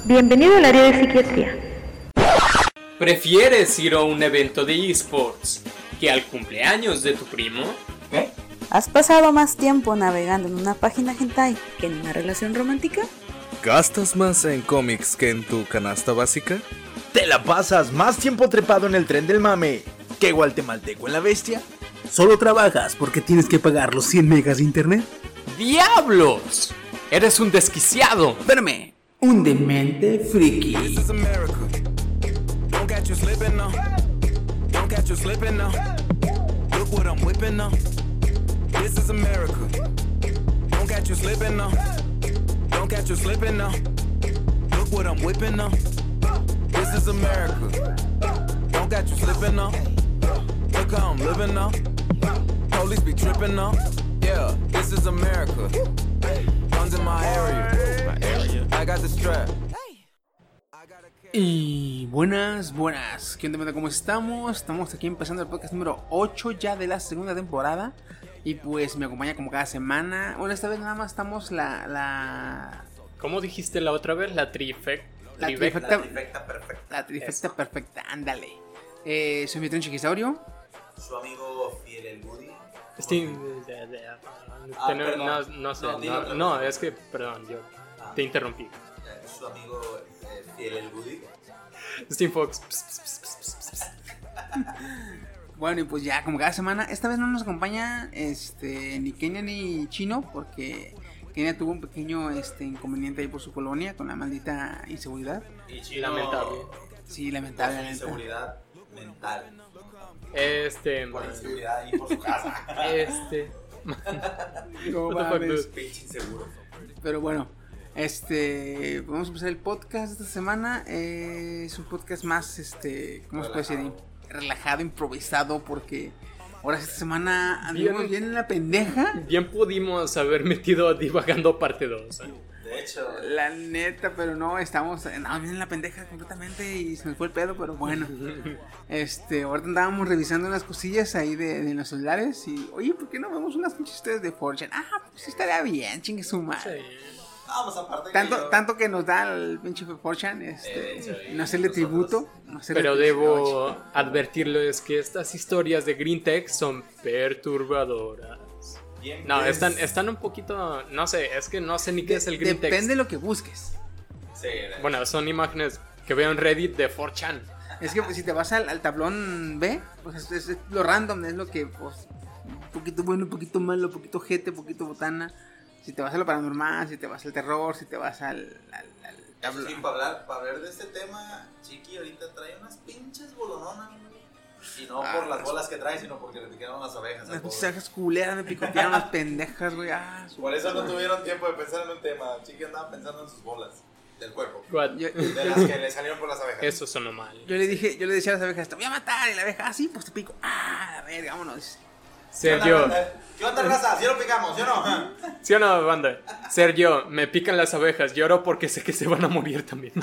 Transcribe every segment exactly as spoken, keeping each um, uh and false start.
Bienvenido al área de psiquiatría. ¿Prefieres ir a un evento de eSports que al cumpleaños de tu primo? ¿Eh? ¿Has pasado más tiempo navegando en una página hentai que en una relación romántica? ¿Gastas más en cómics que en tu canasta básica? ¿Te la pasas más tiempo trepado en el tren del mame que guatemalteco en la bestia? ¿Solo trabajas porque tienes que pagar los cien megas de internet? ¡Diablos! Eres un desquiciado. Espérame, un demente friki. Look how I'm living now. Police be tripping now. Yeah, this is America. Guns in my area. My area. I got the strap. Y buenas, buenas. ¿Qué onda? ¿Cómo estamos? Estamos aquí empezando el podcast número ocho ya de la segunda temporada. Y pues me acompaña como cada semana. Bueno, esta vez nada más estamos la... la... ¿Cómo dijiste la otra vez? La trifecta. La trifecta. trifecta, la trifecta perfecta. La trifecta Eso. perfecta, ándale. Eh, soy mi tren Chiquisaurio. Su amigo Fiel el Woody. Sí, ah, no, no, no sé, no, no, no, es que, perdón, yo ah, te interrumpí. Su amigo eh, Fiel el Woody. Steam Fox. Bueno, y pues ya, como cada semana, esta vez no nos acompaña este ni Kenia ni Chino, porque Kenia tuvo un pequeño este inconveniente ahí por su colonia con la maldita inseguridad. Y Chino, lamentable. Sí, lamentable. Por su inseguridad mental. Este. Por inseguridad y por su casa. Este. No mames. Pinche inseguro. Pero bueno, este. Vamos a empezar el podcast de esta semana. Eh, es un podcast más, este. ¿Cómo se puede decir? Relajado, improvisado, porque ahora esta semana andamos bien en la pendeja. Bien pudimos haber metido Divagando parte dos. ¿eh? De hecho, la neta, pero no, estamos no, bien en la pendeja completamente y se nos fue el pedo, pero bueno. Este, ahorita andábamos revisando unas cosillas ahí de, de los celulares y, oye, ¿por qué no vemos unas pinches historias de four chan? Ah, pues sí estaría bien, chingue su madre. Sí. Vamos, aparte tanto, que yo... tanto que nos da el pinche four chan, este, eh, sí, no hacerle tributo. No hacerle pero tributo, debo chico. advertirles que estas historias de Green Tech son perturbadoras. Bien, no, bien. están, están un poquito, no sé, es que no sé ni qué de, es el Green Tech. Depende de lo que busques. Sí, bueno, son imágenes que veo en Reddit de four chan. Es que pues, si te vas al, al tablón B, pues es, es, es lo random, es lo que, pues, un poquito bueno, un poquito malo, un poquito jete, un poquito botana. Si te vas a lo paranormal, si te vas al terror, si te vas al, al, al tablón. Sí, para hablar, para hablar de este tema, Chiqui ahorita trae unas pinches bolononas. Y no ah, por las bolas que trae, sino porque le picaron las abejas. Las pinches abejas culeras me picotearon las pendejas, güey. Ah, por eso no tuvieron tiempo de pensar en un tema. Chiqui andaba pensando en sus bolas del cuerpo. Yo, de las que le salieron por las abejas. Eso sonó mal. Yo le dije, yo le decía a las abejas, te voy a matar. Y la abeja, ah, sí, pues te pico. Ah, a ver, vámonos. Sergio. ¿Qué onda, raza? ¿Sí lo picamos? ¿Sí o no? ¿Sí o no, banda? Sergio, me pican las abejas. Lloro porque sé que se van a morir también.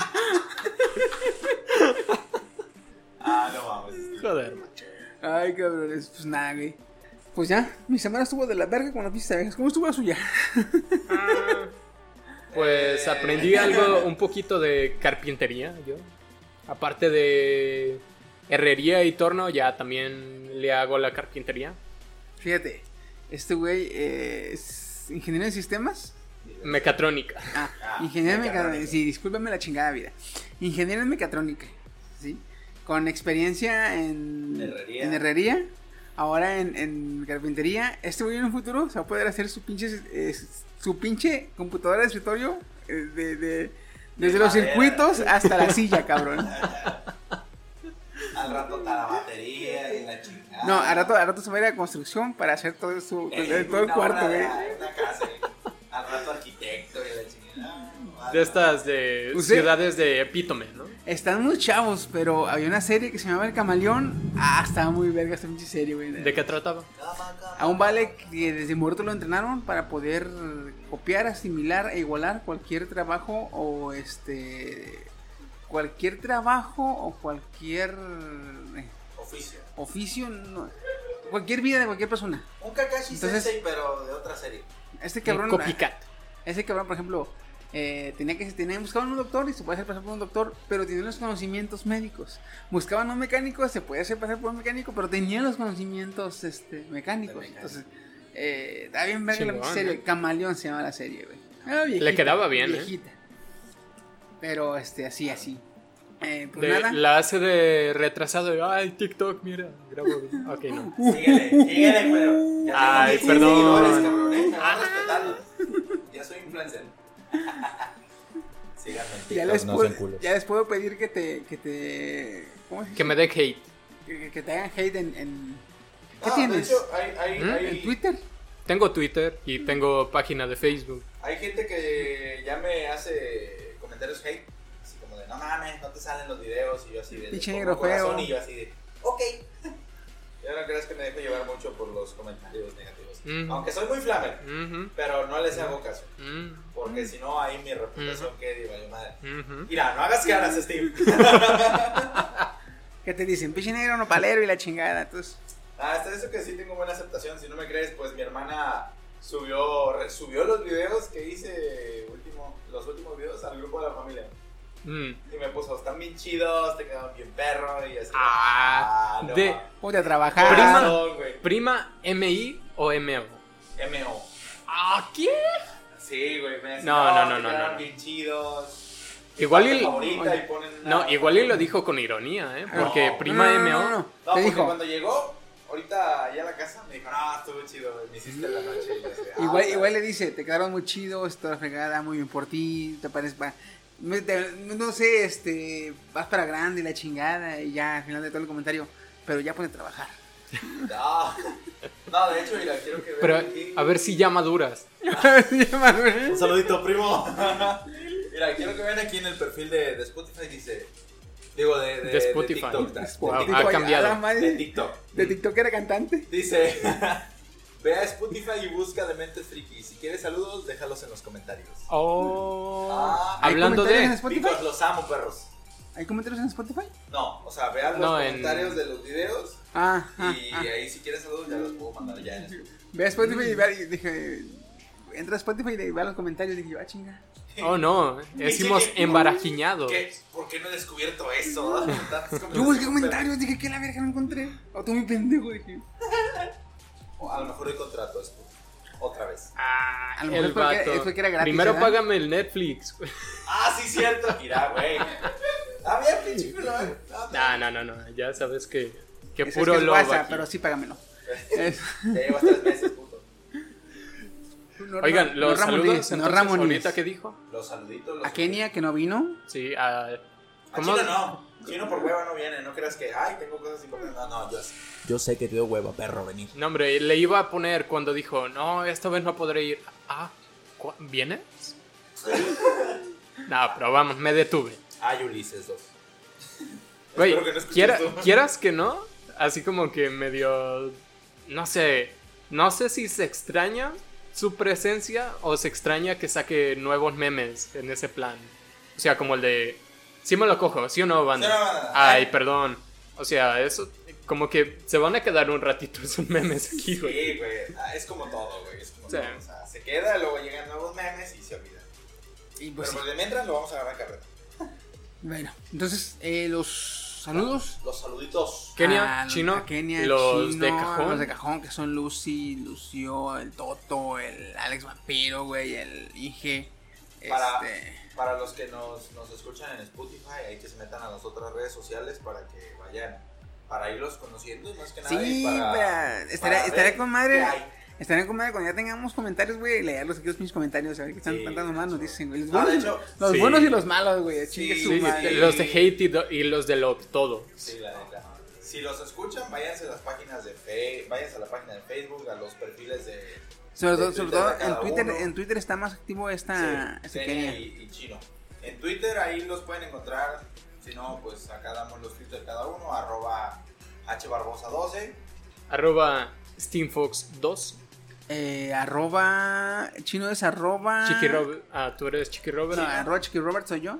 Ah, no mames. Joder, macho. Ay, cabrones, pues nada, güey. Pues ya, mi semana estuvo de la verga con las pistas de abejas. ¿Cómo estuvo la suya? Ah, pues aprendí algo, un poquito de carpintería, yo. Aparte de herrería y torno, ya también le hago la carpintería. Fíjate, este güey eh, es ingeniero en sistemas. Mecatrónica. Ah, ingeniero en mecatrónica. Sí, discúlpame la chingada vida. Ingeniero en mecatrónica, ¿sí? Con experiencia en herrería, en herrería ahora en, en carpintería. Este güey en un futuro se va a poder hacer su pinche, eh, su pinche computadora de escritorio eh, de, de, desde de los madera. Circuitos hasta la silla, cabrón. Al rato está la batería y la chingada. No, al rato, al rato se va a ir a construcción para hacer todo, su, eh, todo el cuarto, güey. Una casa, al rato arquitecto y la chingada. Vale. De estas de ¿Usted? Ciudades de epítome, ¿no? Están muy chavos, pero había una serie que se llamaba El Camaleón. Ah, estaba muy verga esta pinche serie, güey. ¿De qué trataba? A un vale que desde muerto lo entrenaron para poder copiar, asimilar e igualar cualquier trabajo o este... Cualquier trabajo o cualquier... Oficio. Oficio, no, cualquier vida de cualquier persona. Un Kakashi Entonces, Sensei, pero de otra serie. Este cabrón... Copycat. Ese cabrón, por ejemplo... Eh, tenía que tenían, buscaban un doctor y se puede hacer pasar por un doctor, pero tenían los conocimientos médicos. Buscaban un mecánico, se puede hacer pasar por un mecánico, pero tenían los conocimientos este, mecánicos. Entonces, eh, está bien verga la Chingón, serie. ¿eh? Camaleón se llama la serie, güey. Ah, viejita, Le quedaba bien, viejita. ¿eh? Pero este, así, así. Eh, pues De- nada. la hace de retrasado. de, Ay, TikTok, mira, grabo bien. Ok, no. Síguele, síguele, pero. Ya Ay, tengo perdón. mil seguidores, cabrón, ¿eh? Me van a respetar. Ya soy influencer. Síganme en Ya TikTok, les, no puedo, sean culos. ya les puedo pedir que te. Que te ¿Cómo se dice? Que me dé hate. Que, que te hagan hate en. en ¿Qué No, tienes? De hecho, hay, hay, ¿Mm? hay, ¿En Twitter? Tengo Twitter y tengo página de Facebook. hay gente que ya me hace comentarios hate. Así como de, no mames, no te salen los videos. Y yo así de. Pinche les negro pongo corazón, feo. Y yo así de, ok. Yo no creas que me dejo llevar mucho por los comentarios negativos. Ujú. Aunque soy muy flamer, Ujú, pero no les hago caso. ujú, Porque si no, ahí mi reputación queda y vale madre. ujú. Mira, no hagas caras, Steve. ¿Qué te dicen? Pinche negro nopalero y la chingada. Entonces, Ah, hasta eso que sí tengo buena aceptación. Si no me crees, pues mi hermana subió re- subió los videos que hice, último, los últimos videos al grupo de la familia. Mm. Y me puso, están bien chidos, te quedaron bien perro. Y así. Ah, no, de- ma- ponte a trabajar. Prima. Razón, güey. ¿Prima M I o M O? M O. ¿Ah, qué? Sí, güey. Me decía, No, no, no, te no, quedaron no. bien chidos. Igual Parte y- favorita y ponen una- No, igual y lo dijo con ironía, ¿eh? Porque No, prima no, no, M O. no, no, no. No, Te porque dijo. cuando llegó, ahorita allá a la casa, me dijo, no, estuvo chido, güey, me hiciste la noche. Y yo así, ah, Igual, o sea, igual le dice, te quedaron muy chidos, toda fregada, muy bien por ti, te parece, pa- me- te- no sé, este, vas para grande y la chingada y ya al final de todo el comentario, pero ya pone a trabajar. No, no, de hecho, mira, quiero que vean Pero aquí. a ver si ya maduras. Un saludito, primo. Mira, quiero que vean aquí en el perfil de, de Spotify, dice. Digo, de, de, De Spotify. TikTok. De, Wow, TikTok, ha cambiado. A la madre, de TikTok. ¿De TikTok era cantante? Dice. Ve a Spotify y busca Dementes Friki. Si quieres saludos, déjalos en los comentarios. Oh. Ah, ¿hay Hablando comentarios en de. Spotify? Picos, los amo, perros. ¿Hay comentarios en Spotify? No, o sea, vean los No, en- comentarios de los videos. Ah, ah, Y ah. ahí, si quieres saludos, ya los puedo mandar ya en Spotify. Ve a Spotify y, ve, y dije, entra a Spotify y ve los comentarios y dije, ah, chinga. Oh, no. Decimos ¿Qué? embarajiñados. ¿Qué? ¿Por qué no he descubierto eso? Yo busqué comentarios, dije, ¿qué la verga no encontré? O tú muy pendejo, dije. O a lo mejor el contrato es otra vez. Ah, A lo mejor el fue que- vato. fue que era gratis, Primero ¿verdad? págame el Netflix. Ah, sí, cierto. Mira, güey. Ah, bien, pinche culo, eh. No, no, no, no. Ya sabes que, que Eso puro es que es lobo WhatsApp, aquí. pero sí págamelo. Es- Te llevas tres meses, puto. No, Oigan, no, los no saludos Ramones, no entonces, Ramones. ahorita que dijo. Los saluditos. Los A Kenia, que no vino. Sí, a... A ¿Cómo? Chino no. Chino por hueva no viene. No creas que, ay, tengo cosas importantes. No, no, yo sé. Yo sé que te dio hueva, perro, venir. No, hombre, le iba a poner cuando dijo, no, esta vez no podré ir. Ah, ¿cu- ¿vienes? No, pero vamos, me detuve. Ay, Ulises dos. Güey, Espero que no escuches quiera- esto. quieras que no, así como que medio, no sé, no sé si se extraña su presencia o se extraña que saque nuevos memes en ese plan. O sea, como el de, sí me lo cojo, ¿sí o no, banda? Sí o no, banda. Ay, perdón. O sea, eso, como que se van a quedar un ratito esos memes aquí, güey. Sí, güey. Ah, es como todo, güey. Es como Sí. todo. O sea, se queda, luego llegan nuevos memes y se olvida. Y pues, Pero sí. pues de mientras lo vamos a agarrar carreta. Bueno, entonces, eh, los saludos. Los saluditos. Kenia, a- Chino, a Kenia, los Chino, de cajón. Los de cajón, que son Lucy, Lucio, el Toto, el Alex Vampiro, güey, el Inge. Para, Este. para los que nos, nos escuchan en Spotify, hay que se metan a las otras redes sociales para que vayan, para irlos conociendo más que nada. Sí, y para, para- estaría, para estaría ver con madre. qué hay. Estaría con madre cuando ya tengamos comentarios, güey, leerlos aquí los pinches comentarios, a ver qué están Sí, cantando más, nos dicen, güey. Los, No, de buenos, hecho, los sí. buenos y los malos, güey. Chingue Sí, su Sí, madre. los de hate y, do- y los de lo todo. Sí, la neta. Si los escuchan, váyanse a las páginas de Fe, váyanse a la página de Facebook, a los perfiles de Sobre de todo, sobre Twitter todo de cada en Twitter, uno. en Twitter está más activo esta, Sí, este Kenia Kenia. y, y Chino. En Twitter ahí los pueden encontrar. Si no, pues acá damos los tweets de cada uno. Arroba hbarbosa doce. Arroba steamfox dos. Eh, arroba, chino es arroba. Chiqui Robert. Ah, tú eres Chiqui Robert. No, arroba Chiqui Robert soy yo.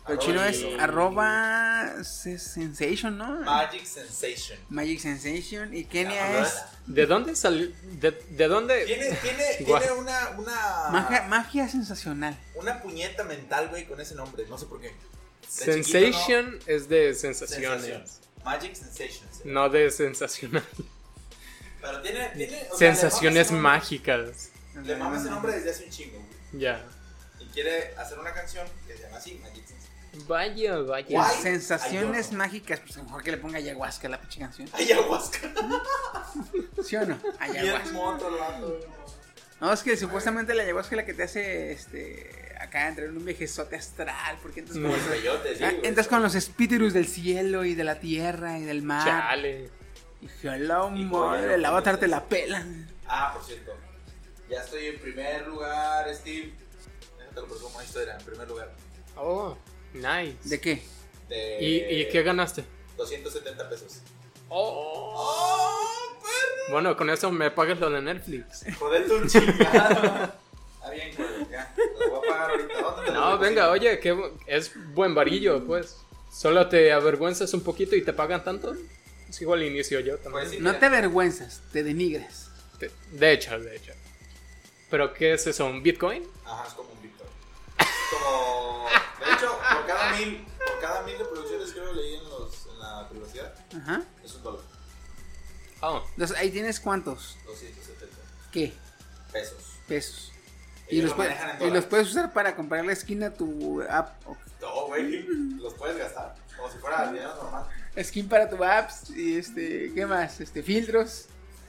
Lo chino es Y- arroba se- sensation, ¿no? Magic Sensation. Magic Sensation. Y Ah, Kenia es ¿De dónde salió? ¿De, de dónde? Tiene, tiene, Guau. tiene una, una, magia, magia sensacional. una puñeta mental, güey, con ese nombre. No sé por qué. De Sensation chiquito, es de no. sensaciones, Sensación. Magic Sensation. sí. no de sensacional. Pero tiene, tiene o sea, Sensaciones le mama mágicas. ese nombre- Le mama ese nombre desde hace un chingo, güey. Ya. Y quiere hacer una canción que se llama así, Magic Sensation. Vaya, vaya. Guay. Sensaciones Ay, no. mágicas. Pues a lo mejor que le ponga ayahuasca a la pinche canción. Ayahuasca. ¿Sí o no? Bien Ayahuasca. moto, el vato, güey. No, es que supuestamente la ayahuasca es la que te hace este acá entrar en un viajezote astral. Porque entras, No. con, los, Peyote, sí, ah, güey. entras con los espíritus del cielo y de la tierra y del mar. Chale. Y hello, Y madre, bueno, el avatar pues, te la pela. Ah, por cierto. Ya estoy en primer lugar, Steve. Déjate lo presumo, ahí estoy en primer lugar. Oh, nice. ¿De qué? De ¿Y, ¿Y qué ganaste? doscientos setenta pesos. Oh. ¡Oh, perro! Bueno, con eso me pagas lo de Netflix. Jodete un chingado. Ah, bien, güey, ya. Lo voy a pagar ahorita. ¿Dónde te lo No, deposito? venga, oye, que es buen varillo, pues. Solo te avergüenzas un poquito y te pagan tanto. Es igual inicio yo también. Pues sí, No mira. te avergüenzas, te denigras. De- De hecho, de hecho. ¿Pero qué es eso? ¿Un Bitcoin? Ajá, es como un Bitcoin. Como. De hecho, por cada mil, por cada mil de producciones creo que leí en, los, en la privacidad, Ajá. es un dólar. Oh, Entonces ahí tienes cuántos, doscientos setenta ¿qué? pesos. Pesos. Y Ellos los, lo puede- manejan en y los dólares. puedes usar para comprar la skin a tu app. o No, güey, los puedes gastar. Como si fuera dinero normal. Skin para tu apps y este, ¿qué más? Este, filtros.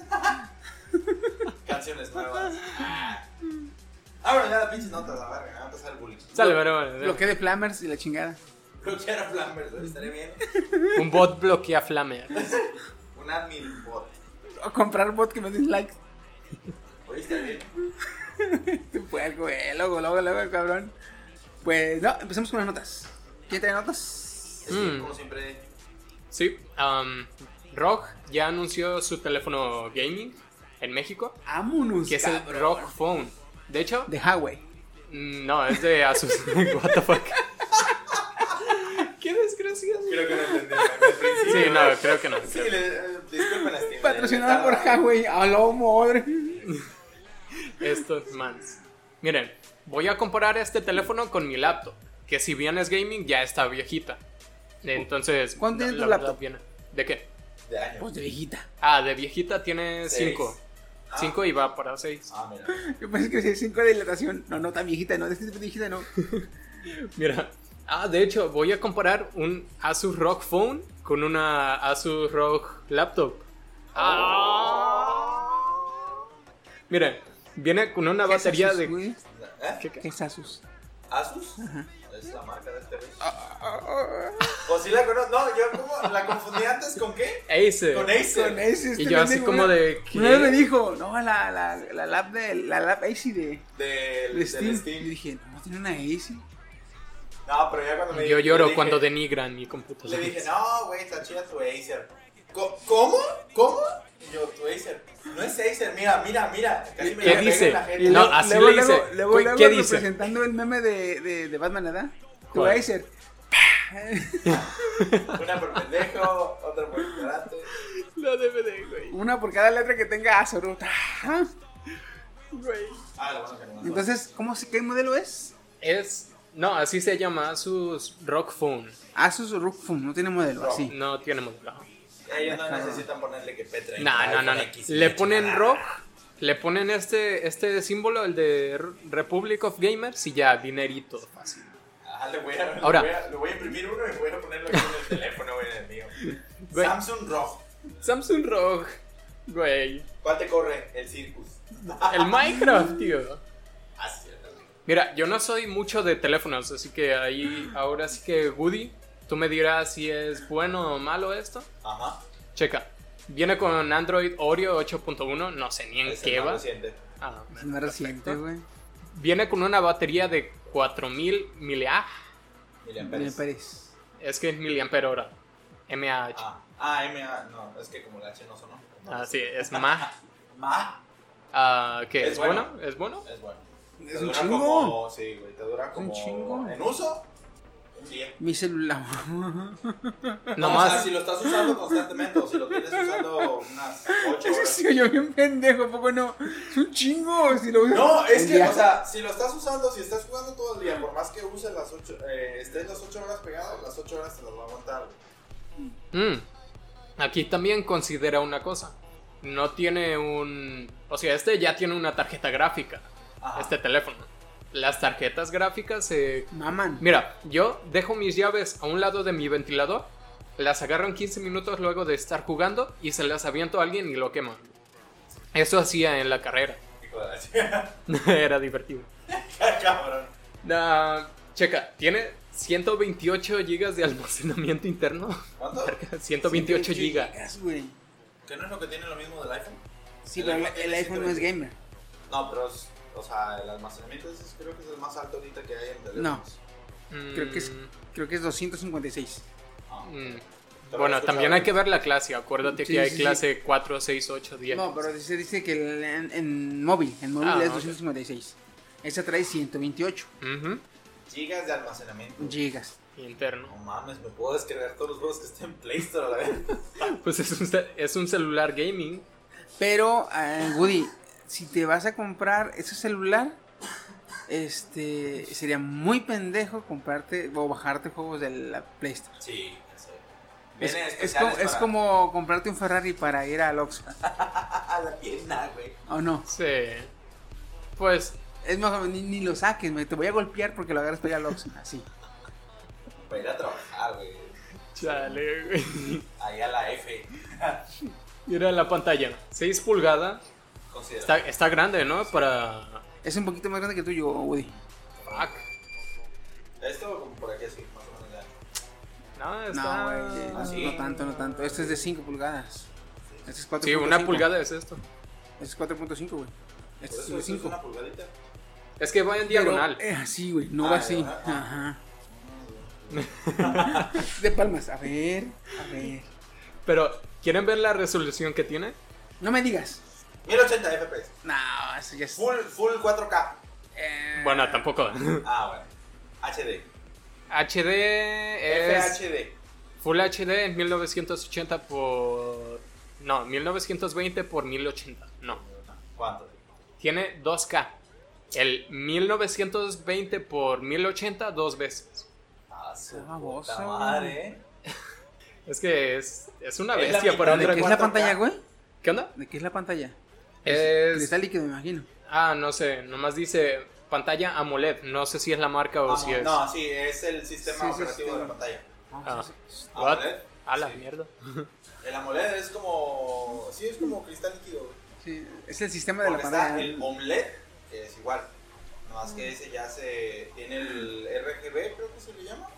Canciones nuevas. Ah, Ah, bueno, ya la pinche nota, la verga, me va a empezar el bullying. sale, pero bueno. Bloqueo de flammers y la chingada. Creo que era Flammers, güey, estaría bien. Un bot bloquea Flamer. Un admin bot. O comprar bot que me den likes. Oye, está bien. Este puerco, güey. Luego, luego, luego, cabrón. Pues no, empecemos con las notas. ¿Quién trae notas? Es que, Mm. como siempre. Sí, um, R O G ya anunció su teléfono gaming en México, Vámonos, que es el cabrón. R O G Phone. De hecho, De Huawei. mm, no, es de Asus. What the fuck. Qué desgraciado. Creo que no entendí. Al principio. Sí, no, creo que no. Sí, le, eh, disculpen a Steve. Patrocinado por Está- Huawei. A la madre. Estos mans. Miren, voy a comparar este teléfono con mi laptop, que si bien es gaming, ya está viejita. Entonces, ¿Cuánto tiene la tu verdad, laptop? viene- ¿De qué? De año. Pues de viejita. Ah, de viejita tiene Seis. cinco. Ah. cinco y va para seis. Ah, mira. Yo pensé que cinco de dilatación. No, no, tan viejita, no. De este tipo de viejita, no. Mira. Ah, de hecho, voy a comparar un Asus R O G Phone con una Asus R O G Laptop. Ah. Miren, viene con una ¿Qué es batería Asus, de... güey? ¿Eh? ¿Qué, qué? ¿Qué es Asus? ¿Asus? Es la marca de este güey. Ah, O si la conozco. No, yo como la confundí antes con qué? Acer. Con Acer. Con ese, este Y yo así pendejo, como una- de, ¿qué? Una vez me dijo, no, la, la, la lab de, la lab A C de, Del, de del Steam. Steam. Y dije, no, tiene una A C. No, pero ya cuando me Yo le lloro dije- cuando denigran mi computadora. Le dije, no, güey, está chida tu Acer. Co- ¿Cómo? ¿Cómo? Y yo, tu Acer. No es Acer, mira, mira, mira. Casi me ¿Qué la pega dice? en la jeta. Y No, luego- así luego, le luego, dice. Luego, ¿Qué- luego qué dice? representando el meme de, de, de Batman, ¿verdad? Tu ¿Cuál? Acer. Una por pendejo, otra por ignorante. La D V D, güey. Una por cada letra que tenga Azoruta. Güey. Ah, lo bueno que no me Entonces, ¿cómo se, ¿qué modelo es? Es... No, así se llama Asus R O G Phone. Asus R O G Phone, no tiene modelo, No. así. No tiene modelo. Ellos no necesitan ponerle que Petra. No, no, no, no. Le ponen R O G, le ponen este, este símbolo, el de R- Republic of Gamers, y ya, dinerito fácil. Ah, le voy a, le Ahora. voy a, le voy a imprimir uno y voy a ponerlo aquí en el teléfono, güey, en el mío. Güey. Samsung R O G. Samsung R O G, güey. ¿Cuál te corre? El Circus. El Minecraft, tío. Ah, sí, cierto. Mira, yo no soy mucho de teléfonos, así que ahí, ahora sí que, Woody, tú me dirás si es bueno o malo esto. Ajá. Checa. Viene con Android Oreo ocho punto uno, no sé ni en Es qué el más va. reciente. Ah, Es más reciente, perfecto. güey. Viene con una batería de cuatro mil miliamperes. Miliamperes. Pérez. Es que es miliampere hora. mAh. Ah, ah, M A, no, es que como el H no sonó. Ah, sí, es mAh. Ma. Ah, ¿Qué? Es ¿Es bueno. bueno? ¿Es bueno? Es bueno. Es Te un dura chingo. como, sí, güey, te dura como. un chingo. En uso, Un día. Mi celular. No, No o más. sea, si lo estás usando constantemente o si lo tienes usando unas ocho Eso horas. sí, yo bien pendejo, ¿a poco no? Es un chingo. Si lo usas No, es un que, día. o sea, si lo estás usando, si estás jugando todo el día, por más que uses las ocho, eh, estés las ocho horas pegado, las ocho horas te las va a aguantar. güey. Mm. Aquí también considera una cosa. No tiene un... O sea, este ya tiene una tarjeta gráfica. Ajá. Este teléfono. Las tarjetas gráficas se... Maman. Mira, yo dejo mis llaves a un lado de mi ventilador, las agarro en quince minutos luego de estar jugando y se las aviento a alguien y lo quema. Eso hacía en la carrera. Hijo de la chica. Era divertido. Cabrón. Ah, checa, tiene ciento veintiocho gigas de almacenamiento interno. ¿Cuánto? ciento veintiocho gigas. gigas, güey. ¿Que no es lo que tiene lo mismo del iPhone? Sí, El pero el, iPhone el tiene iPhone no es ciento gamer. No, pero es, o sea, el almacenamiento ese es- creo que es el más alto ahorita que hay en teléfonos. No. Creo que es, creo que es doscientos cincuenta y seis. Ah. Mm. Pero Bueno, lo he también escuchado. hay que ver la clase. Acuérdate Sí, que hay sí, sí. clase cuatro, seis, ocho, diez. No, pero se dice que el- en, en móvil, en móvil Ah, es ok. doscientos cincuenta y seis. Esa trae ciento veintiocho Ujú. Gigas de almacenamiento. gigas. Interno. No mames, me puedo descargar todos los juegos que estén en Play Store a la vez. Pues es un, ce- es un celular gaming. Pero, eh, Woody, si te vas a comprar ese celular, este sería muy pendejo comprarte o bajarte juegos de la Play Store. Sí, ya sé. Es, Vienen es especiales como, es para- como comprarte un Ferrari para ir al Oxxo, a la tienda, güey. ¿o no? Sí. Pues Es mejor, ni, ni lo saques, me, te voy a golpear porque lo agarras para ir al Oxxo, así. Para ir a trabajar, güey. chale, güey. Ahí a la F. Mira la pantalla. seis pulgadas. Considera. Está, está grande, ¿no? Para... Es un poquito más grande que el tuyo, Woody. Fuck. Esto como por aquí así, más o menos ya. No, está... No, güey, no, ¿Ah, sí? no tanto, no tanto. Este es de cinco pulgadas. Este es cuatro Sí, punto una cinco. pulgada es esto. Este es cuatro punto cinco, güey. Por Este es eso de esto es cinco. una pulgadita. Es que va en diagonal. Pero, eh, así, güey, no Ah, va así. diagonal, Ajá. De palmas, a ver, a ver. Pero, ¿quieren ver la resolución que tiene? No me digas. mil ochenta F P S. No, eso ya es. Full, full cuatro K. Eh, Bueno, tampoco. Ah, bueno. H D. H D es... F H D. Full H D en mil novecientos ochenta por... No, mil novecientos veinte por mil ochenta. No. ¿Cuánto? Tiene dos K. El mil novecientos veinte por mil ochenta dos veces. Ah, su Qué baboso. puta madre, ¿eh? Es que es, es una Es la bestia mitad para un ¿De qué es dragón. la cuatro K. pantalla, güey? ¿Qué onda? ¿De qué es la pantalla? Es... Cristal líquido, me imagino. Ah, no sé. Nomás dice pantalla AMOLED. No sé si es la marca o Vamos, si es... No, sí, es el sistema Sí, sí, operativo sí. de la pantalla. Ah. Sí, sí. What? AMOLED. A la Sí. mierda. El AMOLED es como. Sí, es como cristal líquido. güey. Sí, es el sistema de la Porque está pantalla. el OMLED, que es igual. No más que ese ya se. Tiene el R G B, creo que se le llama.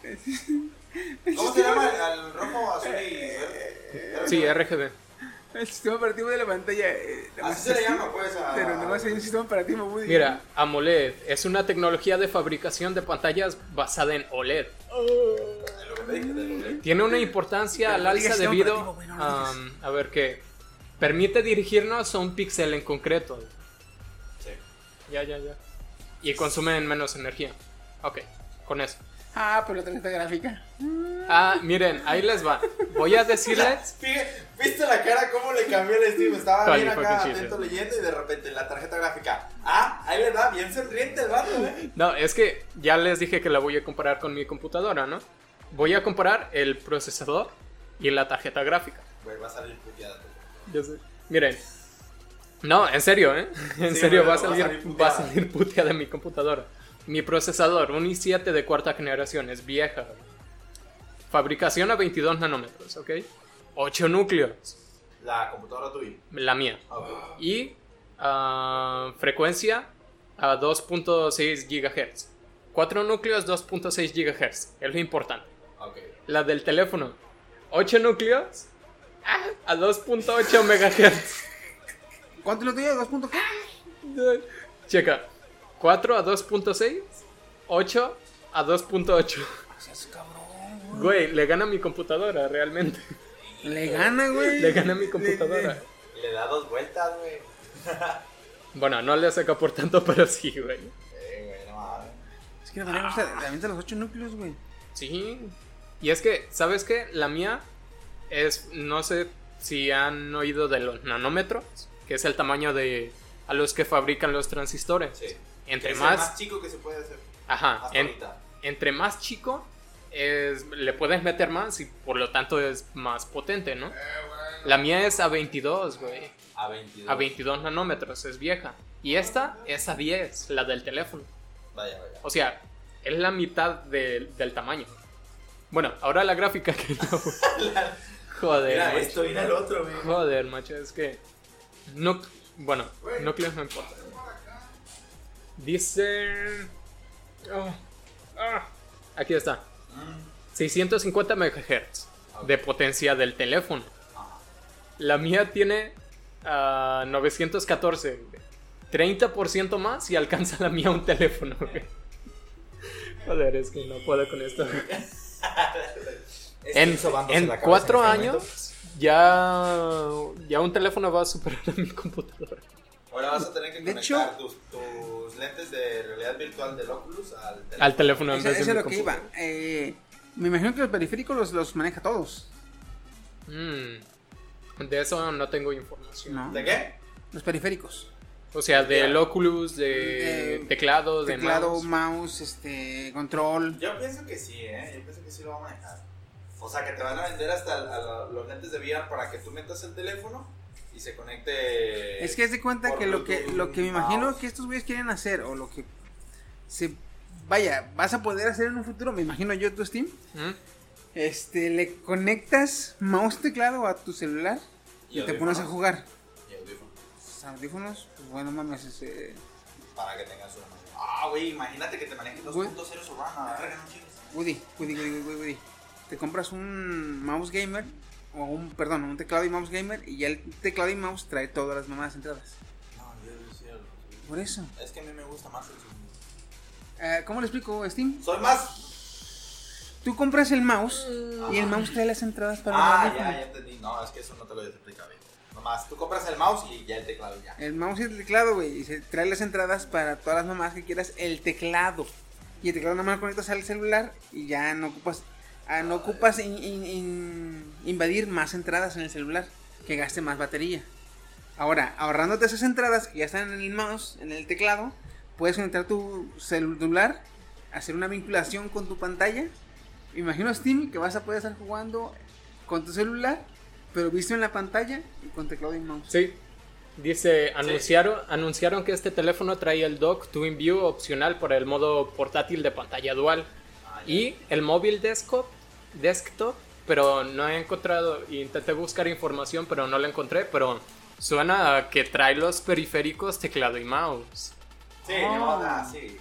¿Cómo se llama? Al, al rojo, azul y verde. Sí, R G B. El sistema operativo de la pantalla. eh, Así se le llama, pues. A... Pero no va a ser un sistema operativo, Woody. Mira, AMOLED es una tecnología de fabricación de pantallas basada en O L E D. Es lo que te dije del OMLED. Tiene una importancia Pero al no digas alza sistema debido operativo, güey, no lo a, digas. a ver qué permite dirigirnos a un píxel en concreto. Sí. Ya, ya, ya. Y consumen menos energía. Ok, con eso. Ah, pero la tarjeta gráfica. Ah, miren, ahí les va. Voy a decirles. Fíjate, ¿viste la cara cómo le cambió el estilo? Estaba Funny bien acá fucking shit, atento eh. leyendo y de repente la tarjeta gráfica. Ah, ahí le da bien sonriente el vato, eh. No, es que ya les dije que la voy a comparar con mi computadora, ¿no? Voy a comparar el procesador y la tarjeta gráfica. Güey, va a salir puteada. tú. Ya sé. Miren. No, en serio, ¿eh? En Sí, serio, güey, va a va a salir, salir va a puteada. salir puteada mi computadora. Mi procesador, un i siete de cuarta generación, es vieja. Fabricación a veintidós nanómetros, ¿ok? ocho núcleos, La computadora tuya. la mía. Ok. Y ah, frecuencia a dos punto seis gigahertz. cuatro núcleos, dos punto seis gigahertz. Es lo importante. Ok. La del teléfono, ocho núcleos ah, a dos punto ocho megahertz. ¿Cuánto lo tuyo? ¿dos punto qué? Checa, cuatro a dos punto seis, ocho a dos punto ocho. Seas cabrón, Güey, le gana a mi computadora, realmente. Le gana, güey. Le gana a mi computadora. Le da dos vueltas, güey. Bueno, no le saca por tanto, pero sí, güey. Eh, güey, no mames. Es que la manera gusta, realmente los ocho núcleos, güey. Sí. Y es que, ¿sabes qué? La mía es, no sé si han oído de los nanómetros, que es el tamaño de a los que fabrican los transistores. Sí. Entre es más, el más chico que se puede hacer. ajá, Hasta en- ahorita. entre más chico es, le puedes meter más y por lo tanto es más potente, ¿no? La mía es a veintidós, güey. A veintidós. A veintidós nanómetros, es vieja. Y esta es a diez, la del teléfono. Vaya, vaya. O sea, es la mitad de- del tamaño. Bueno, ahora la gráfica que no. Joder, Mira macho. esto, mira el otro, güey. Joder, macho, es que. No. Bueno, núcleos no importa. Dice. Oh, ah, aquí está. seiscientos cincuenta megahertz de potencia del teléfono. La mía tiene ah, novecientos catorce. treinta por ciento más y alcanza la mía un teléfono, güey. Joder, es que no puedo con esto. En, en cuatro años ya, ya un teléfono va a superar a mi computadora. Ahora vas a tener que De conectar tus, tus lentes de realidad virtual del Oculus al teléfono. Al teléfono en Eso, vez de eso es mi lo que iba. computadora. Eh, me imagino que los periféricos los, los maneja todos, Mm, de eso no tengo información. ¿no? ¿De qué? Los periféricos. O sea, del Oculus, de Eh, teclado, de Teclado, mouse. mouse, este, control. Yo pienso que sí, ¿eh? Yo pienso que sí lo va a manejar. O sea, que te van a vender hasta el- a lo- los lentes de V R para que tú metas el teléfono y se conecte. Es que es de cuenta por que lo que Bluetooth, lo que me imagino mouse. que estos güeyes quieren hacer, o lo que se vaya, vas a poder hacer en un futuro, me imagino yo, tu Steam, ¿Mm? este, le conectas mouse teclado a tu celular y, Y te pones a audífonos. jugar. Y audífonos, Los audífonos, pues bueno, mames, ese, para que tengas una. Ah, güey, imagínate que te manejen dos Güey. punto cero surround, a la verga, no chingues. Woody, Woody, Woody, Woody, Woody, te compras un mouse gamer, o un, perdón, un teclado y mouse gamer, y ya el teclado y mouse trae todas las mamadas entradas. No, yo decía. Por eso. Es que a mí me gusta más el sonido. Eh, ¿Cómo le explico, Steam? Soy más. Tú compras el mouse y el Ajá. mouse trae las entradas para Ah, el ya, audífono. ya entendí. No, es que eso no te lo había explicado bien. Nomás, tú compras el mouse y ya el teclado y ya. El mouse y el teclado, güey, y se trae las entradas para todas las mamás que quieras, el teclado. Y el teclado nomás lo conectas al celular y ya no ocupas, ah, no ocupas in- in- in- invadir más entradas en el celular, que gaste más batería. Ahora, ahorrándote esas entradas que ya están en el mouse, en el teclado, puedes conectar tu celular, hacer una vinculación con tu pantalla. Imagino, Steam, que vas a poder estar jugando con tu celular, pero visto en la pantalla y con teclado y mouse. Sí. Dice, anunciaron, anunciaron que este teléfono trae el dock TwinView opcional para el modo portátil de pantalla dual. Y el móvil desktop, desktop, pero no he encontrado, intenté buscar información, pero no la encontré, pero suena a que trae los periféricos teclado y mouse. Sí, Oh. no, ah, sí.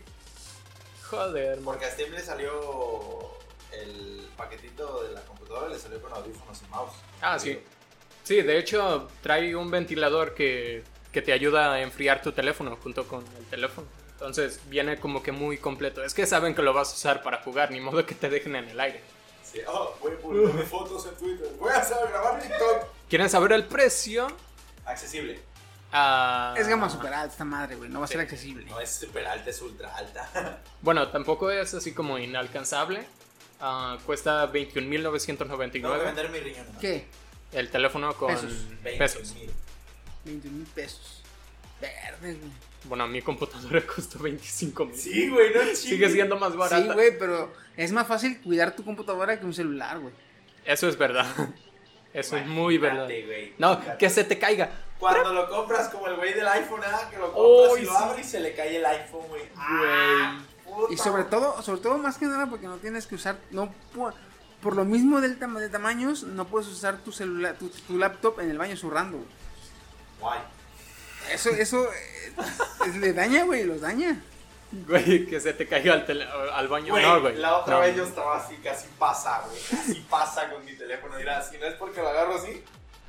Joder, Porque a Steam le salió el paquetito de la computadora, le salió con audífonos y mouse. Ah, sí. Sí, de hecho trae un ventilador que, que te ayuda a enfriar tu teléfono junto con el teléfono. Entonces viene como que muy completo. Es que saben que lo vas a usar para jugar, ni modo que te dejen en el aire. Sí, oh, voy a publicar mis fotos en Twitter. Voy a hacer grabar TikTok. ¿Quieren saber el precio? Accesible. Ah, Es gama super alta esta madre, güey, no va a ser accesible. No es super alta, es ultra alta. Bueno, tampoco es así como inalcanzable. Ah, cuesta veintiún mil novecientos noventa y Tengo que nueve vender mi riñón. ¿no? ¿Qué? el teléfono con Pesos. pesos. mil. veinte mil pesos. Verde, güey. Bueno, mi computadora costó veinticinco mil. Sí, güey, no chingues. Sigue siendo más barata. Sí, güey, pero es más fácil cuidar tu computadora que un celular, güey. Eso es verdad. Eso es muy verdad. Imagínate, güey. No, Imagínate. que se te caiga. Cuando lo compras como el güey del iPhone, ¿ah? Que lo compras Uy, y lo sí. abres y se le cae el iPhone, güey. Ah, puta. Y sobre todo, sobre todo más que nada porque no tienes que usar, no por, por lo mismo del tama- de tamaños, no puedes usar tu celular, tu, tu laptop en el baño zurrando, güey. Guay. Eso, eso eh, es- le daña, güey, los daña. Güey, que se te caiga al, tele- al baño. Güey, no, güey. la otra No. vez yo estaba así, casi pasa, güey. Casi pasa con mi teléfono. Mira, si no es porque lo agarro así.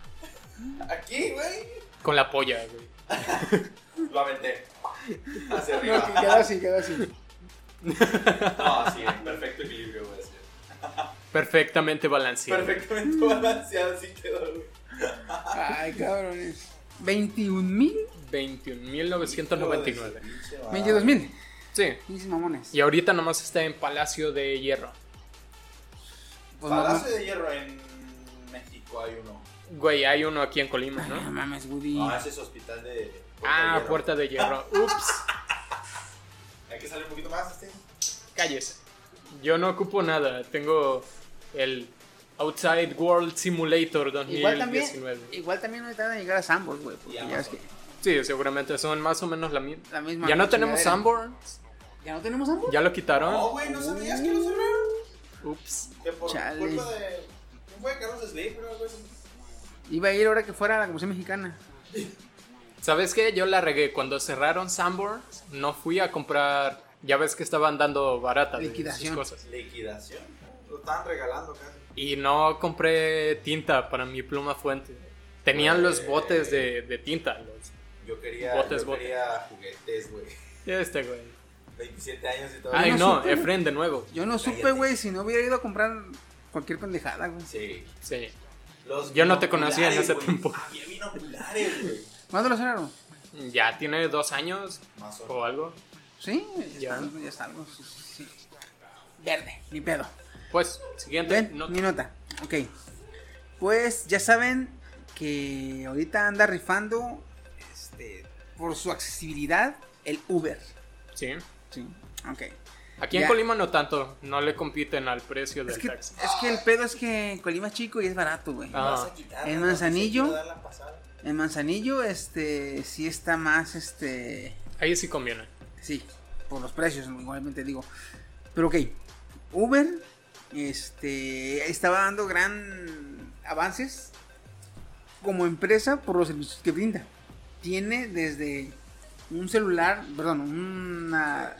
Aquí, güey. Con la polla, güey. Lo aventé. Hacia No, arriba. que quedó así, quedó así. No, así, en perfecto equilibrio, güey. así. Perfectamente balanceado. Perfectamente balanceado, así quedó, güey. Ay, cabrones. veintiún mil, veintiún mil novecientos noventa y nueve. veintidós mil. Sí. Pinches mamones. Y ahorita nomás está en Palacio de Hierro. Pues no, Palacio de Hierro en México hay uno. Güey, hay uno aquí en Colima, no, no ¿no? mames, Woody. No, ese es Hospital de... Puerta Ah, de Hierro. Puerta de Hierro. Ups, Hay que salir un poquito más, este. cállese. Yo no ocupo nada. Tengo el Outside World Simulator Igual también, dos mil diecinueve. igual también no te van a llegar a Sanborns, güey, porque Y ya es Amazon. que Sí, seguramente son más o menos la, mi- la misma. ¿Ya no tenemos chingadera. Sanborns? ¿Ya no tenemos Sanborns? ¿Ya lo quitaron? No, güey, ¿no sabías que lo cerraron? Ups. Que por Chale. culpa de... ¿Quién fue? Carlos Slim, pero algo así. Iba a ir ahora que fuera a la Comisión Mexicana. ¿Sabes qué? Yo la regué. Cuando cerraron Sanborns, no fui a comprar. Ya ves que estaban dando barata de Liquidación. sus cosas. Liquidación. Lo estaban regalando casi. Y no compré tinta para mi pluma fuente. Tenían los botes de, de tinta. Los, Yo quería, Botes, yo botes. quería juguetes, güey. este, güey. veintisiete años y todo. Ay, no no, supe. Efren de nuevo. Yo no supe, Cállate. güey, si no hubiera ido a comprar cualquier pendejada, güey. Sí. Sí. Los Yo no te conocía en binoculares, ese güey. tiempo. Había binoculares, güey. ¿Cuándo lo cerraron? Ya tiene dos años Más o o algo. Sí, Ya. ya está, ya está algo. Sí, sí, sí. Verde, ni pedo. Pues, siguiente. Ven, no- mi nota. Ok. Pues ya saben que ahorita anda rifando este, por su accesibilidad el Uber. Sí. Sí, ok. Aquí en Ya. Colima no tanto. No le compiten al precio del Es que, taxi. es que el pedo es que Colima es chico y es barato, güey. Ah. Vas a quitar, En ¿no? Manzanillo. Se quiere dar la pasada. En Manzanillo, este, sí está más, este, Ahí sí conviene. sí, por los precios, igualmente digo. Pero ok, Uber, este, estaba dando gran avances como empresa por los servicios que brinda. Tiene desde un celular, perdón, un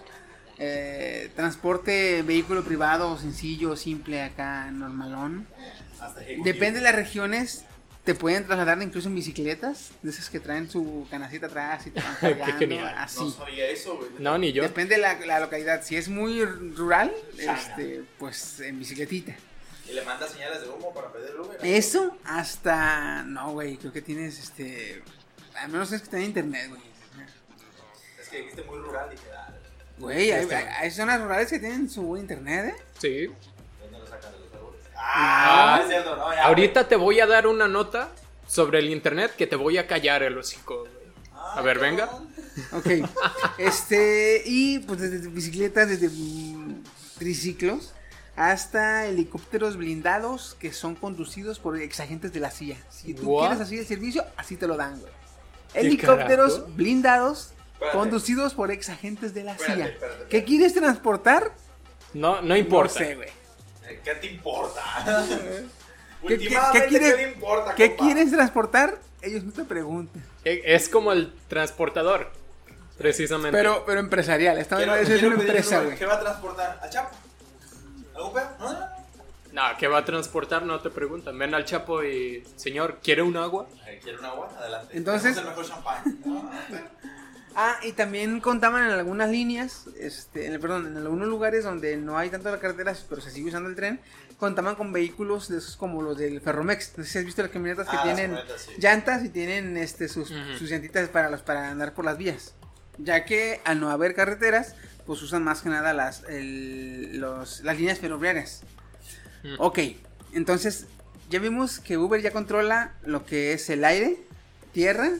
transporte vehículo privado sencillo, simple acá, normalón. Hasta ejecutivo. Depende de las regiones, te pueden trasladar incluso en bicicletas, de esas que traen su canacita atrás y te van Qué cargando, genial. así. No sabía eso, güey. No, ni yo. Depende de la, la localidad. Si es muy rural, este, pues en bicicletita. Y le manda señales de humo para pedir Uber. Eso hasta... No, güey, creo que tienes, este... Al menos es que tener internet, güey. Es que dijiste muy rural, dije, ah, Güey, hay, hay- hay zonas rurales que tienen su internet, ¿eh? Sí. ¿dónde lo sacan de los árboles? Ah. Ah, es cierto, no, ya. Ahorita te voy a dar una nota sobre el internet que te voy a callar el hocico, güey. Ah, A ver, venga. cabrón. Ok. Este, y pues desde bicicletas, desde mm, triciclos, hasta helicópteros blindados que son conducidos por exagentes de la C I A. Si tú What? quieres así el servicio, así te lo dan, güey. Helicópteros carajo? blindados Espérate. conducidos por exagentes de la C I A. Espérate, espérate, ¿Qué espérate. quieres transportar? No, no importa. No sé, güey. Eh, ¿Qué te importa? ¿Qué, qué- Últimamente, qué quieres, te importa, ¿qué compa? quieres transportar? Ellos no te preguntan. E- Es como el transportador, precisamente. Pero, pero empresarial. Esta Quiero- vez es quiero una pedir empresa, Uber. güey. ¿Qué va a transportar? ¿Al Chapo? ¿Algún pedo? ¿No? No, ¿qué va a transportar? No te preguntan. Ven al Chapo y, señor, ¿quiere un agua? Eh, ¿Quiere un agua? Adelante. Entonces- Tenemos el mejor champán. No, Ah, y también contaban en algunas líneas, este, en el- perdón, en algunos lugares donde no hay tanto las carreteras, pero se sigue usando el tren, contaban con vehículos de esos como los del Ferromex. No sé si has visto las camionetas que Ah, las tienen camionetas, sí. llantas y tienen este sus, Ujú. sus llantitas para los para andar por las vías. Ya que al no haber carreteras, pues usan más que nada las el- los, las líneas ferroviarias. Mm. Ok, entonces ya vimos que Uber ya controla lo que es el aire, tierra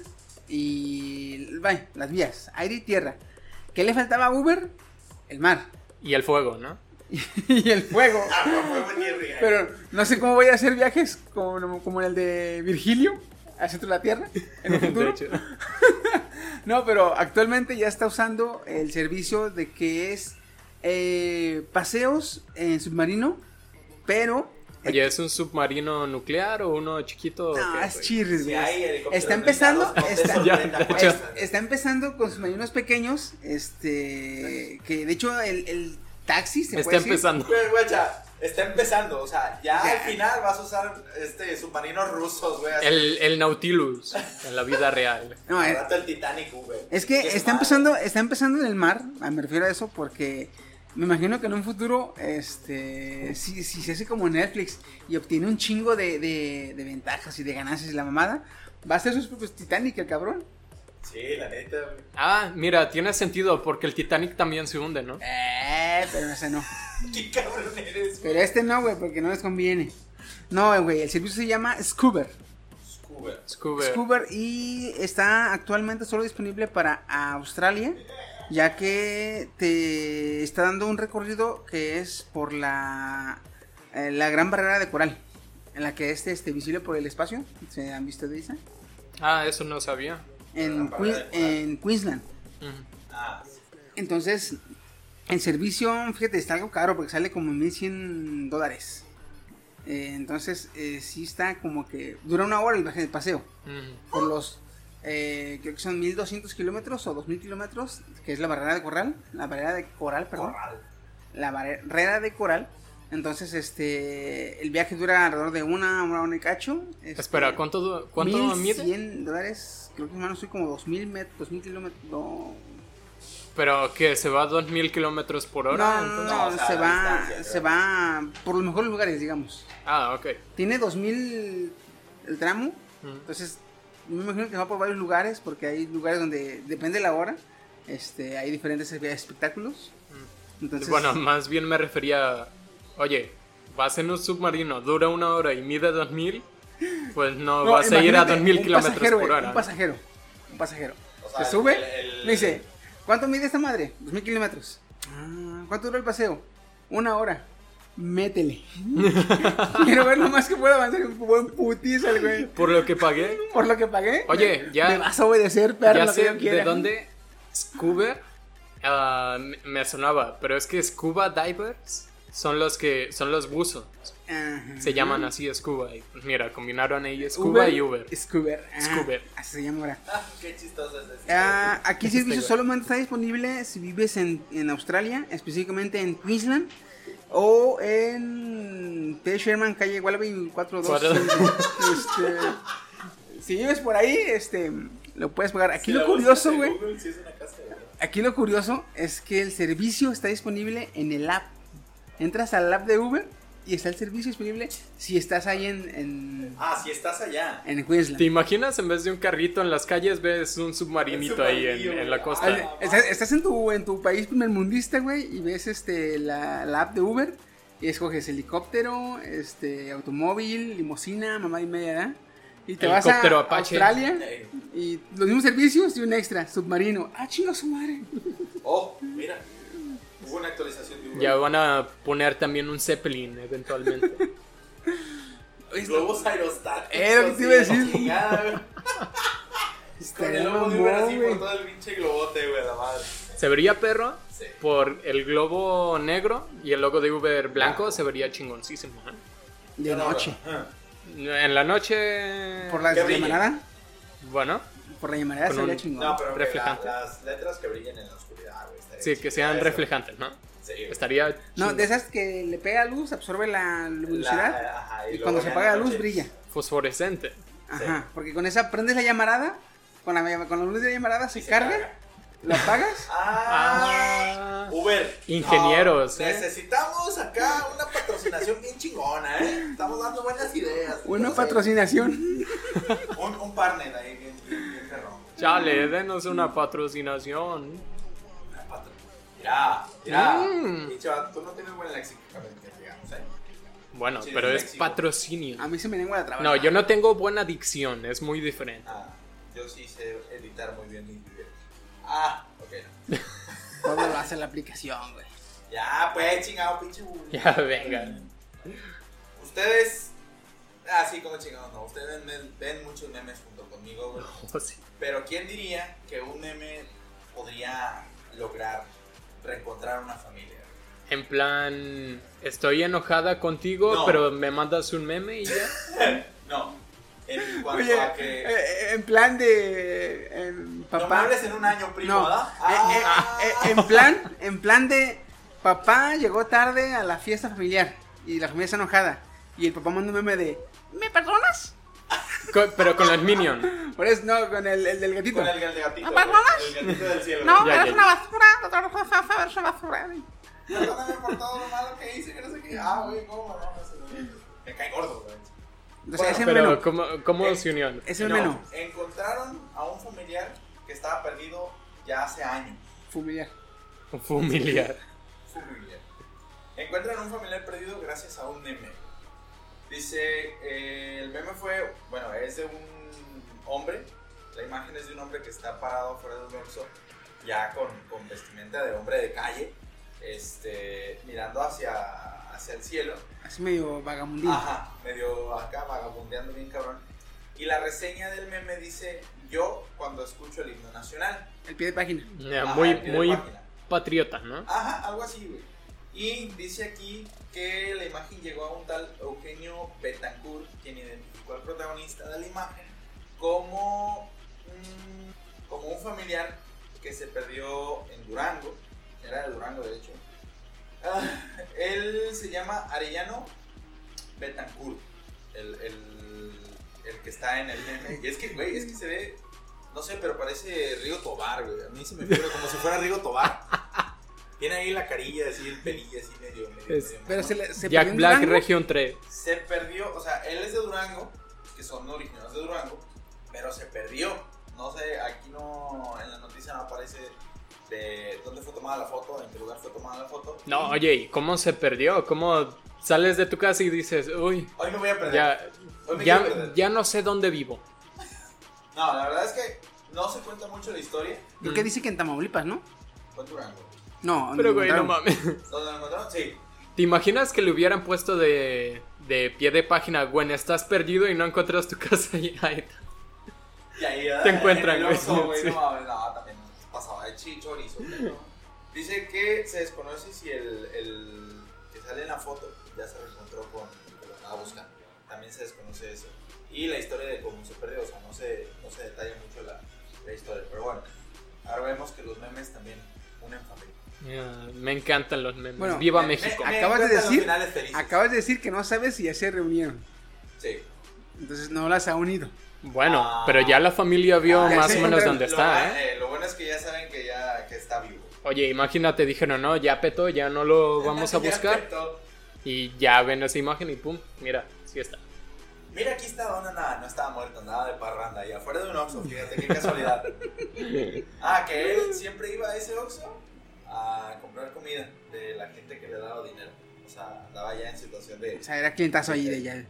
y vaya, las vías, aire y tierra. ¿Qué le faltaba a Uber? El mar Y el fuego, ¿no? y el fuego. Ah, pero fue buen día, Riga. Pero no sé cómo voy a hacer viajes como, como el de Virgilio al centro de la Tierra en el De futuro. hecho. No, pero actualmente ya está usando el servicio de que es eh, paseos en submarino, pero Oye, ¿es un submarino nuclear o uno chiquito? o no, qué, es güey? chirris, Si güey. hay helicópteros Está empezando, blindados, no te está, sorprenda, Ya, pues. de es- está empezando con submarinos pequeños, este, que de hecho el, el taxi se Está puede decir- empezando. Pero, guacha, está empezando. O sea, ya Ya. al final vas a usar este submarinos rusos, güey. así. El, el Nautilus en la vida real. No, Al eh, rato el Titanic, güey. es que Qué está madre. empezando, está empezando en el mar, ah, me refiero a eso porque me imagino que en un futuro, este, si, si se hace como Netflix y obtiene un chingo de, de, de ventajas y de ganancias y la mamada, va a ser sus propios Titanic, el cabrón. Sí, la neta, güey. Ah, mira, tiene sentido porque el Titanic también se hunde, ¿no? Eh, pero ese no. Qué cabrón eres, güey. Pero este no, güey, porque no les conviene. No, güey, el servicio se llama Scoober. Scoober. Scoober. Scoober y está actualmente solo disponible para Australia, ya que te está dando un recorrido que es por la, eh, la Gran Barrera de Coral, en la que este esté visible por el espacio. ¿Se han visto de esa? Ah, eso no sabía. En, Gran Barrera Queen- de Coral. en Queensland. Ujú. Ah, sí. Entonces, el servicio, fíjate, está algo caro porque sale como mil cien dólares. Eh, entonces, eh, sí está como que dura una hora el viaje de paseo. Ujú. Por los, eh, creo que son mil doscientos kilómetros o dos mil kilómetros, que es la barrera de coral. La barrera de coral, perdón. Corral. La barrera de coral. Entonces, este, el viaje dura alrededor de una, una hora y cacho. Este, Espera, ¿cuánto, du- cuánto mide? mil cien dólares, creo que más o menos soy como dos mil metros, dos mil kilómetros. No, Pero que se va a dos mil kilómetros por hora. no, no, entonces? no, o sea, se la va, distancia, se creo. va por los mejores lugares, digamos. Ah, ok. Tiene dos mil el tramo, Ujú. entonces me imagino que va por varios lugares, porque hay lugares donde depende de la hora, este, hay diferentes espectáculos. Entonces, Bueno, más bien me refería, oye, vas en un submarino, dura una hora y mide dos mil, pues no, no, vas a ir a imagínate, dos mil un kilómetros pasajero, por güey, hora. Un pasajero, un pasajero. O sea, Se sube, el- el- me dice, ¿cuánto mide esta madre? Dos mil kilómetros. Ah, ¿cuánto dura el paseo? Una hora. Métele. Quiero ver lo más que pueda avanzar un buen putiza el güey. Por lo que pagué, Por lo que pagué. Oye, me- ya- Me vas a obedecer, perro, ya lo que sé yo quiera. de dónde Scoober ah, me- me sonaba, pero es que Scuba Divers son los que son los buzos. Ajá. Se llaman así Scuba. Y pues mira, combinaron ahí Scuba y Uber. Scoober. Ah, Scoober. Así se llama ahora. Ah, qué chistoso es eso. Ah, aquí el servicio güey. solamente está disponible si vives en, en Australia, específicamente en Queensland o en T. Sherman, calle Wallaby cuatro dos. Cuatro- Este, si vives por ahí, este, lo puedes pagar. Aquí lo curioso, güey. Sí es una casa, güey. Aquí lo curioso es que el servicio está disponible en el app. Entras al app de Uber y está el servicio disponible si estás ahí en, en, Ah, si estás allá. en Queensland. ¿Te imaginas en vez de un carrito en las calles ves un submarinito Un ahí en, submarinillo, en la güey. costa? Ah, Estás, estás en tu en tu país primermundista, güey, y ves este la, la app de Uber y escoges helicóptero, este automóvil, limusina, mamá y media, ¿verdad? Y te vas a Helicóptero Apache. Australia y los mismos servicios y un extra, submarino. Ah, chinga su madre. Oh, mira. Hubo una actualización de Uber. Ya van a poner también un Zeppelin eventualmente. Globos aerostáticos. Eh, lo que te iba a sí, decir. chingada, güey. Con Estaría el logo de Uber mamón, así güey. por todo el pinche globote, güey, la madre. Se vería perro Sí. por el globo negro y el logo de Uber blanco se vería chingoncísimo. ¿eh? De noche. Ah, En la noche... Por la Que brille. llamarada, Bueno, por la llamarada Con sería un- chingón. No, pero que la- Reflejante. las letras que brillen en la oscuridad, güey. estaría sí, que chingada sean eso. reflejantes, ¿no? Sí, güey. Estaría No, chingón. de esas que le pega luz, absorbe la luminosidad La- ajá, y luego cuando ya se en apaga la la luz noche- brilla. Fosforescente. Ajá, porque con esa prendes la llamarada, con la, con la luz de la llamarada se, Y se carga, carga. lo apagas. Ah. Uber. Ingenieros, No, ¿eh? Necesitamos acá una patrocinación bien chingona, ¿eh? Estamos dando buenas ideas. Una No sé, patrocinación. Un, un partner ahí bien, bien, bien perrón. Chale, denos una patrocinación. Una patro- Mira, mira. Mm. Pinche vato, tú no tienes buen léxico, que digamos, ¿eh? Bueno, Sí, pero de es México. patrocinio. A mí se me lengua la traba. No, yo no tengo buena dicción, es muy diferente. Ah, yo sí sé editar muy bien mis videos. Ah, ok. Todo lo hace la aplicación, güey. Ya, pues, chingado, pinche burro. Ya, venga. Ustedes. Ah, sí, como chingados, no. Ustedes ven, ven muchos memes junto conmigo, güey. Oh, sí. Pero ¿quién diría que un meme podría lograr reencontrar una familia? En plan, estoy enojada contigo, No. pero me mandas un meme y ya. No. En cuanto Oye, a que. eh, en plan de em, no me papá. hables en un año, primo, No, ¿verdad? eh, eh, Ah. eh, en plan, en plan de papá llegó tarde a la fiesta familiar y la familia está enojada y el papá manda un meme de ¿me perdonas? Co- pero con los Minions. Por eso no, con el, el del gatito. Con el, el gatito. ¿Me perdonas? güey, El gatito del cielo. No, güey. Ya, eres ya, una ya. basura, no te vas a eres una basura. Perdóname por todo lo malo que hice, que no sé qué. Ah, güey, ¿cómo? No, no sé. Me cae gordo, güey. Entonces, ese Pero, menú, ¿cómo, cómo Eh, se unió? ese No, menú, encontraron a un familiar que estaba perdido ya hace años. familiar. Un familiar. Familiar. Encuentran un familiar perdido gracias a un meme. Dice, eh, el meme fue, bueno, es de un hombre. La imagen es de un hombre que está parado fuera de un Oxxo, ya con, con vestimenta de hombre de calle, este, mirando hacia, hacia el cielo. Así medio vagabundín. Ajá, medio acá vagabundeando bien cabrón. Y la reseña del meme dice, yo cuando escucho el himno nacional. El pie de página. Ya, Ajá, muy el pie de muy página. patriota, ¿no? Ajá, algo así, güey. Y dice aquí que la imagen llegó a un tal Eugenio Betancourt, quien identificó al protagonista de la imagen como, mm, como un familiar que se perdió en Durango. Era de Durango, de hecho. Ah, él se llama Arellano Betancourt, el, el, el que está en el meme. Y es que, güey, es que se ve, no sé, pero parece Rigo Tobar, güey. A mí se me figura como si fuera Rigo Tobar. Tiene ahí la carilla, así, el pelillo, así medio, medio, Es- medio Pero mamón. se, le, se Jack perdió en Black Durango. Region tres. Se perdió, o sea, él es de Durango, que son originarios de Durango, pero se perdió. No sé, aquí no, en la noticia no aparece de dónde fue tomada la foto, en qué lugar fue tomada la foto. No, Y oye, ¿y cómo se perdió? ¿Cómo sales de tu casa y dices, uy, hoy me voy a perder. ya, Hoy me ya, quiero perder. ya no sé dónde vivo? No, la verdad es que no se cuenta mucho la historia. Creo que dice que en Tamaulipas, ¿no? Fue en Durango. No, Pero, no güey, no encontraron. mames. ¿Dónde lo encontraron? Sí. ¿Te imaginas que le hubieran puesto de, de pie de página, Gwen, estás perdido y no encuentras tu casa? Y ahí está. Y ahí ah, Te encuentran, en el güey. Oxxo, güey. Sí. No mames, no, también pasaba de chichorizo, güey, ¿no? Dice que se desconoce si el, el que sale en la foto ya se reencontró con el que lo estaba buscando. También se desconoce eso. Y la historia de cómo se perdió, o sea, no se, no se detalla mucho la, la historia. Pero bueno, ahora vemos que los memes también unen familia. Ya, me encantan los memes. Bueno, ¡Viva Me- México! me- me Acabas de encantan los decir- finales felices. Acabas de decir que no sabes si ya se reunieron. Sí. Entonces no las ha unido. Bueno, Ah. pero ya la familia vio Ah, ya más se o menos encontraron. dónde Lo está, bueno- ¿eh? Lo bueno es que ya saben que ya que está vivo. Oye, imagínate, dijeron, no, ya petó, ya no lo vamos a Ya buscar. petó. Y ya ven esa imagen y pum, mira, sí está. Mira, aquí está Donna, nada, no estaba muerto, nada de parranda, y afuera de un Oxxo, fíjate qué casualidad. Ah, que él siempre iba a ese Oxxo a comprar comida de la gente que le daba dinero. O sea, andaba ya en situación de... O sea, era clientazo ahí de ella.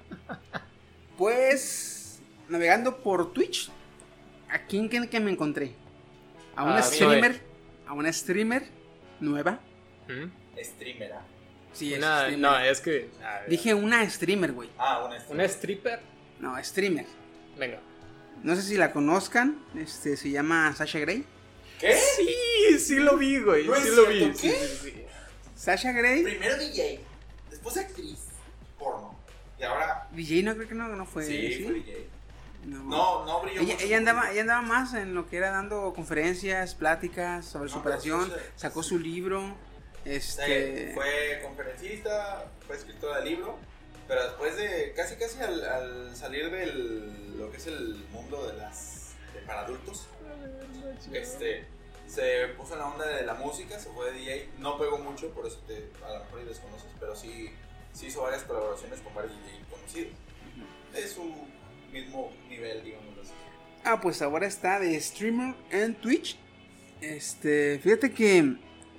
Pues, navegando por Twitch, ¿a quién creen que me encontré? A una Ah, streamer, a una streamer nueva. ¿Mm? Streamer, ¿ah? Sí, es Una- streamer. no, es que... a ver, Dije una streamer, güey. Ah, una ¿una streamer. stripper? No, streamer. Venga. No sé si la conozcan. Este, se llama Sasha Grey. ¿Qué? Sí, sí lo vi, güey, No es sí lo cierto, vi. Sí, ¿qué? sí, sí. Sasha Grey. Primero D J, después actriz, porno, y ahora... D J no creo que no, no fue. sí, ¿sí? fue D J. No. No, no brilló Ella, mucho ella andaba, porque- ella andaba más en lo que era dando conferencias, pláticas sobre No, superación, pero sí se- sacó su libro, Sí, este, fue conferencista, fue escritora de libro, pero después de casi casi al, al salir del lo que es el mundo de las de para adultos, este se puso en la onda de la música, se fue de D J, no pegó mucho, por eso te, a lo mejor y desconoces, pero sí, sí hizo varias colaboraciones con varios D J conocidos. Es su mismo nivel, digamos así. ah, pues ahora está de streamer en Twitch, este, fíjate que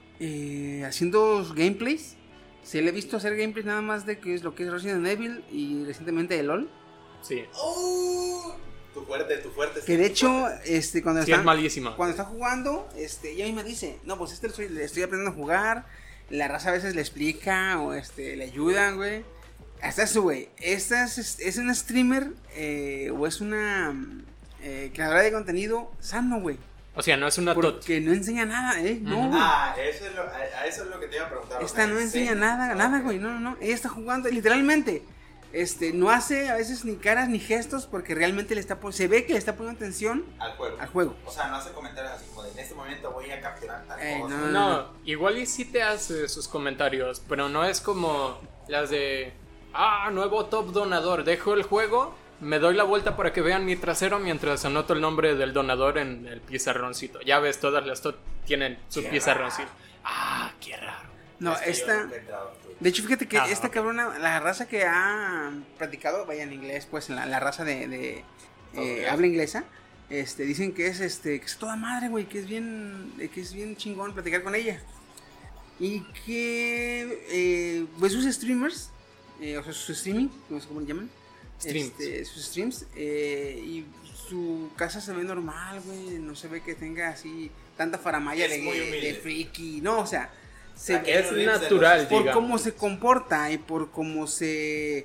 eh, haciendo gameplays, se le he visto hacer gameplays nada más de que es lo que es Resident Evil y recientemente de LOL, Sí, ¡Oh! Tu fuerte, tu fuerte. que de tu hecho, fuerte. este, cuando sí está es malísima. Cuando está jugando, este, ella misma dice, no, pues este lo estoy, le estoy aprendiendo a jugar, la raza a veces le explica o este, le ayuda, güey. Hasta eso, güey. Esta es, es una streamer eh, o es una eh, creadora de contenido sano, güey. O sea, no es una tot. Porque no enseña nada, ¿eh? No, güey. Ah, eso es lo, a, a eso es lo que te iba a preguntar. o Esta sea, no ¿en enseña serio? nada, Ah, nada, ok. güey. No, no, no. Ella está jugando, literalmente. Este, no hace a veces ni caras ni gestos porque realmente le está pon- se ve que le está poniendo atención Al juego. al juego. O sea, no hace comentarios así como de en este momento voy a capturar tal Eh, cosa. no, No, igual y sí te hace sus comentarios, pero no es como las de, ah, nuevo top donador, dejo el juego, me doy la vuelta para que vean mi trasero mientras anoto el nombre del donador en el pizarroncito. Ya ves, todas las top tienen su Qué pizarroncito. Ah, qué raro. No, Es que yo esta... nunca he entrado a Twitch. De hecho, fíjate que Ah, esta ok. cabrona, la raza que ha practicado, vaya en inglés, pues, en la, la raza de, de, eh, Ok. habla inglesa, este, dicen que es, este, que es toda madre, güey, que es bien, eh, que es bien chingón platicar con ella. y que eh, ve sus streamers, eh, o sea, sus streaming, no sé cómo le llaman. Streams. Este, sus streams, eh, y su casa se ve normal, güey, no se ve que tenga así tanta faramaya Es de, muy humilde. de friki, no, o sea, se, La que Es Keanu Reeves de natural, los- por digamos. cómo se comporta y por cómo se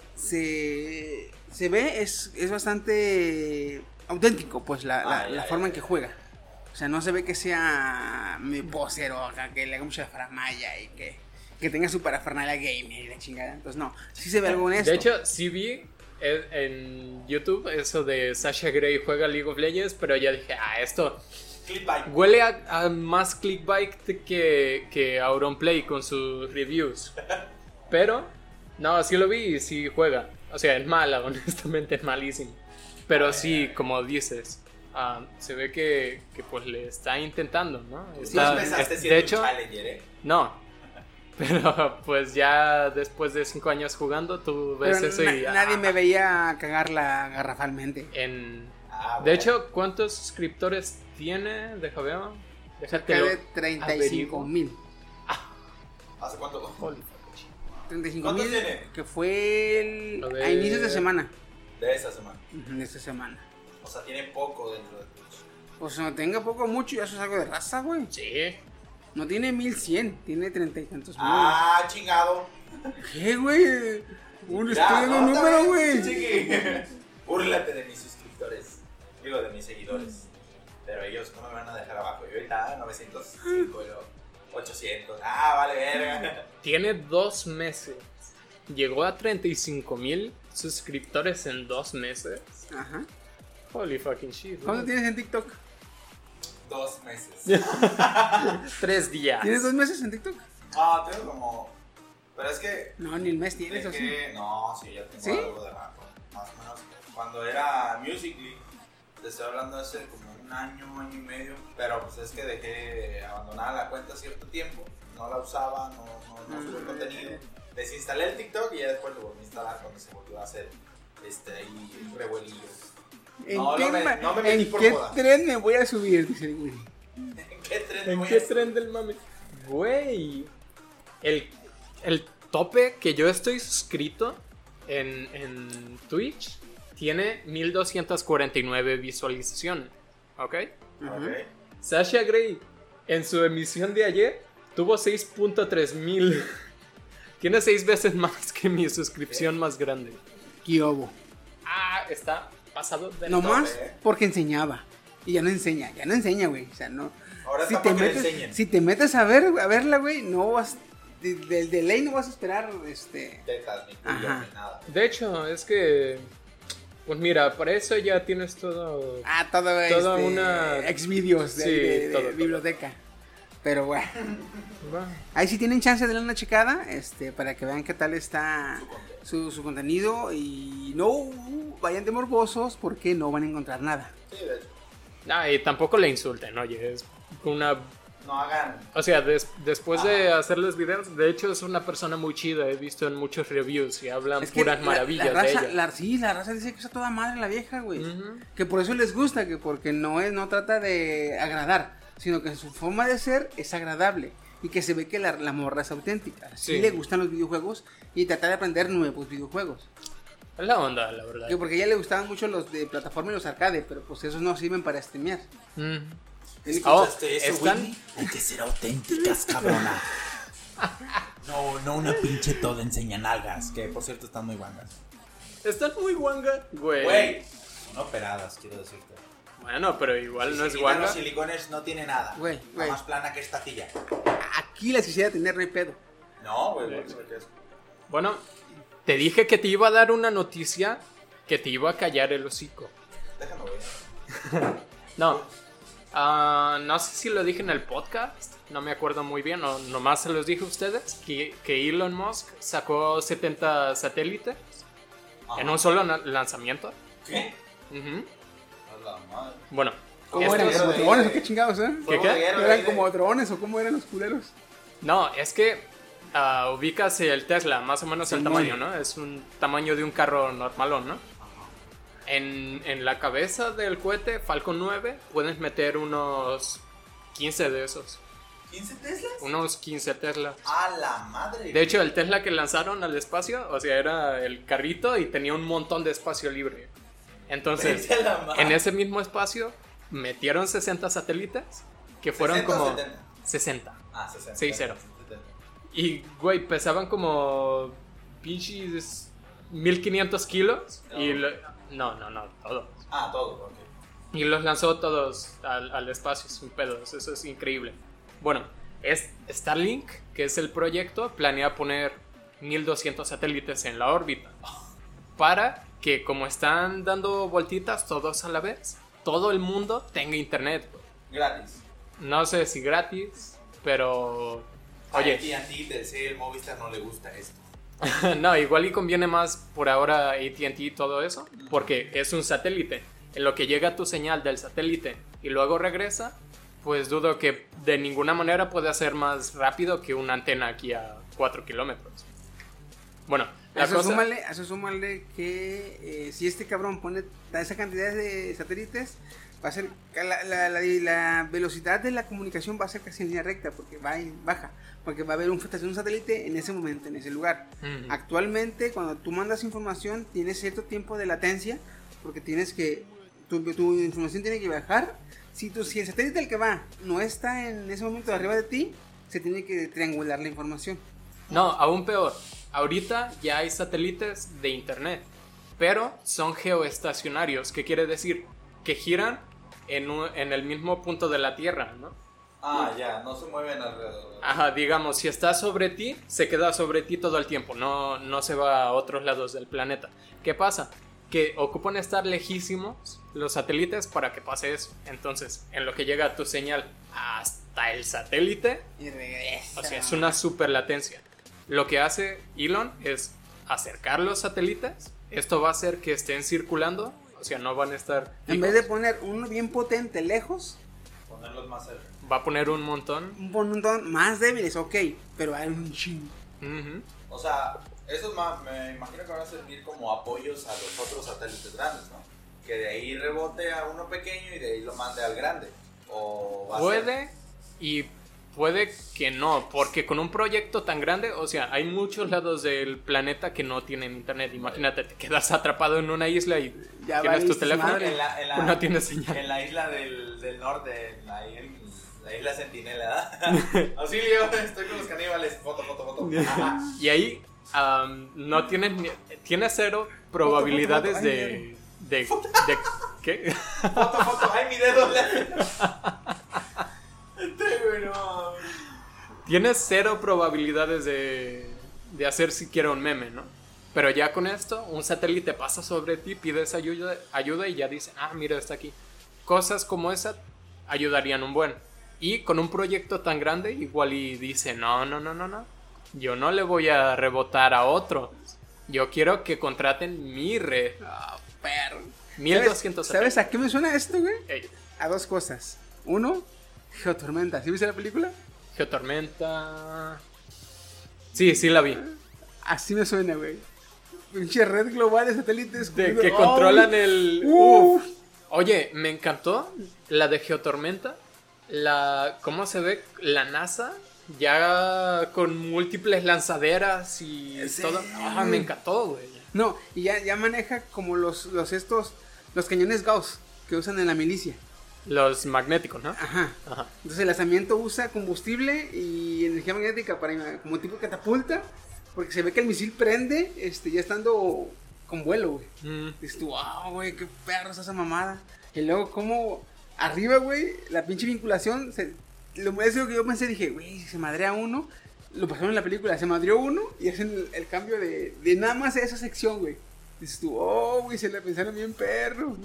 se, se ve es, es bastante auténtico, pues la, la- Ah, ya, la ya, forma en ya. que juega. O sea, no se ve que sea mi posero acá, que le haga mucha faramaya y que, que tenga su parafernalia gamer y la chingada. Entonces, no, sí se ve algo honesto. De hecho, sí vi en, en YouTube eso de Sasha Grey juega League of Legends, pero ya dije, ah, esto Clickbait. huele a, a más clickbait que, que Auronplay con sus reviews. Pero, no, sí lo vi y sí juega. O sea, es mala, honestamente es malísimo. Pero sí, como dices, ah, se ve que, que pues le está intentando, ¿no? Tú Está- empezaste es- siendo de un hecho, challenger, ¿eh? no. Pero pues ya después de cinco años jugando, tú ves Pero eso na- y... nadie ah, me veía cagarla garrafalmente. En... Ah, De bueno. hecho, ¿cuántos suscriptores tiene? Deja ver. Déjate Cerca lo de treinta y cinco averiguo. mil. ¿Hace cuánto? Holy treinta y cinco ¿Cuántos mil, tiene? que fue el, Lo de- a inicios de semana. De esa semana. Ujú, de esta semana. O sea, tiene poco dentro de Twitch. Pues no tenga poco o mucho, ya eso es algo de raza, güey. Sí. No tiene mil cien, tiene treinta y tantos mil. Ah, chingado. ¿Qué, güey? Un Ya, estoy dando un no, número, también, güey. chiqui. Búrlate de mis suscriptores. Digo, de mis seguidores. Pero ellos no me van a dejar abajo. Yo ahorita novecientos cinco y luego ochocientos. Ah, vale, verga. Tiene dos meses. Llegó a treinta y cinco mil suscriptores en dos meses. Ajá. Holy fucking shit. ¿Cuánto ¿no? tienes en TikTok? Dos meses. Tres días. ¿Tienes dos meses en TikTok? Ah, tengo como. Pero es que. No, ni el mes tienes, ¿o sí? dejé- No, sí, ya tengo ¿Sí? algo de rato. Más o menos. Cuando era Musical.ly, te estoy hablando hace como un año, año y medio. Pero pues es que dejé abandonada la cuenta cierto tiempo. No la usaba, no, no, no subí Mm. contenido. Desinstalé el TikTok y ya después lo volví a instalar cuando se volvió a hacer este ahí revuelillo. ¿En No, qué, no me- ma- no me metí ¿en por qué joda. tren me voy a subir? Dice el güey. ¿En qué tren ¿En voy qué a subir? tren del mame? Güey. El, el tope que yo estoy suscrito en, en Twitch tiene mil doscientas cuarenta y nueve visualizaciones. ¿Ok? Ok. Sasha Grey en su emisión de ayer tuvo seis punto tres mil. Tiene seis veces más que mi suscripción más grande. ¿Qué hubo? Ah, está pasado de No tope, más ¿eh? porque enseñaba. Y ya no enseña, ya no enseña, güey. O sea, no. Ahora Si está te, para que le metes, enseñen. si te metes a ver, a verla, güey, no vas. de- Del de ley no vas a esperar, este. Tetas, ni culo, Ajá. ni nada. De hecho, es que. Pues mira, para eso ya tienes todo. Ah, todo, Toda este, una- Exvideos de, Sí, de- de todo, todo. biblioteca. Pero bueno. Va. Ahí sí tienen chance de darle una checada, este, para que vean qué tal está su, su contenido. Y no vayan de morbosos porque no van a encontrar nada. Sí, de hecho. Ah, y tampoco le insulten, oye, es una... No hagan. O sea, des- después de hacerles videos, de hecho es una persona muy chida, he visto en muchos reviews y hablan Es que puras la- maravillas la, de raza, ella. la- sí, la raza dice que está toda madre la vieja, güey. Ujú. Que por eso les gusta, que porque no es, no trata de agradar, sino que su forma de ser es agradable. Y que se ve que la, la morra es auténtica. Sí, Sí. le gustan los videojuegos y trata de aprender nuevos videojuegos. Es la onda, la verdad. Que porque a ella le gustaban mucho los de plataforma y los arcade, pero pues esos no sirven para streamear. Mm. Oh, ¿Escuchaste eso, están- Whitney? Hay que ser auténticas, cabrona. No, no una pinche toda enseña nalgas, que por cierto están muy guangas. Están muy guanga, güey. Güey, son operadas, quiero decirte. Bueno, pero igual Si no se es quitan guanga. los silicones no tiene nada. Güey, Está güey. más plana que esta silla. Aquí las quisiera tener, no hay pedo. No, güey, güey, ¿qué es? Bueno, te dije que te iba a dar una noticia que te iba a callar el hocico. Déjame, güey. No. Ah, no sé si lo dije en el podcast. No me acuerdo muy bien. O nomás se los dije a ustedes. Que, que Elon Musk sacó setenta satélites Ajá. en un solo na- lanzamiento. ¿Qué? Ujú. A la madre. Bueno. ¿Cómo estos- eran? Estos- ¿Como drones o qué chingados, eh? ¿Qué, qué? Fuego de guerra, ¿Eran ahí de- como drones o cómo eran los culeros? No, es que ah, ubicas el Tesla, más o menos el Simón. tamaño, ¿no? Es un tamaño de un carro normalón, ¿no? En, en la cabeza del cohete Falcon nueve puedes meter unos quince de esos. ¿quince Teslas? Unos quince Tesla. A la madre. De hecho, el Tesla que lanzaron al espacio, o sea, era el carrito y tenía un montón de espacio libre. Entonces, Vete a la madre. en ese mismo espacio metieron sesenta satélites que fueron ¿sesenta o como setenta? sesenta. Ah, sesenta. seis cero. Y, güey, pesaban como pinches mil quinientos kilos. No. Y lo- no, no, no, todos. Ah, todo, ok. Y los lanzó todos al, al espacio sin pedos. Eso es increíble. Bueno, es Starlink, que es el proyecto, planea poner mil doscientos satélites en la órbita. Para que, como están dando vueltitas todos a la vez, todo el mundo tenga internet. Gratis. No sé si gratis, pero... Oye, A T and T, Telcel, Movistar no le gusta esto. no, igual y conviene más por ahora A T and T y todo eso, porque es un satélite. En lo que llega tu señal del satélite y luego regresa, pues dudo que de ninguna manera pueda ser más rápido que una antena aquí a cuatro kilómetros. Bueno, A la eso, cosa... súmale, a eso súmale que eh, si este cabrón pone esa cantidad de satélites, va a ser la, la, la, la velocidad de la comunicación va a ser casi en línea recta, porque va y baja, porque va a haber un, un satélite en ese momento, en ese lugar. Ujú. Actualmente, cuando tú mandas información, tienes cierto tiempo de latencia, porque tienes que, tu, tu información tiene que bajar. Si, tu, si el satélite al que va no está en ese momento arriba de ti, se tiene que triangular la información. No, aún peor. Ahorita ya hay satélites de internet, pero son geoestacionarios. ¿Qué quiere decir? Que giran en, un- en el mismo punto de la Tierra, ¿no? Ah, ya, no se mueven alrededor. Ajá, digamos, si está sobre ti, se queda sobre ti todo el tiempo, no, no se va a otros lados del planeta. ¿Qué pasa? Que ocupan estar lejísimos los satélites para que pase eso. Entonces, en lo que llega tu señal hasta el satélite, Y regresa. o sea, es una super latencia. Lo que hace Elon es acercar los satélites. Esto va a hacer que estén circulando, o sea, no van a estar En fijos. vez de poner uno bien potente lejos, Ponerlos más cerca. Va a poner un montón. un montón más débiles, ok, pero hay un chingo. Ujú. O sea, esos ma- me imagino que van a servir como apoyos a los otros satélites grandes, ¿no? Que de ahí rebote a uno pequeño y de ahí lo mande al grande. O va a ser- Puede y puede que no, porque con un proyecto tan grande, o sea, hay muchos lados del planeta que no tienen internet. Imagínate, te quedas atrapado en una isla y Ya tienes tu valiste teléfono, madre. En la, en la- no tienes señal. En la isla del, del norte, en la, en la isla Centinela, ¿verdad? Auxilio, estoy con los caníbales. Foto, foto, foto. Ajá. Y ahí am, no tienes ni- tienes cero probabilidades foto, foto. Ay, de, de, de ¿qué? Foto, foto. Ay, mi dedo. Este, güey, no. Tienes cero probabilidades de, de hacer siquiera un meme, ¿no? Pero ya con esto, un satélite pasa sobre ti, pides ayuda, ayuda y ya dicen, ah, mira, está aquí. Cosas como esa ayudarían un buen. Y con un proyecto tan grande, igual y dice, no, no, no, no, no. Yo no le voy a rebotar a otro. Yo quiero que contraten mi red. Ah, perro. mil doscientos ¿Sabes, ¿Sabes satélites. a qué me suena esto, güey? Ey, A dos cosas. Uno, Geotormenta. ¿Sí viste la película? Geotormenta... Sí, sí la vi. Así me suena, güey. Pinche red global de satélites. De cubriendo- que ¡Ay! controlan el... Uf. Uf. Oye, me encantó la de Geotormenta. La... ¿Cómo se ve? La NASA ya con múltiples lanzaderas y Sí. todo. Ah, me encantó, güey. No, y ya, ya maneja como los, los estos, los cañones Gauss que usan en la milicia. Los magnéticos, ¿no? Ajá. Ajá. Entonces el lanzamiento usa combustible y energía magnética para como tipo catapulta, porque se ve que el misil prende, este, ya estando con vuelo, güey. Mm. Dices tú, wow, güey, qué perro es esa mamada. Y luego como arriba, güey, la pinche vinculación, se, lo, es lo que yo pensé, dije, güey, si se madrea uno, lo pasaron en la película, se madreó uno y hacen el, el cambio de, de nada más esa sección, güey. Dices tú, oh, güey, se la pensaron bien perro.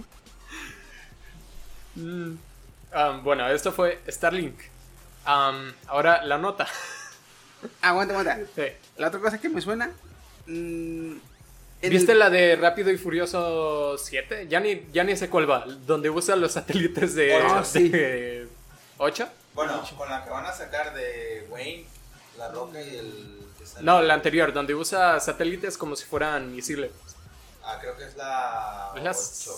Mm. Um, bueno, esto fue Starlink. Um, ahora la nota. Aguanta, aguanta. Sí. La otra cosa que me suena... mmm, en ¿Viste el- la de Rápido y Furioso siete? Ya ni, ya ni sé cuál va. Donde usan los satélites de, Oh, sí. de ocho. Bueno, con la que van a sacar de Wayne, La Roca y el... que sale- No, la anterior, donde usa satélites como si fueran misiles. Ah, creo que es la Es la ocho.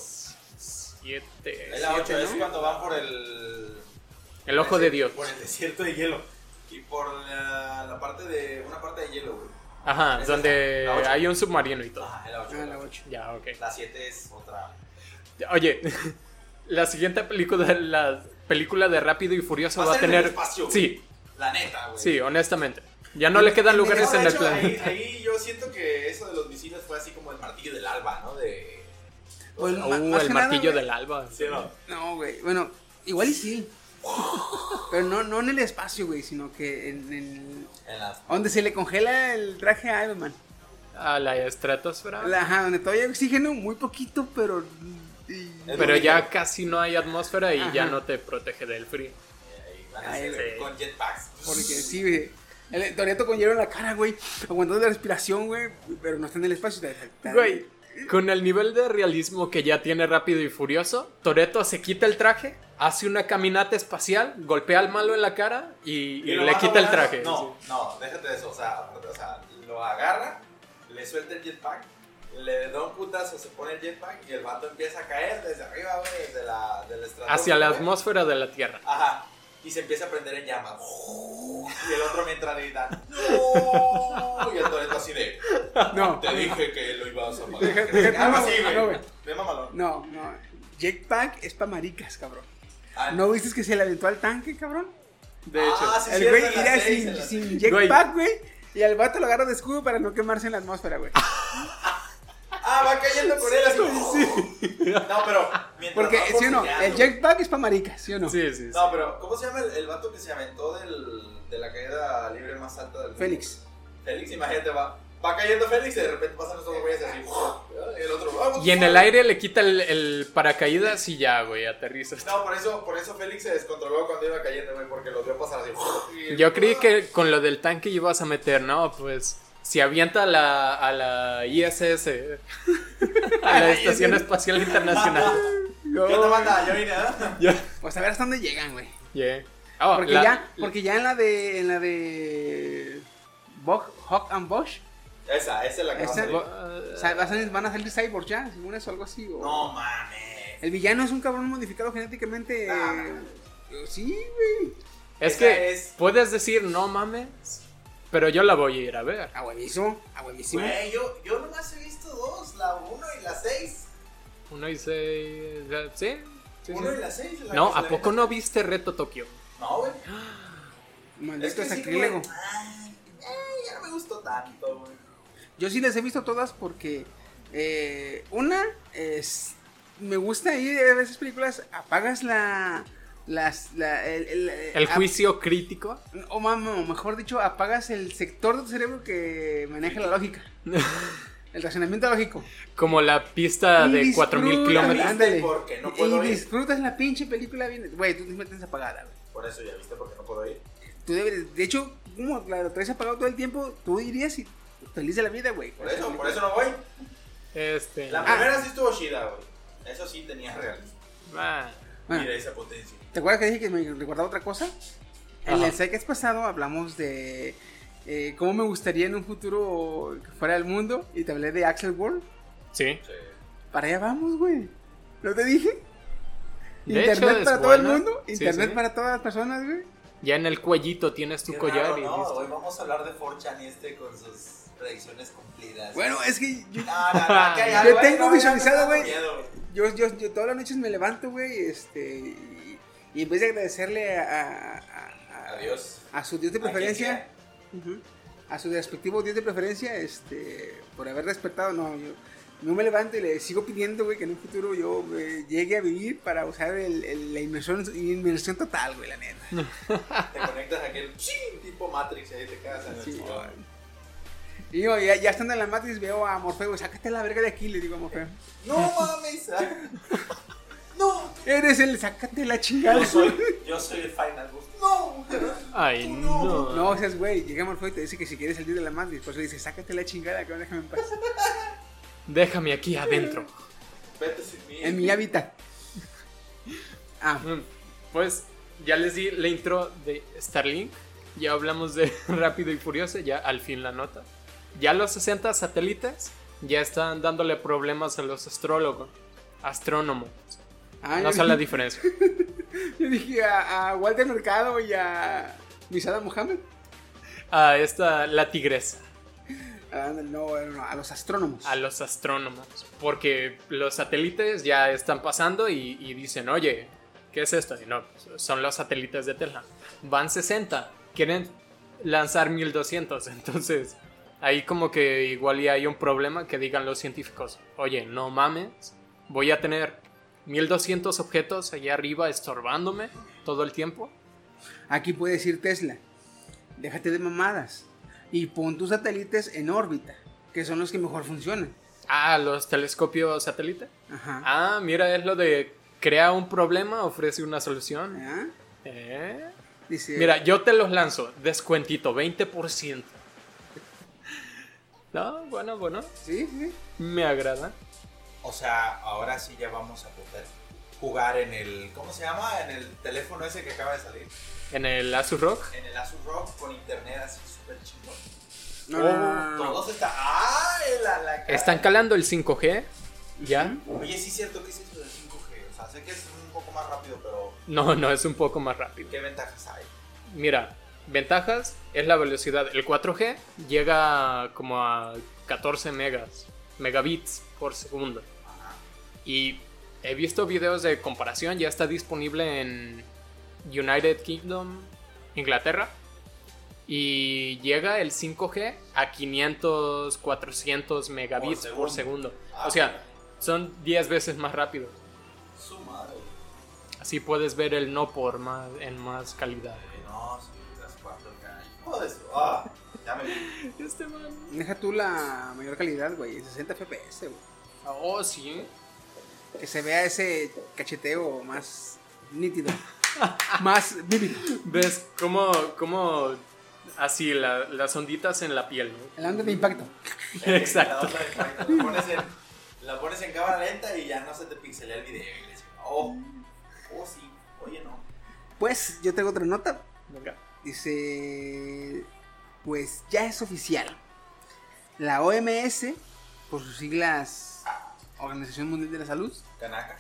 siete. Es la ocho, siete, es ¿no? cuando van por el... El ojo de Dios. Por el desierto de hielo. Y por la, la parte de. Una parte de hielo, güey. Ajá, Es donde esa, la ocho. hay un submarino y todo. Ah, la ocho. Ah, la ocho. Ya, ok. La siete es otra. Oye, la siguiente película, la película de Rápido y Furioso Va a va a ser en el tener... espacio, güey. Sí, La neta, güey. sí, honestamente. Ya no le quedan lugares No, en de el hecho, ahí, planeta. ahí yo siento que eso de los misiles fue así como el martillo del alba, ¿no? De. Pues, o sea, ma- Uh, más el que nada, martillo güey. del alba. ¿sí o no? No, güey. Bueno, igual y sí. Pero no, no en el espacio, güey, sino que en, en En las. donde se le congela el traje a Iron Man. A la estratosfera. La- Ajá, donde todavía hay oxígeno, muy poquito, pero. y- Es Pero lo ya único. casi no hay atmósfera y Ajá. ya no te protege del frío. Ahí van a Ay, hacer güey. con jetpacks. Porque sí, güey. El Toreto con hielo en la cara, güey. Aguantando la respiración, güey. Pero no está en el espacio. Güey, con el nivel de realismo que ya tiene Rápido y Furioso, Toretto se quita el traje, hace una caminata espacial, golpea al malo en la cara y, y lo le baja quita el volando. traje. No, no, déjate de eso. O sea, o sea, lo agarra, le suelta el jetpack, le da un putazo, se pone el jetpack y el vato empieza a caer desde arriba, güey, desde la, de la estratosfera. Hacia la güey. atmósfera de la Tierra. Ajá. Y se empieza a prender en llamas. Y el otro mientras grita, ¡no! Y el Toretto así de, No. te dije que lo ibas a Deja- pagar. deja- Algo no, así, güey. no, güey. De mamalón. No, no. Jetpack es pa' maricas, cabrón. Ah, ¿No viste que se le aventó al tanque, cabrón? De hecho. Ah, sí, El cierto, güey en la irá seis, sin, en la sin seis. jetpack, güey. Y al vato lo agarra de escudo para no quemarse en la atmósfera, güey. Ah, va cayendo con él así. No, pero. mientras Porque, va ¿sí o no? forcejeando, El jetpack es pa' maricas, ¿sí o no? Sí, sí, sí. No, pero ¿cómo se llama el, el vato que se aventó del, de la caída libre más alta del mundo? Félix. Félix, imagínate, va, va cayendo Félix y de repente pasan estos güeyes así. Y el otro, vamos. Y en el aire le quita el, el paracaídas y ya, güey, aterrizas. No, por eso, por eso Félix se descontroló cuando iba cayendo, güey, porque lo vio pasar así. Y- Yo creí que con lo del tanque ibas a meter, no, pues si avienta a la, a la I S S, a la Estación Espacial Internacional. ¿Qué onda, banda? Yo vine, ¿eh? Pues a ver hasta dónde llegan, güey. Yeah. Oh, Porque la- ya, porque ya en la de, en la de Bog, Hawk and Bosch, Esa, esa es la que va a Esa- salir. o sea, van a salir- van a salir cyborgs ya, según eso, algo así. O... No mames. El villano es un cabrón modificado genéticamente. Ah. eh, Sí, güey. Es Esa que es- puedes decir no mames, pero yo la voy a ir a ver. A buenísimo, a buenísimo. Güey, yo, yo nomás he visto dos, la uno y la seis. Uno y seis. ¿Sí? Sí, Uno sí. y la seis. la No, que se ¿a le poco mete- no viste Reto Tokio? No, güey. Maldito Es que sí, sacrílego. güey. Ay, eh, ya no me gustó tanto, güey. Yo sí las he visto todas porque eh, una es me gusta ir a veces películas, apagas la las la, el, el, El ap- juicio crítico. o, mam- o mejor dicho, apagas el sector de tu cerebro que maneja la lógica. El razonamiento lógico. Como la pista Y de cuatro mil disfrutas, kilómetros. ándale. Porque no Y- puedo y ir. disfrutas la pinche película bien. Güey, tú te metes apagada, güey. Por eso ya viste, porque no puedo ir. Tú debes, de hecho, como la traes apagado todo el tiempo, tú irías y feliz de la vida, güey. Por eso, por eso no voy. Este. La Ah. primera sí estuvo chida, güey. Eso sí tenía realismo. ah, Bueno, Mira esa potencia. ¿te acuerdas que dije que me recordaba otra cosa? En Ajá. el Psycast pasado hablamos de eh, cómo me gustaría en un futuro que fuera el mundo y te hablé de Axel World. sí. Sí. Para allá vamos, güey. ¿No te dije? De Internet hecho, es para todo el buena. mundo, Sí, internet sí. para todas las personas, güey. Ya en el cuellito tienes tu Qué collar raro, y no, listo. hoy vamos a hablar de four chan y este con sus predicciones cumplidas. Bueno, es que yo, No, no, no, que hay Yo algo, tengo eh, no, ya me visualizado, está dando güey. miedo. yo, yo, yo todas las noches me levanto, güey, este, y, y en vez de agradecerle a, a, a- a- Adiós. a su dios de A quien preferencia, ujú, a su respectivo dios de preferencia, este, por haber despertado, no, yo no me levanto y le sigo pidiendo, güey, que en un futuro yo eh, llegue a vivir para usar el, el- la inmersión, inmersión total, güey, la neta. Te conectas a aquel ching, tipo Matrix y ahí te quedas en el Sí, sillón. güey. Y yo, ya, ya estando en la Matrix veo a Morfeo, güey, sácate la verga de aquí, le digo a Morfeo. No mames. ah. No. Eres el, sácate la chingada. Yo soy, yo soy el Final Boss. No. Ay, no. No, o sea, güey, llega Morfeo y te dice que si quieres salir de la Matrix, por eso dice, sácate la chingada, que déjame en paz. Déjame aquí adentro. Vete sin mí. En mi hábitat. Ah, Mm, Pues ya les di la intro de Starlink. Ya hablamos de Rápido y Furioso. Ya al fin la nota. Ya los sesenta satélites ya están dándole problemas a los astrólogos. Astrónomos. ah, No yo, sé la dije, diferencia. yo dije a, a Walter Mercado y a Visada Mohammed. A esta, la tigresa. Ah, no, no, a los astrónomos. A los astrónomos. Porque los satélites ya están pasando y, y dicen, oye, ¿qué es esto? Y no, son los satélites de Tesla. Van sesenta, quieren lanzar mil doscientos. Entonces, ahí como que igual ya hay un problema que digan los científicos, oye, no mames, voy a tener mil doscientos objetos allá arriba estorbándome todo el tiempo. Aquí puede decir Tesla, déjate de mamadas y pon tus satélites en órbita, que son los que mejor funcionan. Ah, los telescopios satélite. Ajá. Ah, mira, es lo de crea un problema, ofrece una solución. ¿Ah? ¿Eh? Dice, Mira, yo te los lanzo, descuentito, veinte por ciento. No, bueno, bueno, sí, sí. me agrada. O sea, ahora sí ya vamos a poder jugar en el, ¿cómo se llama? En el teléfono ese que acaba de salir. En el Asus Rock. En el Asus Rock con internet así súper chingón. No, no, no, no, no. Todos están... ¡Ah! La, la cara. Están calando el cinco G. ¿Ya? Oye, sí es cierto que es eso del cinco G. O sea, sé que es un poco más rápido, pero No, no, es un poco más rápido. ¿qué ventajas hay? Mira, ventajas es la velocidad. El cuatro G llega como a catorce megas, megabits por segundo. Ajá. Y he visto videos de comparación, ya está disponible en United Kingdom, Inglaterra. Y llega el cinco G a quinientos, cuatrocientos megabits Por por segundo. segundo. Ah, O sea, son diez veces más rápido. Su madre. Así puedes ver el no por más, en más calidad. No, sí, las cuatro K. Joder, eso. Ah, ya me vi. Este man. Deja tú la mayor calidad, güey, sesenta F P S, güey. Oh, sí. Que se vea ese cacheteo más nítido, más vívido. ¿Ves cómo, cómo así la- las onditas en la piel, ¿no? El onda de impacto. Exacto. La, otra de Python, la, pones en, la pones en cámara lenta y ya no se te pixelea el video. Y dices, oh, oh, sí, oye, no. Pues yo tengo otra nota. Venga. Dice, pues ya es oficial. La O M S, por sus siglas Organización Mundial de la Salud, Canaca.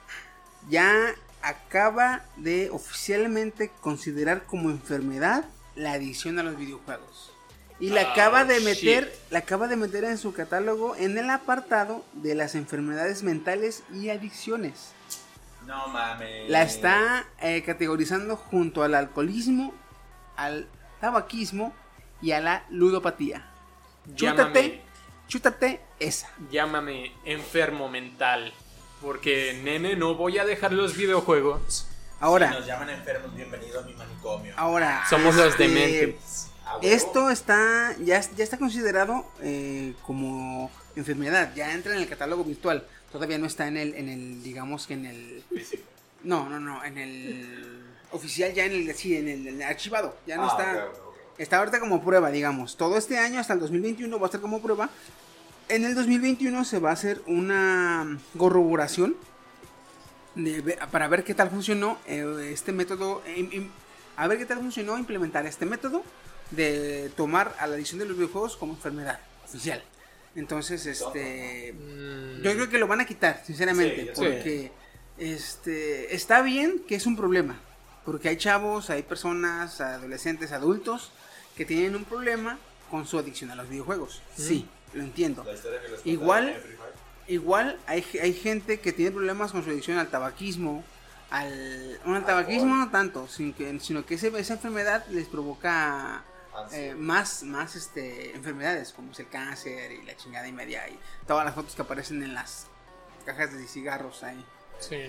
ya acaba de oficialmente considerar como enfermedad la adicción a los videojuegos. Y la Ah, acaba de meter, shit. la acaba de meter en su catálogo en el apartado de las enfermedades mentales y adicciones. No mames. La está eh, categorizando junto al alcoholismo, al tabaquismo y a la ludopatía. Chútate, Llámame, chútate esa. llámame enfermo mental. Porque, nene, no voy a dejar los videojuegos. Ahora, Si nos llaman enfermos, bienvenidos a mi manicomio. ahora. Somos los este, dementes. ¿A huevo? Esto está ya, ya está considerado eh, como enfermedad, ya entra en el catálogo virtual. Todavía no está en el, en el, digamos que en el, no, no, no, en el oficial, ya en el, sí, en el, en el archivado, ya no Ah, está, ok, ok, ok. está ahorita como prueba, digamos. Todo este año hasta el dos mil veintiuno va a estar como prueba. En el dos mil veintiuno se va a hacer una corroboración de ve- para ver qué tal funcionó eh, este método, eh, im- im- a ver qué tal funcionó implementar este método de tomar a la adicción de los videojuegos como enfermedad oficial. Entonces, este, Mm, yo creo que lo van a quitar, sinceramente, Sí, yo porque este está bien que es un problema, porque hay chavos, hay personas, adolescentes, adultos que tienen un problema con su adicción a los videojuegos. Sí, lo entiendo. La historia que les Igual- contaron en Free Fire. Igual hay, hay gente que tiene problemas con su adicción al tabaquismo, al, bueno, al tabaquismo no tanto, sino que, sino que ese- esa enfermedad les provoca eh, más, más este, enfermedades, como es el cáncer y la chingada y media, y todas las fotos que aparecen en las cajas de cigarros ahí. sí.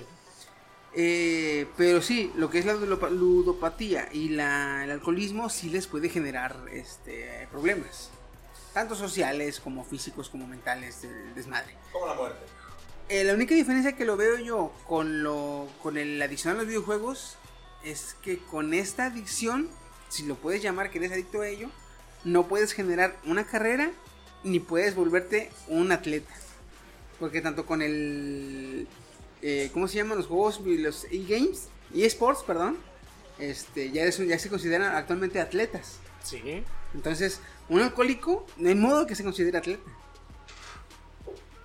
Eh, pero sí, lo que es la ludopa- ludopatía y la, el alcoholismo sí les puede generar este, problemas, tanto sociales como físicos como mentales, del desmadre. Como la muerte. Eh, la única diferencia que lo veo yo con lo con el- la adicción a los videojuegos es que con esta adicción, si lo puedes llamar que eres adicto a ello, no puedes generar una carrera ni puedes volverte un atleta. Porque tanto con el eh, ¿cómo se llaman los juegos? Los e-games, e-sports, perdón. Este, ya, es- ya se consideran actualmente atletas. Sí. Entonces, un alcohólico no hay modo que se considere atleta.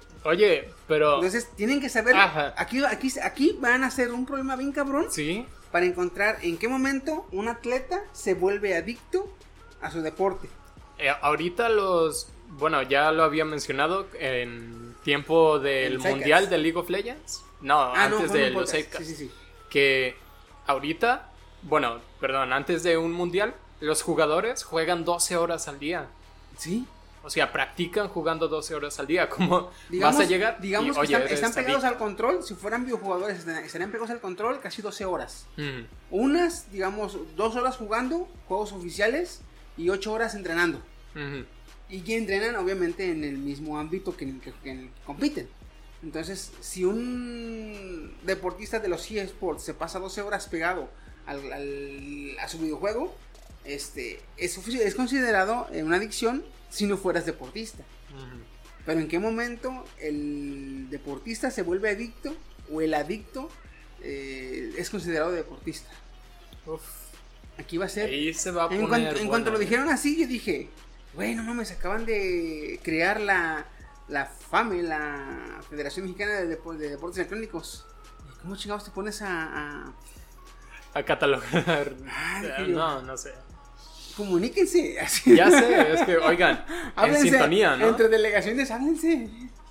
Oye, pero... Entonces tienen que saber, Ajá. aquí, aquí, aquí van a ser un problema bien cabrón, Sí. para encontrar en qué momento un atleta se vuelve adicto a su deporte. Eh, ahorita los... Bueno, ya lo había mencionado en tiempo del El Mundial Sidecast. de League of Legends. No, Ah, no, antes fue de un los podcast. Sidecast. Sí, sí, sí. Que ahorita, bueno, perdón, antes de un Mundial, los jugadores juegan doce horas al día. Sí. O sea, practican jugando doce horas al día. Como Digamos, vas a llegar digamos y, que oye, están, eres están pegados adicto. al control. Si fueran videojugadores, estarían estarían pegados al control casi doce horas. Mm, Unas, digamos, dos horas jugando juegos oficiales y ocho horas entrenando. mhm. Y que entrenan, obviamente, en el mismo ámbito que en el que, que en el que compiten. Entonces, si un deportista de los eSports se pasa doce horas pegado al, al- a su videojuego, este, es, ofici- es considerado eh, una adicción si no fueras deportista. Pero ¿en qué momento el deportista se vuelve adicto o el adicto eh, es considerado deportista? Uf, Aquí va a ser... ahí se va a En, poner cuanto, en buena, cuanto lo ¿eh? dijeron así, yo dije, bueno, mames, acaban de crear la, la FAME, la Federación Mexicana de, Depo- de Deportes Electrónicos. ¿Cómo chingados te pones a...? a... A catalogar. Ah, Eh, dije yo. no, no sé. Comuníquense. Así. Ya sé, es que, oigan, en Háblense, sintonía, ¿no? entre delegaciones, háblense.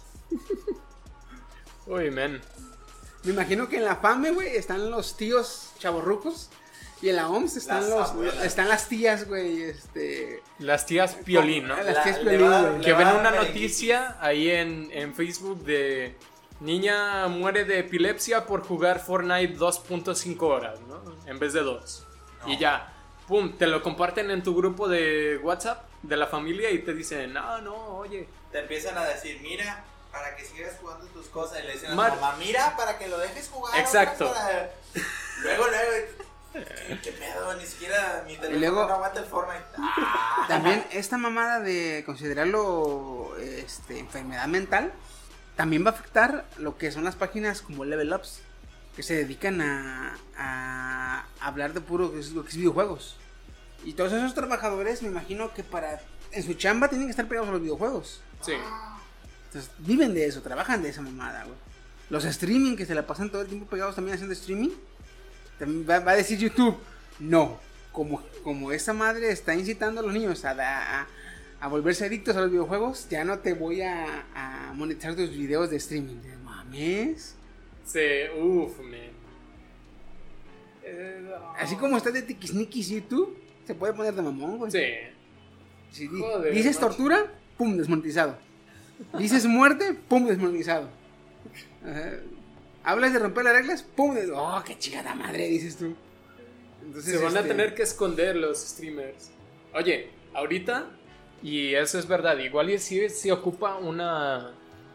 Uy, men. Me imagino que en la FAME, güey, están los tíos chavorrucos. Y en la O M S están, Las los, abuelas. están las tías, güey, este... Las tías Piolín, ¿no? Las La- tías le Piolín, va a- güey. le Que va ven a dar una meningitis. noticia ahí en, en Facebook de niña muere de epilepsia por jugar Fortnite dos punto cinco horas, ¿no? En vez de dos. Y ya, pum, te lo comparten en tu grupo de WhatsApp de la familia y te dicen, no, no, oye. Te empiezan a decir, mira, para que sigas jugando tus cosas. Y le dicen a Mar- tu mamá, mira, para que lo dejes jugar. Exacto. otras para-". Luego, luego. ¿Qué, qué pedo? Ni siquiera mi teléfono luego- no aguanta el Fortnite. Ah. También esta mamada de considerarlo este, enfermedad mental también va a afectar lo que son las páginas como Level Ups, que se dedican a, a hablar de puro que es lo que es videojuegos. Y todos esos trabajadores me imagino que para en su chamba tienen que estar pegados a los videojuegos. Sí. Entonces viven de eso, trabajan de esa mamada, güey. Los streaming que se la pasan todo el tiempo pegados también haciendo streaming. También va, va a decir YouTube, no, como, como esa madre está incitando a los niños a, a, a volverse adictos a los videojuegos, ya no te voy a, a monetizar tus videos de streaming. De mames. Sí, uff, man. Eh, no. Así como está de tiquisniquis YouTube, se puede poner de mamón, güey. Sí. Si di- Joder, dices macho. tortura, pum, desmonetizado. Dices muerte, pum, desmonetizado. Ajá. Hablas de romper las reglas, pum, des- oh, qué chingada madre, dices tú. Entonces, Se van a este, tener que esconder los streamers. Oye, ahorita, y eso es verdad, igual y sí se ocupa una,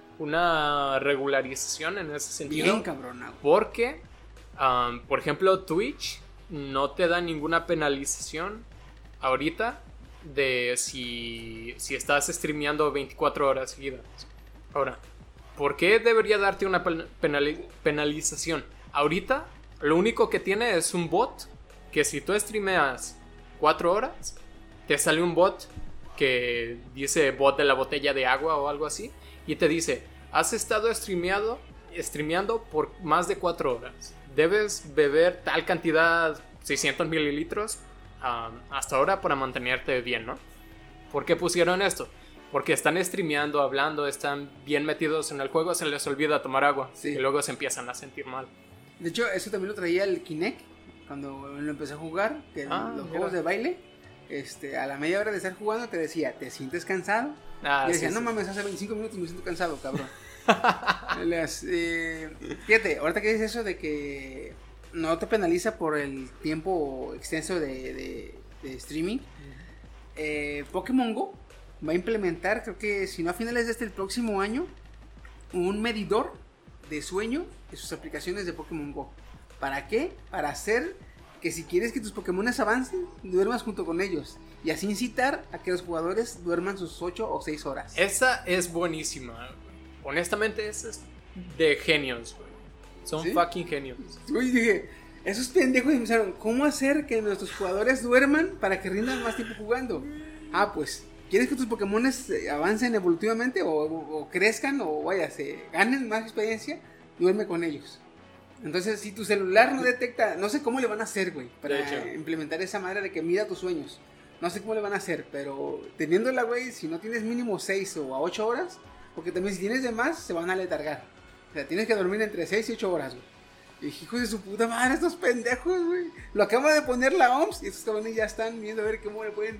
una regularización en ese sentido. Bien cabrona, güey. Porque, um, por ejemplo, Twitch no te da ninguna penalización ahorita de si, si estás streameando veinticuatro horas seguidas. Ahora, ¿por qué debería darte una pen- penali- penalización? Ahorita, lo único que tiene es un bot que si tú streameas cuatro horas, te sale un bot que dice bot de la botella de agua o algo así, y te dice, has estado streameado, streameando por más de cuatro horas. Debes beber tal cantidad, seiscientos mililitros, um, hasta ahora para mantenerte bien, ¿no? ¿Por qué pusieron esto? Porque están streameando, hablando, están bien metidos en el juego, se les olvida tomar agua Sí. y luego se empiezan a sentir mal. De hecho, eso también lo traía el Kinect cuando lo empecé a jugar, que en Ah, los mira. juegos de baile, este, a la media hora de estar jugando te decía, ¿te sientes cansado? Ah, y decía, sí, no sí. mames, hace veinticinco minutos me siento cansado, cabrón. Las, eh, fíjate, ahorita que dices eso de que no te penaliza por el tiempo extenso de, de- de streaming, eh, Pokémon Go va a implementar, creo que si no a finales de este el próximo año, un medidor de sueño de sus aplicaciones de Pokémon Go. ¿Para qué? Para hacer que si quieres que tus Pokémones avancen, duermas junto con ellos. Y así incitar a que los jugadores duerman sus ocho o seis horas. Esa es buenísima. Honestamente, esa es de genios, güey. Son ¿Sí? fucking genios. Uy, dije, esos pendejos pensaron, ¿cómo hacer que nuestros jugadores duerman para que rindan más tiempo jugando? Ah, pues, ¿quieres que tus Pokémones eh, avancen evolutivamente o, o- o crezcan o vaya, se ganen más experiencia? Duerme con ellos. Entonces, si tu celular no detecta, no sé cómo le van a hacer, güey, para De hecho. implementar esa manera de que mida tus sueños. No sé cómo le van a hacer, pero teniéndola, güey, si no tienes mínimo seis o a ocho horas, porque también si tienes de más, se van a letargar. O sea, tienes que dormir entre seis y ocho horas, güey. Y dije, hijo de su puta madre, estos pendejos, güey. Lo acaba de poner la O M S y estos cabrones ya están viendo a ver cómo le pueden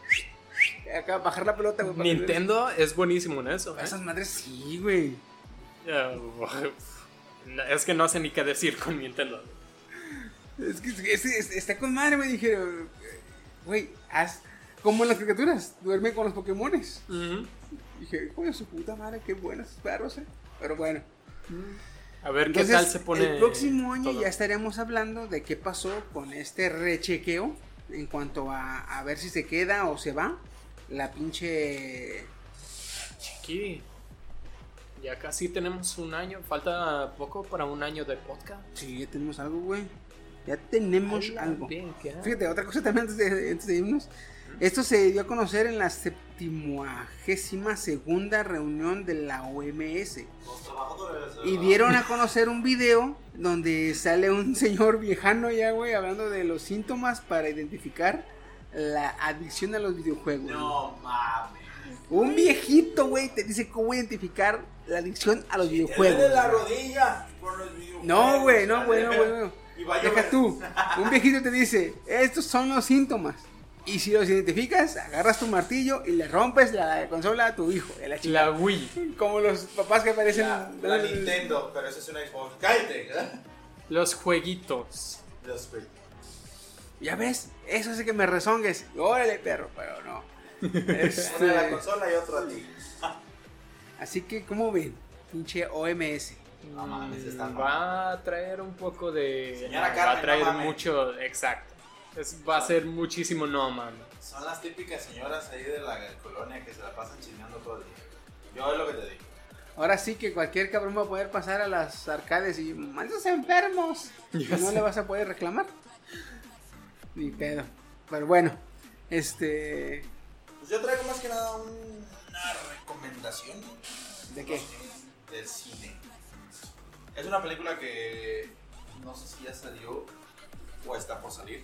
acá bajar la pelota, güey. para que- Nintendo es buenísimo en eso. ¿eh? Esas madres sí, güey. Eh, no, es que no sé ni qué decir con Nintendo. Es que es- es- está con madre, me dijeron. Güey, haz como en las caricaturas, duerme con los Pokémones. Ujú. Dije, hijo de su puta madre, qué buenos perros, eh. Pero bueno. A ver Entonces, qué tal se pone. el próximo año todo. ya estaremos hablando de qué pasó con este rechequeo en cuanto a, a ver si se queda o se va la pinche... Chiqui. Ya casi tenemos un año. Falta poco para un año de podcast. Sí, ya tenemos algo, güey. Ya tenemos Ay, la algo. verga. Fíjate, otra cosa también antes de, antes de irnos. Esto se dio a conocer en la septuagésima segunda reunión de la O M S. Y dieron a conocer un video donde sale un señor viejano ya, güey, hablando de los síntomas para identificar la adicción a los videojuegos. No mames. Un viejito, güey, te dice cómo identificar la adicción a los Te duele videojuegos. la rodilla por los videojuegos. No, güey, no, güey, no, güey, no. Y va a Deja llover. tú. Un viejito te dice, estos son los síntomas. Y si los identificas, agarras tu martillo y le rompes la consola a tu hijo. De la chica. La Wii. Como los papás que aparecen La, en la Nintendo, pero eso es una Xbox. Cállate. Los jueguitos. Los güey. Ya ves, eso hace que me rezongues. Órale, perro, pero no. Este, Una a la consola y otro a ti. así que, ¿cómo ven? Pinche O M S. No mames, está Mm, mal. va a traer un poco de. Señora va Carmen, a traer no mames. mucho. Exacto. Es- va a ser muchísimo no, man. Son las típicas señoras ahí de la colonia que se la pasan chingando todo el día. Yo es lo que te digo. Ahora sí que cualquier cabrón va a poder pasar a las arcades y malditos enfermos. Y Ya no sé. le vas a poder reclamar. Ni pedo. Pero bueno, este. Pues yo traigo más que nada un- una recomendación. ¿De qué? Del cine. Es una película que no sé si ya salió o está por salir.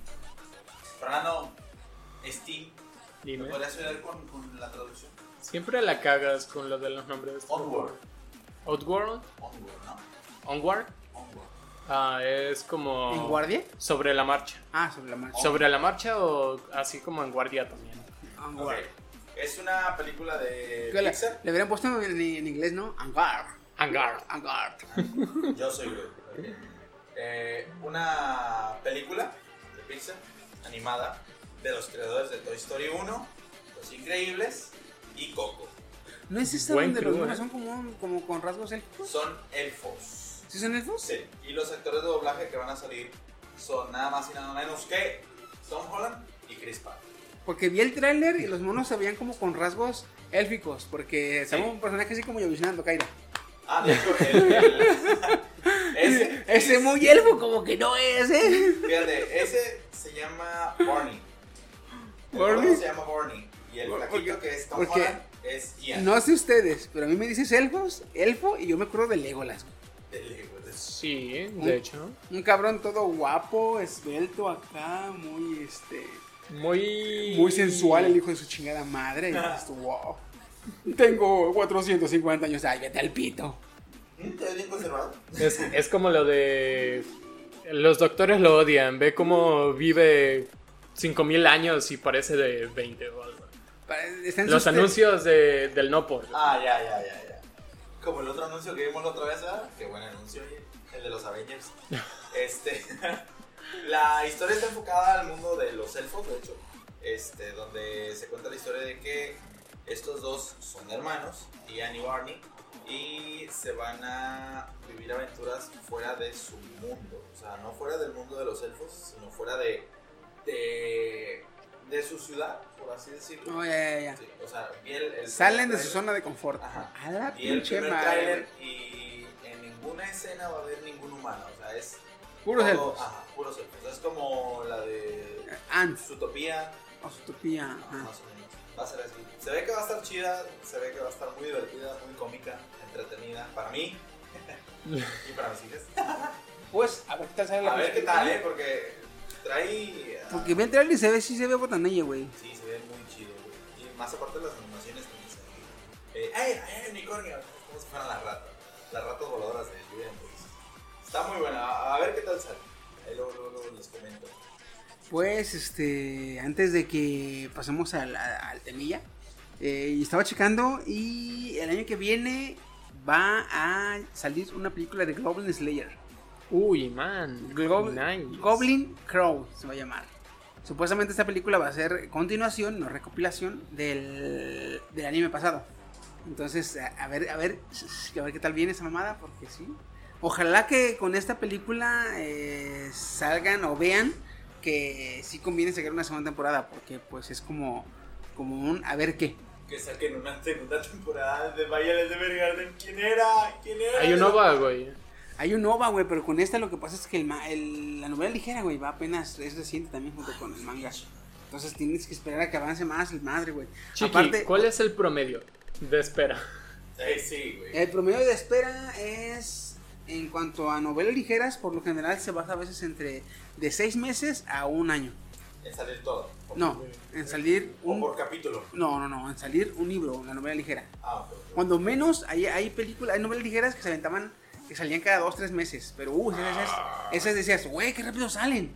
Fernando, Steam, ¿me Dime. podrías ayudar con, con la traducción? Siempre la cagas con lo de los nombres. Onward. Outworld. Onward, ¿no? Onward. Onward. Ah, es como. ¿En guardia? Sobre la marcha. Ah, sobre la marcha. Sobre la marcha o así como en guardia también. En Ok. guardia. Es una película de Que Le, Pixar. le hubieran puesto en, en inglés, ¿no? Angar. Hangar. Angar. Yo soy Groot. ok. Eh, una película de Pixar animada de los creadores de Toy Story uno, Los Increíbles y Coco. ¿No es esta Buen donde los crew, monos eh. son como, como con rasgos élficos? Son elfos. ¿Sí son elfos? Sí. Y los actores de doblaje que van a salir son nada más y nada menos que Tom Holland y Chris Pratt. Porque vi el tráiler y los monos se veían como con rasgos élficos. Porque Sí. son un personaje así como Yovicinando, Kaira. Ah, de hecho, el, el- ese, Ese es- muy elfo como que no es, ¿eh? Fíjate, ese se llama Barney. El ¿Barney? gordo se llama Barney. Y el Porque- flaquito que es Tom porque- Holland es Ian. No sé ustedes, pero a mí me dices elfos, elfo y yo me acuerdo de Legolas. De Lego, de- Sí, de hecho. Un cabrón todo guapo, esbelto acá, muy este... Muy. Muy sensual el hijo de su chingada madre. Y dices tú, wow. Tengo cuatrocientos cincuenta años. Ay, vete al pito. ¿Mm? ¿Te ves bien conservado? Es, es como lo de. Los doctores lo odian. Ve cómo vive cinco mil años y parece de veinte o algo. Pa- está en Los sus te- anuncios de, del no por. Ah, ya, ya, ya, ya. Como el otro anuncio que vimos la otra vez, ¿verdad? Qué buen anuncio, oye. El de los Avengers. Este. La historia está enfocada al mundo de los elfos, de hecho. Este, donde se cuenta la historia de que estos dos son hermanos, Ian y Barney, y se van a vivir aventuras fuera de su mundo. O sea, no fuera del mundo de los elfos, sino fuera de. de. de su ciudad, por así decirlo. Oh, ya, ya, ya. Sí, o sea, vi el- el Salen de primer su tráiler. zona de confort. Ajá. A la Y el pinche primer madre. tráiler y en ninguna escena va a haber ningún humano, o sea, es Puros todo- elfos. Ajá, puros elfos. Es como la de Ants. Zootopia, O Zootopia. ajá, ajá. más o menos. Va a ser así. Se ve que va a estar chida, se ve que va a estar muy divertida, muy cómica, entretenida. Para mí, Y para mis hijas. Pues, a ver qué tal sale la A ver qué película. tal, eh, porque trae. ah, Porque ve el trailer y se ve, sí se ve botanilla, güey. Sí, se ve muy chido, güey. Y más aparte de las animaciones que dicen. Eh, ¡Ay, ay, unicornio! Como si fueran las ratas. Las ratas voladoras de Lluvia de Moisés. Está muy buena. A, a ver qué tal sale. Ahí luego, luego, luego les comento. Pues, este, antes de que pasemos al, al, al temilla, eh, estaba checando y el año que viene va a salir una película de Goblin Slayer. Uy, man. Gob- Nice. Goblin Crow se va a llamar. Supuestamente esta película va a ser continuación, no recopilación del, del anime pasado. Entonces, a, a ver, a ver, a ver qué tal viene esa mamada, porque sí. Ojalá que con esta película eh, salgan o vean que sí conviene sacar una segunda temporada, porque pues es como, como un a ver qué. Que saquen una segunda temporada de Violet de Evergarden. ¿Quién era? ¿Quién era? Hay un OVA, güey. Hay un OVA, güey, pero con esta lo que pasa es que el, ma- el- la novela ligera, güey, va apenas, es reciente también junto con el manga. Entonces tienes que esperar a que avance más el madre, güey. Chiqui, Aparte, ¿cuál es el promedio de espera? Eh, sí, güey. el promedio de espera es, en cuanto a novelas ligeras, por lo general se basa a veces entre de seis meses a un año. En salir todo. No, en salir O un... por capítulo. No, no, no, en salir un libro, una novela ligera. Ah, ok. ok. Cuando menos, hay, hay películas, hay novelas ligeras que se aventaban, que salían cada dos, tres meses. Pero, uh, esas, esas, esas decías, güey, qué rápido salen.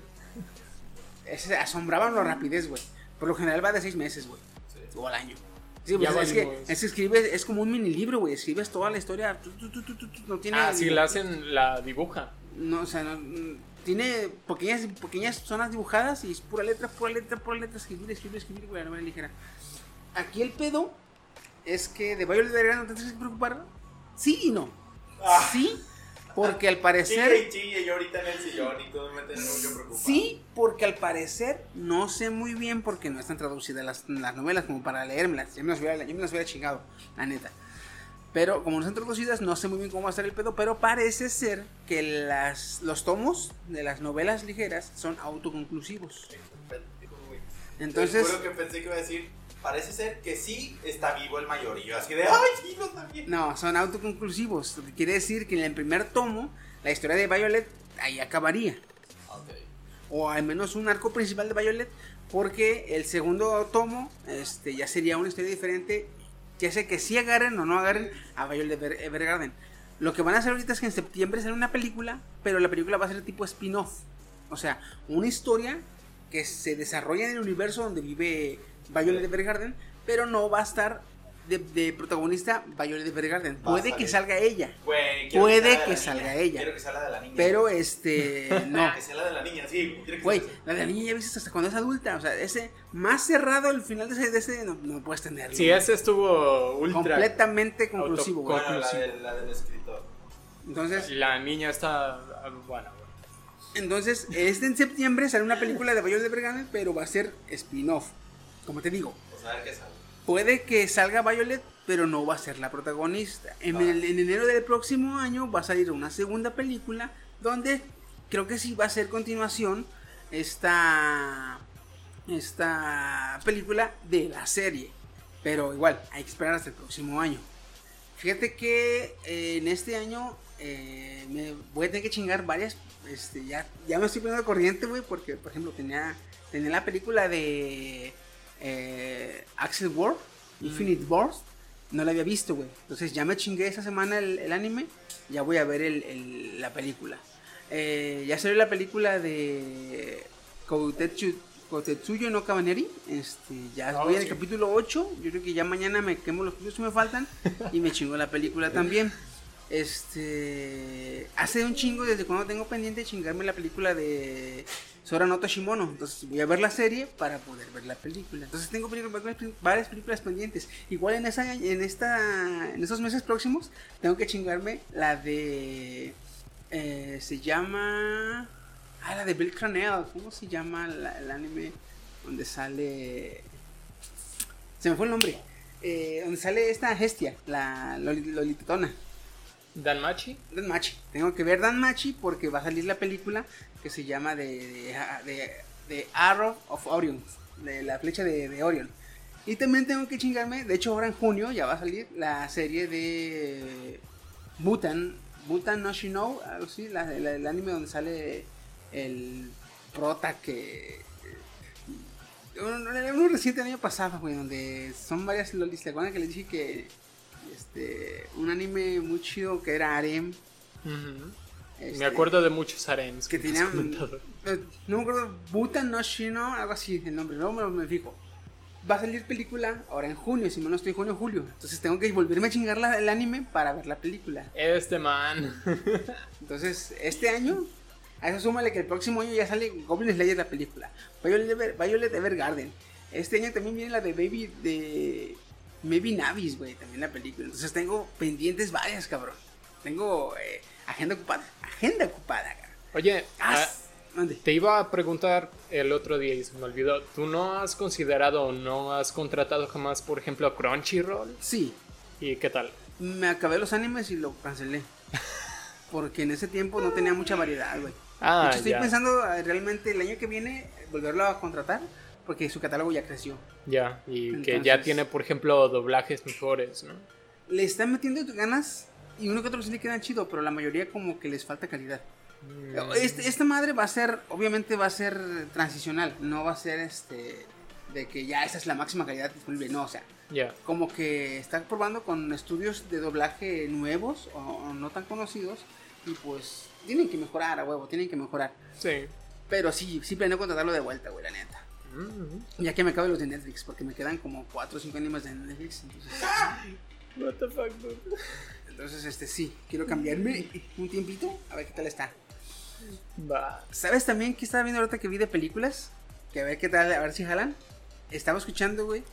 Esas asombraban la rapidez, güey. Por lo general va de seis meses, güey. Sí. O al año. Sí, Ya pues es que, valimos. es que escribes, es como un mini libro, güey. Escribes toda la historia. tu, tu, tu, tu, tu, tu, no tiene. Ah, si la hacen, la dibuja. No, o sea, no, mm, tiene pequeñas, pequeñas zonas dibujadas y es pura letra, pura letra, pura letra. Escribir, escribir, escribir, güey, la novela ligera. Aquí el pedo es que de Violet Evergarden no te tienes que preocupar. Sí y no. Ah. Sí, porque al Chille parecer. y chille, yo ahorita en el sillón y todo me tengo que preocupar. Sí, porque al parecer no sé muy bien porque no están traducidas las, las novelas como para leérmelas. Yo me las hubiera, yo me las hubiera chingado, la neta. Pero como no están traducidas, no sé muy bien cómo va a estar el pedo. Pero parece ser que las, los tomos de las novelas ligeras son autoconclusivos. Entonces, Te juro que pensé que iba a decir, parece ser que sí está vivo el mayor. Y yo así de, ay, sí, no está bien. no, son autoconclusivos. Lo que quiere decir que en el primer tomo, la historia de Violet ahí acabaría. Ok. O al menos un arco principal de Violet, porque el segundo tomo este, ya sería una historia diferente, ya sé que sí agarren o no agarren a Violet Ever- Evergarden. Lo que van a hacer ahorita es que en septiembre sale una película, pero la película va a ser tipo spin-off, o sea, una historia que se desarrolla en el universo donde vive Violet Evergarden, pero no va a estar de, de protagonista Violet Evergarden. Va a Puede que salir. salga ella, Güey, quiero Puede sea la de que la salga niña. ella. Quiero que sea la de la niña. pero este, no. Que sea la de la niña, sí. Quiero que Güey, sea la de la niña ya viste hasta cuando es adulta. O sea, ese más cerrado el final de ese, de ese no, no puedes tenerlo. Sí, ese estuvo ultra. completamente conclusivo, güey. Bueno, la, conclusivo. de- la del escritor. Entonces, La niña está. ah, Bueno, güey. entonces, este en septiembre sale una película de Violet Evergarden, pero va a ser spin-off. Como te digo, Pues a ver qué sale. puede que salga Violet, pero no va a ser la protagonista. En, Ah. el- en enero del próximo año va a salir una segunda película donde creo que sí va a ser continuación esta, esta película de la serie. Pero igual, hay que esperar hasta el próximo año. Fíjate que eh, en este año eh, me voy a tener que chingar varias. Este, ya, ya me estoy poniendo al corriente, güey, porque por ejemplo tenía, tenía la película de eh, Axel Ward, Infinite Wars, no la había visto, güey. Entonces ya me chingué esta semana el, el anime, ya voy a ver el, el- la película. Eh, ya salió la película de Koutetsu, Koutetsuyo no Kabaneri. Este, ya Oh, voy en el sí. capítulo ocho. Yo creo que ya mañana me quemo los capítulos que me faltan y me chingo la película también. Este, hace un chingo desde cuando tengo pendiente de chingarme la película de Sora no Toshimono. Entonces voy a ver la serie para poder ver la película. Entonces tengo películas- varias películas pendientes. Igual en esa, en esta, en estos meses próximos tengo que chingarme la de, eh, se llama, ah, la de Bill Cranell. ¿Cómo se llama la- el anime donde sale? Se me fue el nombre. Eh, donde sale esta Hestia, la Loli- Lolitetona. ¿Danmachi? Danmachi. Tengo que ver Danmachi porque va a salir la película que se llama de, de, de- de Arrow of Orion, de la flecha de, de Orion. Y también tengo que chingarme, de hecho ahora en junio ya va a salir la serie de Butan, Butan no Shino, algo así, la, la, el anime donde sale el prota que... Uno, uno reciente el año pasado, güey, donde son varias lolis. ¿Te acuerdas que les dije que este un anime muy chido que era Harem? Uh-huh. Este, me acuerdo de muchos harems que que tenían, comentado. no me acuerdo, Butan no Shino, algo así el nombre, luego me, me fijo. Va a salir película ahora en junio, si no estoy junio julio. Entonces tengo que volverme a chingar la, el anime para ver la película. Este man. Entonces, este año, a eso súmale que el próximo año ya sale Goblin Slayer la película. Violet, Ever, Violet Evergarden. Este año también viene la de Baby de Maybe Navis, güey, también la película. Entonces tengo pendientes varias, cabrón. Tengo eh, agenda ocupada, agenda ocupada, cabrón. Oye, Ah, ah, ¿dónde? te iba a preguntar el otro día y se me olvidó. ¿Tú no has considerado o no has contratado jamás, por ejemplo, a Crunchyroll? Sí, ¿Y qué tal? me acabé los animes y lo cancelé. Porque en ese tiempo no tenía mucha variedad, güey. Ah, De hecho, estoy ya. pensando eh, realmente el año que viene volverlo a contratar porque su catálogo ya creció. Ya, y que Entonces- ya tiene, por ejemplo, doblajes mejores, ¿no? Le están metiendo ganas y uno que otro sí le quedan chido, pero la mayoría como que les falta calidad. Mm. Este, esta madre va a ser, obviamente va a ser transicional, no va a ser este de que ya esa es la máxima calidad disponible, no, o sea, Ya. como que está probando con estudios de doblaje nuevos o, o no tan conocidos y pues tienen que mejorar a huevo, tienen que mejorar. Sí. Pero sí, sí planeo contratarlo de vuelta, güey, la neta. Mm. Ya que me acabe los de Netflix, porque me quedan como cuatro o cinco animes de Netflix. Entonces, What the fuck, dude? entonces, este sí, quiero cambiarme un tiempito a ver qué tal está. Va. ¿Sabes también que estaba viendo ahorita que vi de películas? Que a ver qué tal, a ver si jalan. Estaba escuchando, güey,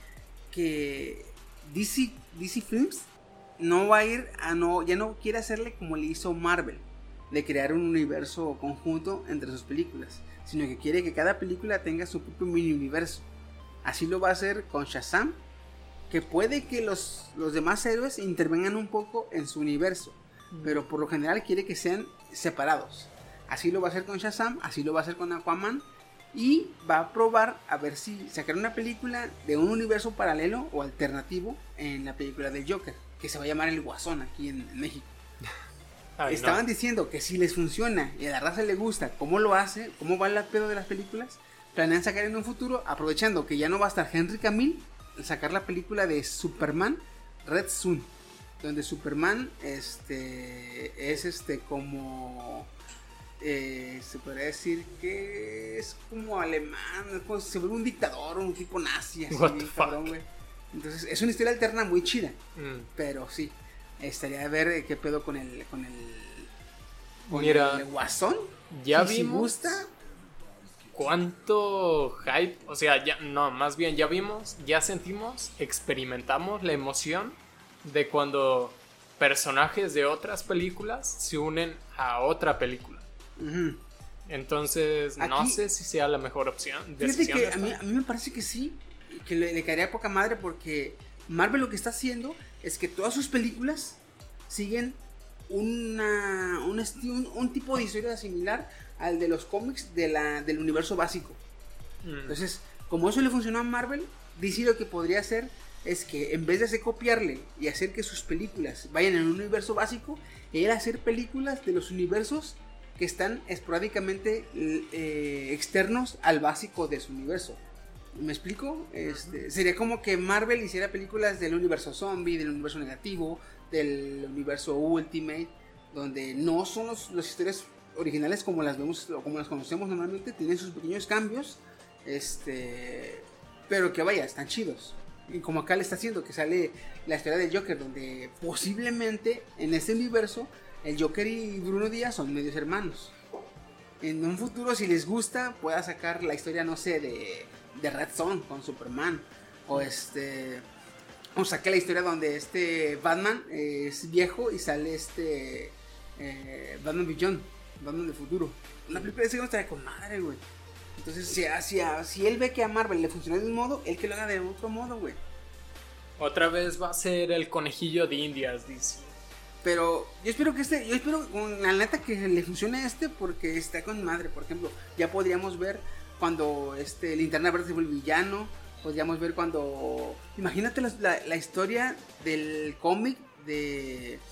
que D C, D C Films no va a ir a no, ya no quiere hacerle como le hizo Marvel, de crear un universo conjunto entre sus películas, sino que quiere que cada película tenga su propio mini universo. Así lo va a hacer con Shazam, que puede que los, los demás héroes intervengan un poco en su universo, pero por lo general quiere que sean separados. Así lo va a hacer con Shazam, así lo va a hacer con Aquaman, y va a probar a ver si sacar una película de un universo paralelo o alternativo en la película del Joker, que se va a llamar El Guasón aquí en, en México. Ay, Estaban no. diciendo que si les funciona y a la raza le gusta cómo lo hace, cómo va el pedo de las películas, planean sacar en un futuro, aprovechando que ya no va a estar Henry Cavill, sacar la película de Superman Red Sun, donde Superman este es este como eh, se podría decir que es como alemán, es como se vuelve un dictador, un tipo nazi así, What bien the cabrón, fuck? güey. Entonces es una historia alterna muy chida, Mm. pero sí, estaría a ver eh, qué pedo con el con el con Mira, el Guasón. Ya Y si vimos gusta, cuánto hype, o sea, ya no, más bien ya vimos, ya sentimos, experimentamos la emoción de cuando personajes de otras películas se unen a otra película. ujú. Entonces, no Aquí- sé si sea la mejor opción. Fíjate decisión que esta. a mí, a mí me parece que sí, que le, le caería poca madre porque Marvel lo que está haciendo es que todas sus películas siguen una, un, esti- un, un tipo de historia similar al de los cómics de la, del universo básico. Mm. Entonces, como eso le funcionó a Marvel, D C lo que podría hacer es que en vez de hacer copiarle y hacer que sus películas vayan en un universo básico, él hacer películas de los universos que están esporádicamente eh, externos al básico de su universo. ¿Me explico? Este, sería como que Marvel hiciera películas del universo zombie, del universo negativo, del universo Ultimate, donde no son los, las historias originales como las vemos o como las conocemos normalmente, tienen sus pequeños cambios, este, pero que vaya, están chidos. Y como acá le está haciendo, que sale la historia del Joker, donde posiblemente en este universo el Joker y Bruno Díaz son medios hermanos. En un futuro, si les gusta, pueda sacar la historia, no sé, de, de Red Son con Superman. O este. O saque la historia donde este Batman eh, es viejo y sale este. Eh, Batman Beyond, Batman del futuro. Una película de ese no estaría con madre, güey. Entonces, si, si, si él ve que a Marvel le funciona de un modo, él que lo haga de otro modo, güey. Otra vez va a ser el conejillo de Indias, dice. Pero yo espero que este, yo espero con la neta que le funcione a este porque está con madre. Por ejemplo, ya podríamos ver cuando este Linterna Verde fue el villano. Podríamos ver cuando, imagínate la, la, la historia del cómic de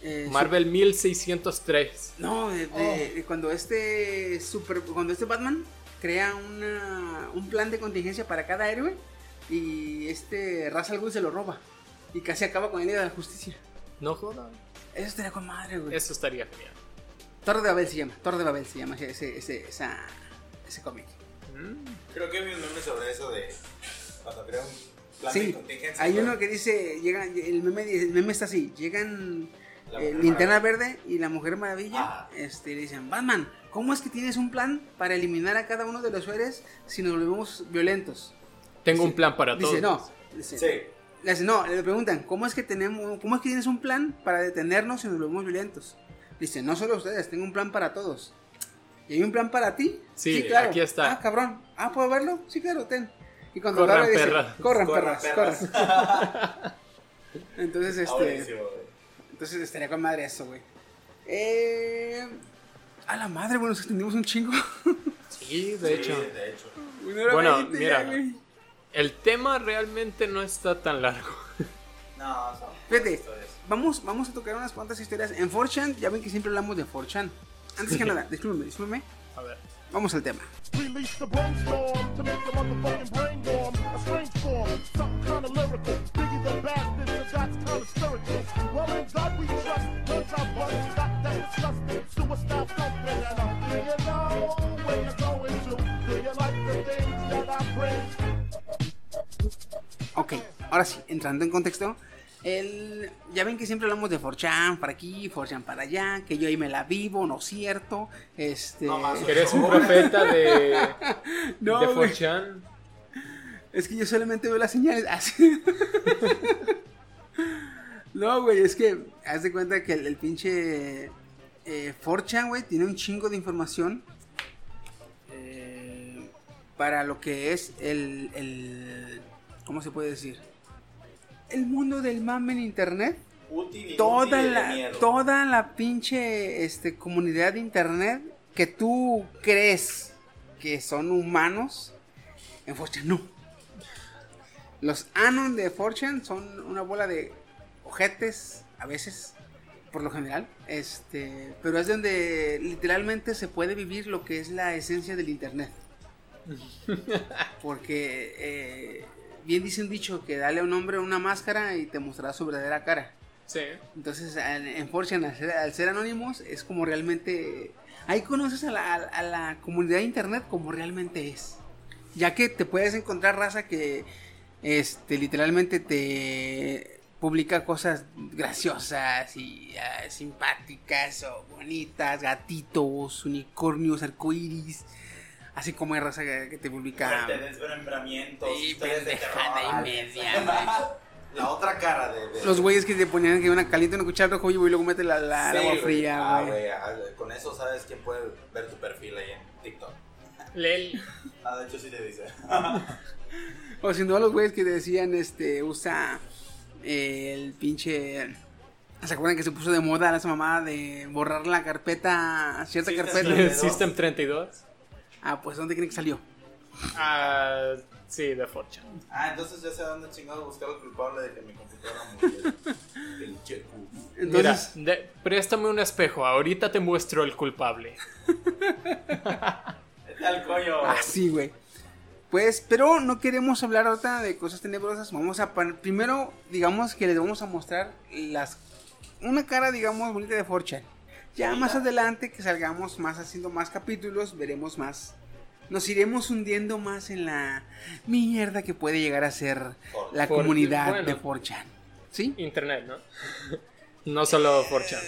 Eh, Marvel mil seiscientos tres. No, de, de- de cuando este super, cuando este Batman crea una, un plan de contingencia para cada héroe y este Ra's al Ghul se lo roba y casi acaba con el Liga de la Justicia. No joda. Eso estaría con madre, güey. Eso estaría genial. Torre de Babel se llama, Torre de Babel se llama ese, ese, esa, ese cómic. Creo que vi un meme sobre eso de cuando crea un plan de Sí, contingencia. hay pero- uno que dice, llegan, el meme, el meme está así, llegan La eh, Mujer Linterna Maravilla. Verde y la Mujer Maravilla, Ah. este, le dicen, Batman, ¿cómo es que tienes un plan para eliminar a cada uno de los héroes si nos volvemos violentos? Tengo Dice- un plan para Dice, todos. no, dice, Sí. le dice, no, le preguntan, ¿cómo es que tenemos, cómo es que tienes un plan para detenernos si nos volvemos violentos? Dice, no solo ustedes, tengo un plan para todos. ¿Y hay un plan para ti? Sí, aquí está. Ah, cabrón. Ah, ¿puedo verlo? Sí, claro, ten. Y cuando Corran, agarra, dice, perras. corran, Corran, perras, perras. corran. Entonces, Ah, este, buenísimo, güey. entonces estaría con madre eso, güey. Eh, a la madre, bueno, nos extendimos un chingo. Sí, de Sí, hecho. de hecho. Una hora Bueno, veinte mira. ya, güey. El tema realmente no está tan largo. No, son Fíjate, historias. vamos, vamos a tocar unas cuantas historias. En four chan, ya ven que siempre hablamos de four chan. Antes que nada, discúlpeme, discúlpeme. A ver. Vamos al tema. Release the brainstorm to make the motherfucking brain warm. A strange form, something kind of lyrical. Biggie the bastard, so that's kind of spiritual. Well, in God we trust. Once our buttons got that disgusting. Suicide thumping and up. Do you know where you're going to? Do you like the things that I bring? Ok, ahora sí, entrando en contexto. El, ya ven que siempre hablamos de four chan para aquí, four chan para allá, que yo ahí me la vivo, no es cierto. Este, No más. Que eres un profeta de, No, de güey. four chan. Es que yo solamente veo las señales. Así. No, güey, es que haz de cuenta que el, el pinche eh, four chan, güey, tiene un chingo de información eh, para lo que es el, el, ¿cómo se puede decir? El mundo del mame en internet. Útil y Toda inútil y de la, miedo. toda la pinche este, comunidad de internet que tú crees que son humanos, en four chan no. Los anon de four chan son una bola de ojetes, a veces, por lo general. Este, pero es donde literalmente se puede vivir lo que es la esencia del internet. Porque eh, bien dice un dicho que dale a un hombre una máscara y te mostrará su verdadera cara. Sí. Entonces en, en four chan, al ser, al ser anónimos, es como realmente... Ahí conoces a la, a, a la comunidad de internet como realmente es. Ya que te puedes encontrar raza que este, literalmente te publica cosas graciosas y uh, simpáticas o bonitas, gatitos, unicornios, arcoíris. Así como hay raza que, que te publica... Muerte, desmembramientos, Y historias de pendejada terror. y media, güey. La otra cara de... de- Los güeyes que te ponían que una caliente una cuchara rojo y luego mete la, la, Sí, el agua güey. fría, Ah, güey. güey, ah, con eso sabes quién puede ver tu perfil ahí en TikTok. Lel. Ah, de hecho sí te dice. O si no, los güeyes que decían, este, usa eh, el pinche... ¿Se acuerdan que se puso de moda esa mamada de borrar la carpeta, cierta Sí, carpeta? treinta y dos. System treinta y dos. Ah, pues ¿dónde creen que salió? Ah, sí, de four chan. Ah, entonces ya sé dónde chingado buscar al culpable de que mi computadora murió. El checo. Entonces, Mira, de- préstame un espejo, ahorita te muestro el culpable. Tal coño. así, güey. Pues, pero no queremos hablar ahorita de cosas tenebrosas. Vamos a pan- primero, digamos que les vamos a mostrar las una cara, digamos, bonita de four chan. Ya más adelante que salgamos más haciendo más capítulos, veremos más. Nos iremos hundiendo más en la mierda que puede llegar a ser la Por- comunidad bueno. de four chan. ¿Sí? Internet, ¿no? No solo four chan.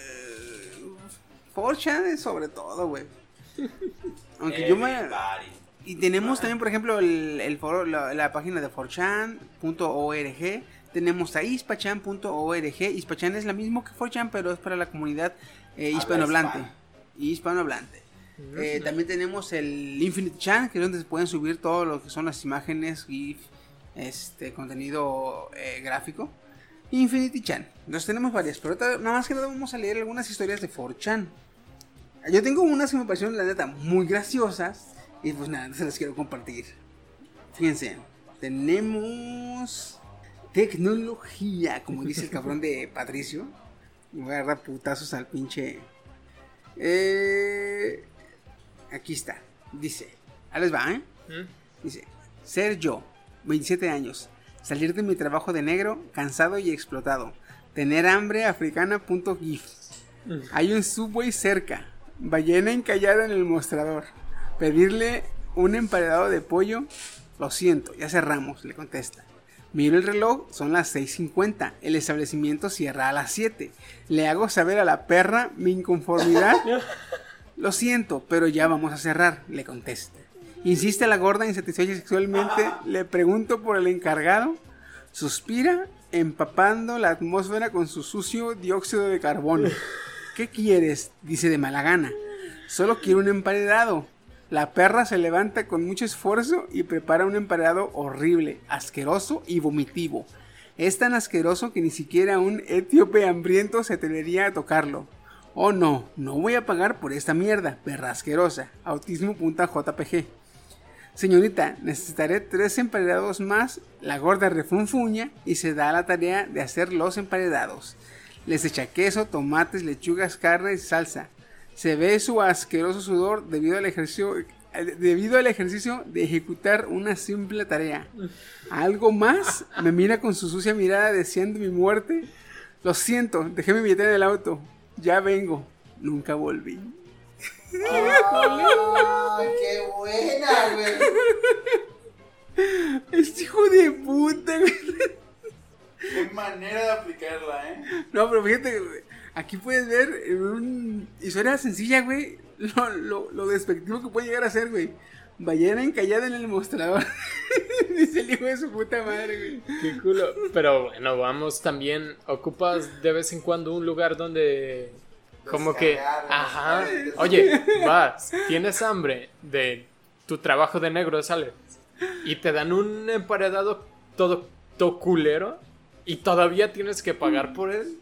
four chan es sobre todo, güey. Aunque yo me... Everybody. Y tenemos también, por ejemplo, el, el foro, la, la página de four chan punto org. Tenemos a ispachan punto org. Ispachan es la misma que four chan, pero es para la comunidad eh, Habla hispanohablante. hispana. Hispanohablante. Eh, también tenemos el Infinite Chan, que es donde se pueden subir todo lo que son las imágenes, GIF, este, contenido eh, gráfico. Infinity Chan. Entonces tenemos varias, pero ahorita nada más que nada vamos a leer algunas historias de four chan. Yo tengo unas que me parecieron, la neta, muy graciosas. Y pues nada, se las quiero compartir. Fíjense, tenemos tecnología, como dice el cabrón de Patricio. Voy a agarrar putazos al pinche. Eh, aquí está. Dice. Ahí les va, ¿eh? ¿Mm? Dice. Ser yo, veintisiete años. Salir de mi trabajo de negro, cansado y explotado. Tener hambre africana.gif. Hay un Subway cerca. Ballena encallada en el mostrador. Pedirle un emparedado de pollo. Lo siento, ya cerramos, le contesta. Miro el reloj, son las seis cincuenta. El establecimiento cierra a las siete. Le hago saber a la perra mi inconformidad. Lo siento, pero ya vamos a cerrar, le contesta. Insiste la gorda insatisfecha sexualmente. Le pregunto por el encargado. Suspira, empapando la atmósfera con su sucio dióxido de carbono. ¿Qué quieres?, dice de mala gana. Solo quiero un emparedado. La perra se levanta con mucho esfuerzo y prepara un emparedado horrible, asqueroso y vomitivo. Es tan asqueroso que ni siquiera un etíope hambriento se atrevería a tocarlo. Oh no, no voy a pagar por esta mierda, perra asquerosa. Autismo.jpg. Señorita, necesitaré tres emparedados más. La gorda refunfuña y se da a la tarea de hacer los emparedados. Les echa queso, tomates, lechugas, carne y salsa. Se ve su asqueroso sudor debido al ejercicio, debido al ejercicio de ejecutar una simple tarea. ¿Algo más? Me mira con su sucia mirada deseando mi muerte. Lo siento, dejé mi billetera en el auto. Ya vengo. Nunca volví. ¡Ay, qué buena, güey! Este hijo de puta, güey. Qué manera de aplicarla, ¿eh? No, pero fíjate, güey. Aquí puedes ver en una historia sencilla, güey, lo, lo, lo despectivo que puede llegar a ser, güey. Ballena encallada en el mostrador. Dice el hijo de su puta madre, güey. Qué culo. Pero bueno, vamos, también ocupas de vez en cuando un lugar donde como que, ajá, oye, vas, tienes hambre de tu trabajo de negro, sale, y te dan un emparedado todo, todo culero y todavía tienes que pagar por él.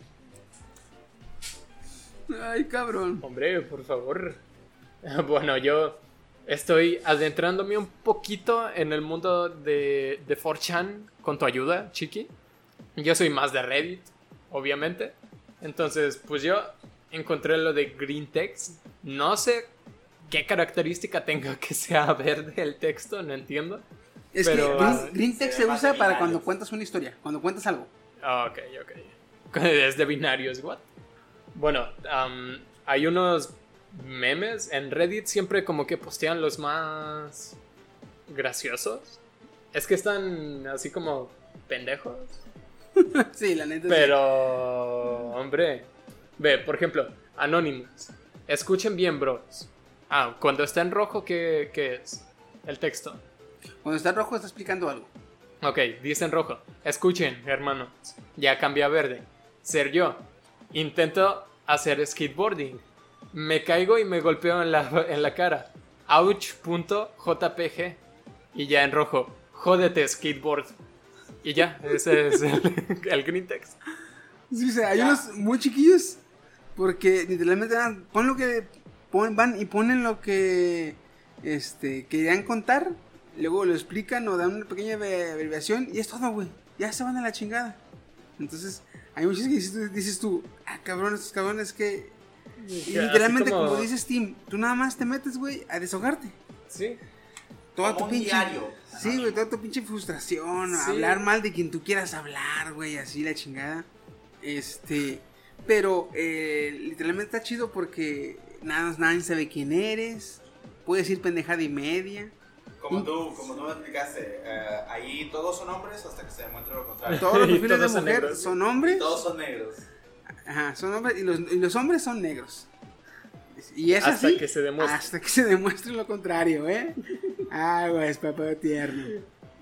Ay, cabrón. Hombre, por favor. Bueno, yo estoy adentrándome un poquito en el mundo de, de cuatro chan con tu ayuda, Chiqui. Yo soy más de Reddit, obviamente. Entonces, pues yo encontré lo de green text. No sé qué característica tenga que sea verde el texto, no entiendo. Es pero, que green, green text se, se usa para binarios. cuando cuentas una historia, cuando cuentas algo. Ok, ok. Es de binarios, what? Bueno, um, hay unos memes en Reddit, siempre como que postean los más graciosos. Es que están así como pendejos. Sí, la neta. Pero, hombre, ve, por ejemplo, Anonymous. Escuchen bien, bros. Ah, cuando está en rojo, ¿qué, qué es? El texto. Cuando está en rojo está explicando algo. Ok, dice en rojo. Escuchen, hermanos. Ya cambia a verde. Ser yo. Intento hacer skateboarding. Me caigo y me golpeo en la, en la cara. Ouch.jpg. Y ya en rojo. Jódete, skateboard. Y ya, ese es el, el green text. Sí, o sea, hay unos muy chiquillos. Porque literalmente van, pon lo que pon, van y ponen lo que este querían contar. Luego lo explican o dan una pequeña abreviación. Y es todo, güey. Ya se van a la chingada. Entonces, hay muchos que dices, dices tú, ah, cabrón, estos cabrones que... Y literalmente, como... como dices, Tim, tú nada más te metes, güey, a desahogarte. Sí. Toda Como tu un pinche... diario. Sí, güey, toda tu pinche frustración, Sí. hablar mal de quien tú quieras hablar, güey, así la chingada. Este... Pero, eh, literalmente está chido porque nada, nadie sabe quién eres. Puedes ir pendejada y media. Como tú, como tú me explicaste, eh, ahí todos son hombres hasta que se demuestre lo contrario. Todos los Y perfiles de todos son mujer negros. son hombres. Todos son negros. Ajá, son hombres y los, y los hombres son negros. Y es Hasta así, que se demuestre. hasta que se demuestre lo contrario, ¿eh? Ah, güey, es papá tierno.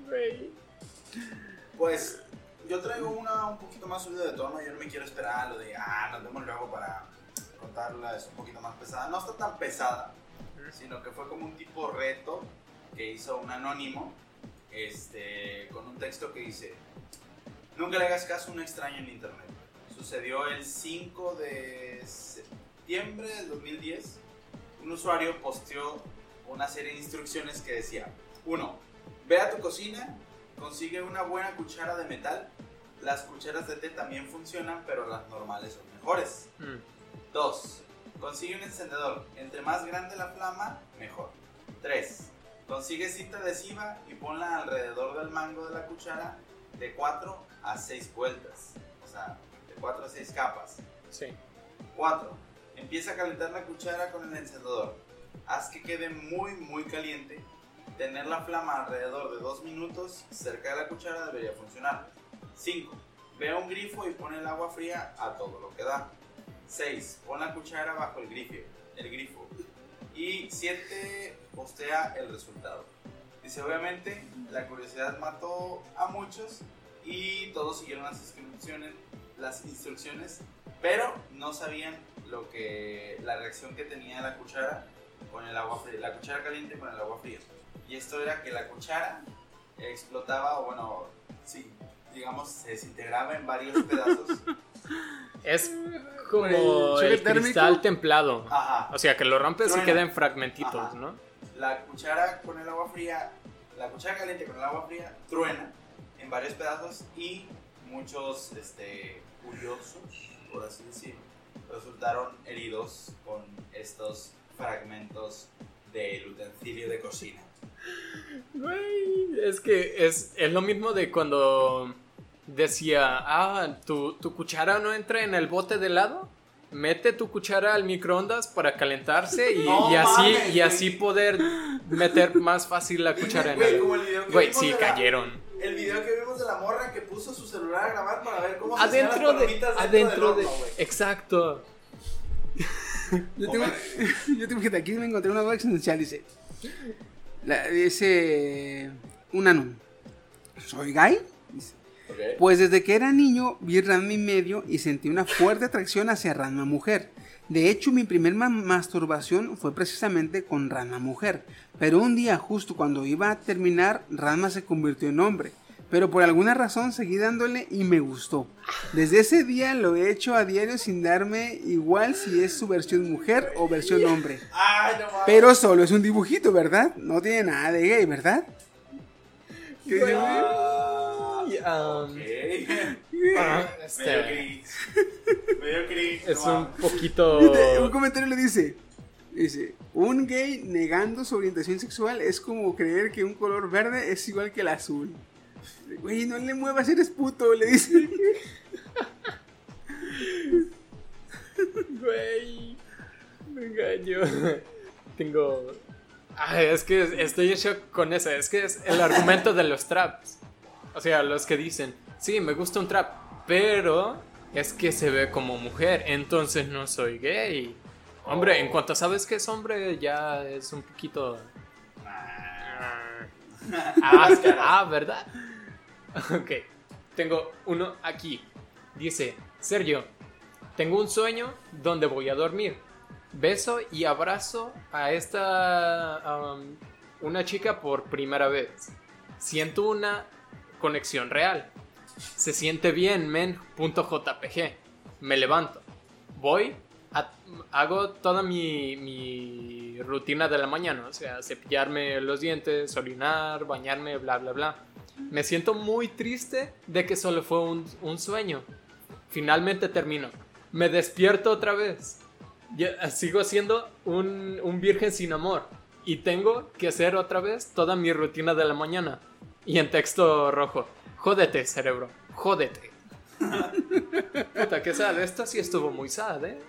Pues yo traigo una un poquito más subida de tono. Yo no me quiero esperar a lo de, ah, nos vemos luego para contarla. Es un poquito más pesada. No está tan pesada, sino que fue como un tipo reto que hizo un anónimo, este, con un texto que dice: nunca le hagas caso a un extraño en internet. Sucedió el cinco de septiembre del dos mil diez. Un usuario posteó una serie de instrucciones que decía: uno. Ve a tu cocina, consigue una buena cuchara de metal, Las cucharas de té también funcionan, pero las normales son mejores. dos. Consigue un encendedor. Entre más grande la flama, mejor. tres. Consigue cinta adhesiva y ponla alrededor del mango de la cuchara de cuatro a seis vueltas. O sea, de cuatro a seis capas. Sí. cuatro. Empieza a calentar la cuchara con el encendedor. Haz que quede muy muy caliente. Tener la flama alrededor de dos minutos cerca de la cuchara debería funcionar. cinco. Ve a un grifo y pon el agua fría a todo lo que da. seis. Pon la cuchara bajo el grifo. El grifo. Y siete. Postea el resultado. Dice, obviamente, la curiosidad mató a muchos y todos siguieron las instrucciones, las instrucciones, pero no sabían lo que la reacción que tenía la cuchara con el agua fría, la cuchara caliente con el agua fría. Y esto era que la cuchara explotaba, o bueno, sí, digamos, se desintegraba en varios pedazos. Es como el, el cristal templado. Ajá. O sea, que lo rompes Truena. Y queda en fragmentitos, Ajá. ¿no? La cuchara con el agua fría, la cuchara caliente con el agua fría truena en varios pedazos y muchos este, curiosos, por así decirlo, resultaron heridos con estos fragmentos del utensilio de cocina. Güey, es que es, es lo mismo de cuando decía, ah, tu, tu cuchara no entra en el bote de helado. Mete tu cuchara al microondas para calentarse y, No y así mames, y así poder meter más fácil la cuchara en Güey, el... como el video que Güey, vimos sí, de la- cayeron. El video que vimos de la morra que puso su celular a grabar para ver cómo se hacían las Adentro de... palomitas dentro Adentro del de... horno, güey. Exacto. Yo tengo, yo tengo que aquí me encontré una duda existencial, dice. La, dice un anun. ¿Soy gay? Dice. Okay. Pues desde que era niño vi Ranma y medio y sentí una fuerte atracción hacia Ranma mujer. De hecho, mi primer ma- masturbación fue precisamente con Ranma mujer. Pero un día, justo cuando iba a terminar, Ranma se convirtió en hombre. Pero por alguna razón seguí dándole y me gustó. Desde ese día lo he hecho a diario sin darme igual si es su versión mujer o versión hombre. Ay, no mames. Pero solo es un dibujito, ¿verdad? No tiene nada de gay, ¿verdad? ¿Qué dice, güey? Y, um, Ok. ah, Medio este, gris. Medio gris. es no un mames. poquito... Fíjate, un comentario le dice, dice, un gay negando su orientación sexual es como creer que un color verde es igual que el azul. Güey, no le muevas, eres puto, le dice. Güey, me engaño. Tengo... Ay, es que estoy en shock con eso. Es que es el argumento de los traps. O sea, los que dicen, sí, me gusta un trap, pero es que se ve como mujer, entonces no soy gay. Hombre, en cuanto sabes que es hombre, ya es un poquito... Ah, ah, ¿verdad? Ok, tengo uno aquí. Dice, Sergio, tengo un sueño donde voy a dormir. Beso y abrazo a esta... um, una chica por primera vez. Siento una conexión real. Se siente bien, men. Punto .jpg. Me levanto. Voy, a- hago toda mi, mi rutina de la mañana. O sea, cepillarme los dientes, orinar, bañarme, bla, bla, bla. Me siento muy triste de que solo fue un, un sueño. Finalmente termino. Me despierto otra vez. Ya, sigo siendo un, un virgen sin amor. Y tengo que hacer otra vez toda mi rutina de la mañana. Y en texto rojo. Jódete, cerebro. Jódete. Puta, que sad. Esto sí estuvo muy sad, ¿eh?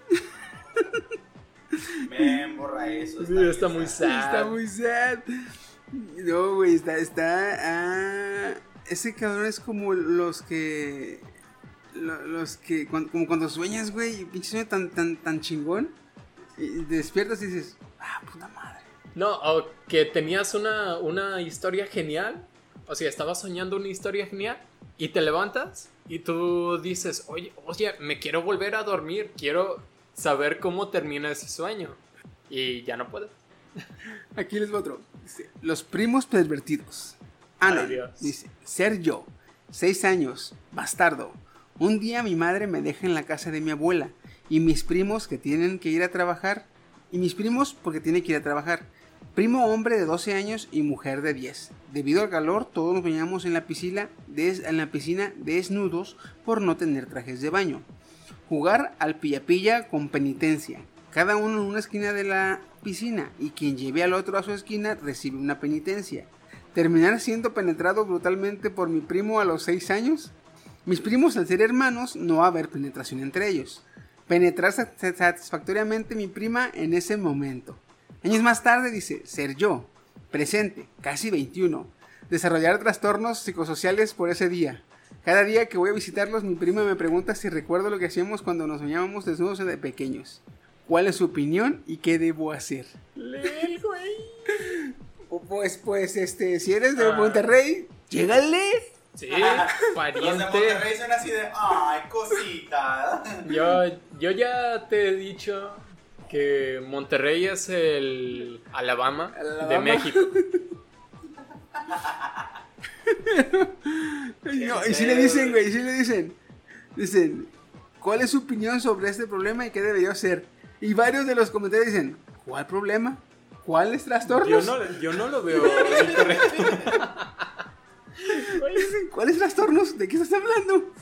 Men, borra eso. Sí, bien está muy sad. sad. Está muy sad. No, güey, está, está, ah, ese cabrón es como los que, lo- los que, cuan- como cuando sueñas, güey, y pinche sueño tan, tan, tan chingón, y despiertas y dices, ah, puta madre. No, o que tenías una, una historia genial. O sea, estabas soñando una historia genial. Y te levantas y tú dices, oye, oye, me quiero volver a dormir. Quiero saber cómo termina ese sueño. Y ya no puedo. Aquí les va otro. Dice, los primos pervertidos. Ana, Ay, Dios. dice, ser yo, seis años, bastardo. Un día mi madre me deja en la casa de mi abuela y mis primos que tienen que ir a trabajar, y mis primos porque tienen que ir a trabajar, Primo hombre de doce años y mujer de diez. Debido al calor, todos nos bañamos en la piscina, des, en la piscina desnudos por no tener trajes de baño. Jugar al pilla-pilla con penitencia. Cada uno en una esquina de la piscina y quien lleve al otro a su esquina recibe una penitencia. Terminar siendo penetrado brutalmente por mi primo a los seis años. Mis primos, al ser hermanos, no va a haber penetración entre ellos. Penetrar satisfactoriamente mi prima en ese momento. Años más tarde dice, ser yo, presente, casi veintiuno. Desarrollar trastornos psicosociales por ese día. Cada día que voy a visitarlos, mi prima me pregunta si recuerdo lo que hacíamos cuando nos bañábamos desnudos de pequeños. ¿Cuál es su opinión y qué debo hacer? Leel, güey. Pues, pues, este, si eres de Ah. Monterrey, llégale. Sí, Los de pariente. Monterrey son así de, ay, cosita. Yo, yo ya te he dicho que Monterrey es el Alabama, Alabama. de México. No, y si le dicen, güey, y si le dicen, dicen, ¿cuál es su opinión sobre este problema y qué debería hacer? Y varios de los comentarios dicen, ¿cuál problema? ¿Cuáles Yo trastornos? no, yo no lo veo incorrecto. ¿Cuáles trastornos? ¿De qué estás hablando?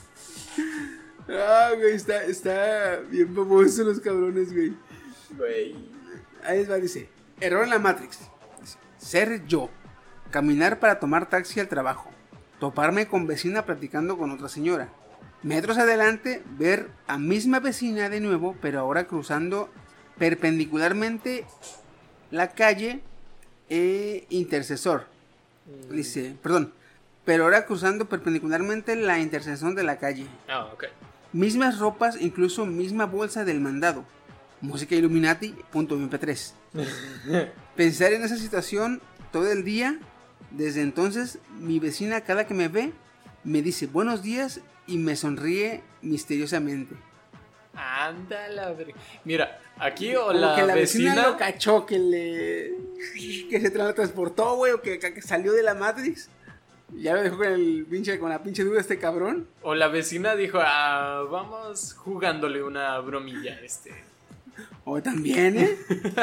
Ah, güey, está, está bien famoso los cabrones, güey. Güey. Ahí va, dice, error en la Matrix. Dice, ser yo. Caminar para tomar taxi al trabajo. Toparme con vecina platicando con otra señora. Metros adelante, ver a misma vecina de nuevo, pero ahora cruzando perpendicularmente la calle eh, intercesor. Dice, perdón, pero ahora cruzando perpendicularmente la intersección de la calle. Ah, ok. Mismas ropas, incluso misma bolsa del mandado. Música Illuminati, punto eme pe tres. Pensar en esa situación todo el día. Desde entonces, mi vecina cada que me ve, me dice buenos días y me sonríe misteriosamente. Anda la ver- Mira, aquí o Como la, que la vecina, vecina lo cachó, que le... que se transportó, güey, o que, que salió de la Matrix. Ya lo dejó con el pinche, con la pinche duda este cabrón. o la vecina dijo, ah, vamos jugándole una bromilla a este. O también, ¿eh?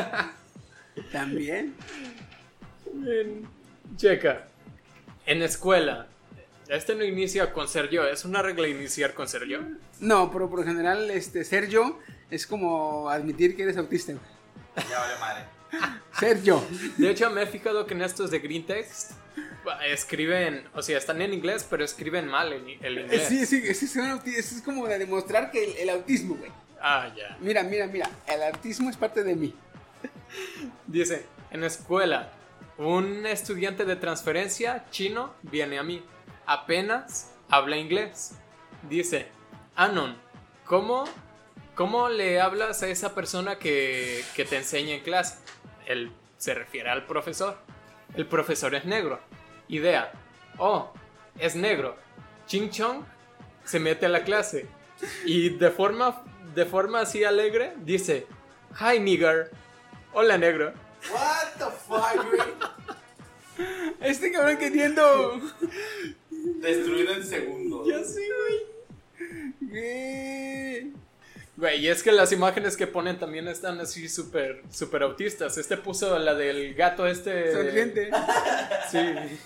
También. Bien. Checa. En escuela, este no inicia con ser yo. ¿Es una regla iniciar con ser yo? No, pero por lo general, este, ser yo es como admitir que eres autista, güey. Ya vale madre. Ser yo. De hecho, me he fijado que en estos de Green Text escriben, o sea, están en inglés, pero escriben mal el, el inglés. Sí, sí, sí, es, un auti- es como de demostrar que el, el autismo, güey. Ah, ya. Mira, mira, mira, el autismo es parte de mí. Dice, en escuela, un estudiante de transferencia chino viene a mí. Apenas habla inglés. Dice, Anon, ¿cómo, cómo le hablas a esa persona que, que te enseña en clase? Él se refiere al profesor. El profesor es negro. Idea, oh, es negro. Ching Chong se mete a la clase y de forma, de forma así alegre dice, hi nigger, hola negro. What the fuck, güey. Este cabrón queriendo... Destruido en segundos. Ya sé, güey. Güey. Güey, y es que las imágenes que ponen también están así súper súper autistas. Este puso la del gato este... Sonriente. Sí.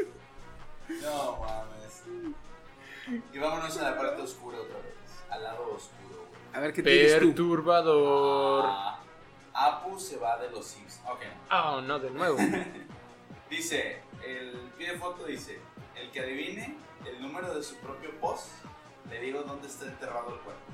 No mames. Y vámonos a la parte oscura otra vez. Al lado oscuro, güey. A ver qué tienes tú. Perturbador. Ah, Apu se va de los Sims. Ok. Oh, no, de nuevo. Dice, el pie de foto dice, el que adivine el número de su propio post, le digo dónde está enterrado el cuerpo.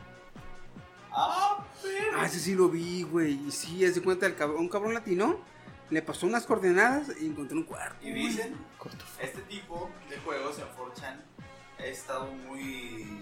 Ah, pero... Ah, ese sí lo vi, güey. Y sí, haz de cuenta, el cabrón, un cabrón latino le pasó unas coordenadas y encontró un cuerpo. Y dicen, este tipo de juegos en cuatro chan ha estado muy,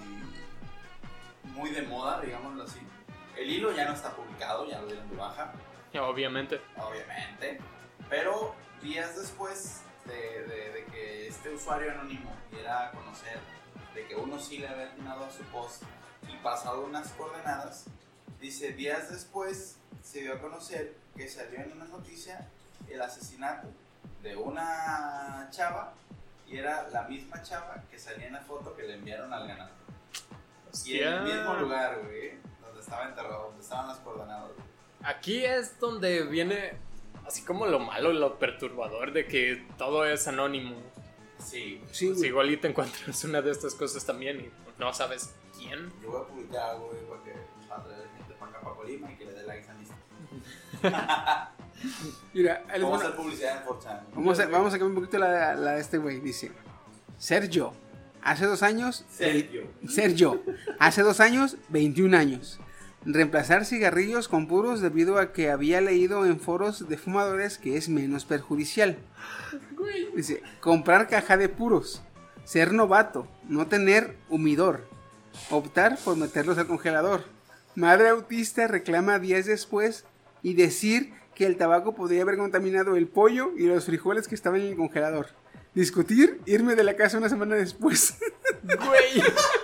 muy de moda, digámoslo así. El hilo ya no está publicado, ya lo dieron de baja, Obviamente. obviamente. Pero días después de, de- de que este usuario anónimo diera a conocer de que uno sí le había atinado a su post y pasado unas coordenadas, dice, días después se dio a conocer que salió en una noticia el asesinato de una chava y era la misma chava que salía en la foto que le enviaron al ganador. Y en el Hostia. mismo lugar, güey, donde estaba enterrado, donde estaban las coordenadas, güey. Aquí es donde viene, Así como lo malo, lo perturbador de que todo es anónimo. Sí. Sí, Pues güey. igual y te encuentras una de estas cosas también y no sabes quién. Yo voy a publicar algo, güey, para que para traer gente para acá, para Colima y que le dé likes a mis. Mira, ahí les Vamos a voy a- hacer publicidad en cuatro chan. vamos a, vamos a cambiar un poquito la, la de este güey. Dice: Sergio, hace dos años. Sergio. Sergio, hace dos años, veintiún años. Reemplazar cigarrillos con puros debido a que había leído en foros de fumadores que es menos perjudicial. Dice: comprar caja de puros. Ser novato. No tener humidor. Optar por meterlos al congelador. Madre autista reclama días después y decir que el tabaco podría haber contaminado el pollo y los frijoles que estaban en el congelador. Discutir, irme de la casa una semana después. Güey.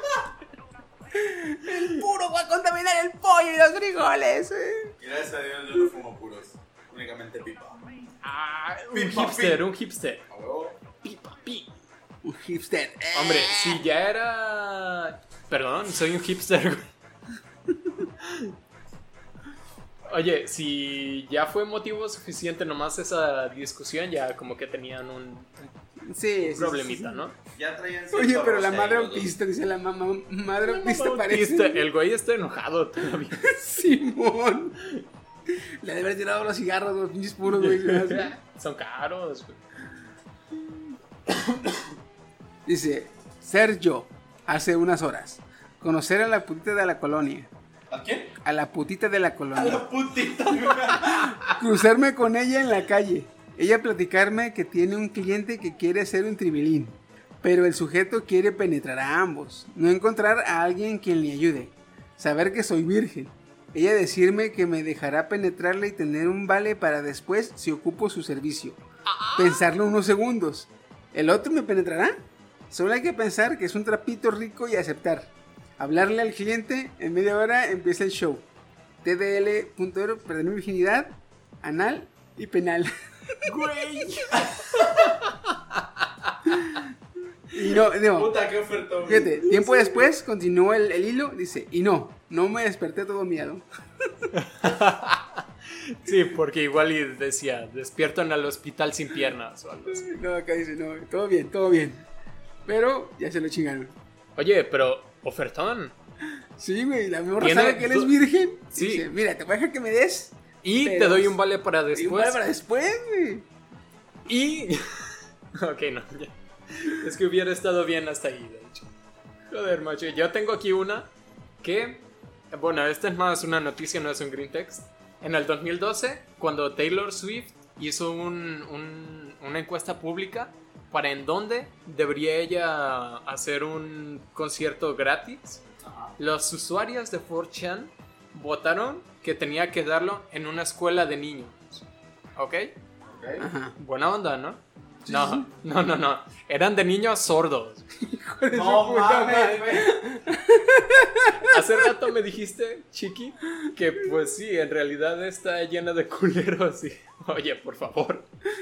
El puro va a contaminar el pollo y los frijoles. eh. Y gracias a Dios yo no fumo puros. Únicamente pipa. Ah, un Pipa, hipster, pi. un hipster. A huevo. Pipa, pi. Un hipster. eh. Hombre, si ya era... Perdón, soy un hipster, güey. Oye, si ya fue motivo suficiente nomás esa discusión, ya como que tenían un Sí, sí, problemita, sí, ¿no? Ya traían sí. Oye, cierto pero la roce madre ahí los dos. autista, dice la mamá, madre autista Bautista, parece. el güey está enojado todavía. Simón. Le debe haber tirado los cigarros, los pinches puros, güey. Son caros, güey. Dice: Sergio, hace unas horas. Conocer a la putita de la colonia. ¿A quién? A la putita de la A colonia. la putita. Cruzarme con ella en la calle. Ella platicarme que tiene un cliente que quiere hacer un tribilín. Pero el sujeto quiere penetrar a ambos. No encontrar a alguien quien le ayude. Saber que soy virgen. Ella decirme que me dejará penetrarle y tener un vale para después si ocupo su servicio. Pensarlo unos segundos. ¿El otro me penetrará? Solo hay que pensar que es un trapito rico y aceptar. Hablarle al cliente, en media hora empieza el show. T D L punto ero, perder mi virginidad, anal y penal. Güey. Y no, no. Puta, qué ofertón. Fíjate, tiempo después continuó el, el hilo, dice, y no, no me desperté todo miado. Sí, porque igual y decía, despierto en el hospital sin piernas o algo así. No, acá dice, no, todo bien, todo bien. Pero ya se lo chingaron. Oye, pero ofertón. Sí, güey, la morra ¿Tiene sabe que él do- es virgen. Sí. Dice, mira, te voy a dejar que me des. Y Pero- te doy un vale para Y un después. vale para después, güey. Y... ok, no, ya. Es que hubiera estado bien hasta ahí, de hecho. Joder, macho. Yo tengo aquí una que... Bueno, esta es más una noticia, no es un green text. En el dos mil doce, cuando Taylor Swift hizo un, un- una encuesta pública para en dónde debería ella hacer un concierto gratis, los usuarios de cuatro chan votaron que tenía que darlo en una escuela de niños. ¿Ok? Ajá. Buena onda, ¿no? No, no, no, no. Eran de niños sordos. No mames, güey. Hace rato me dijiste, Chiqui, que pues sí, en realidad está llena de culeros y... Oye, por favor.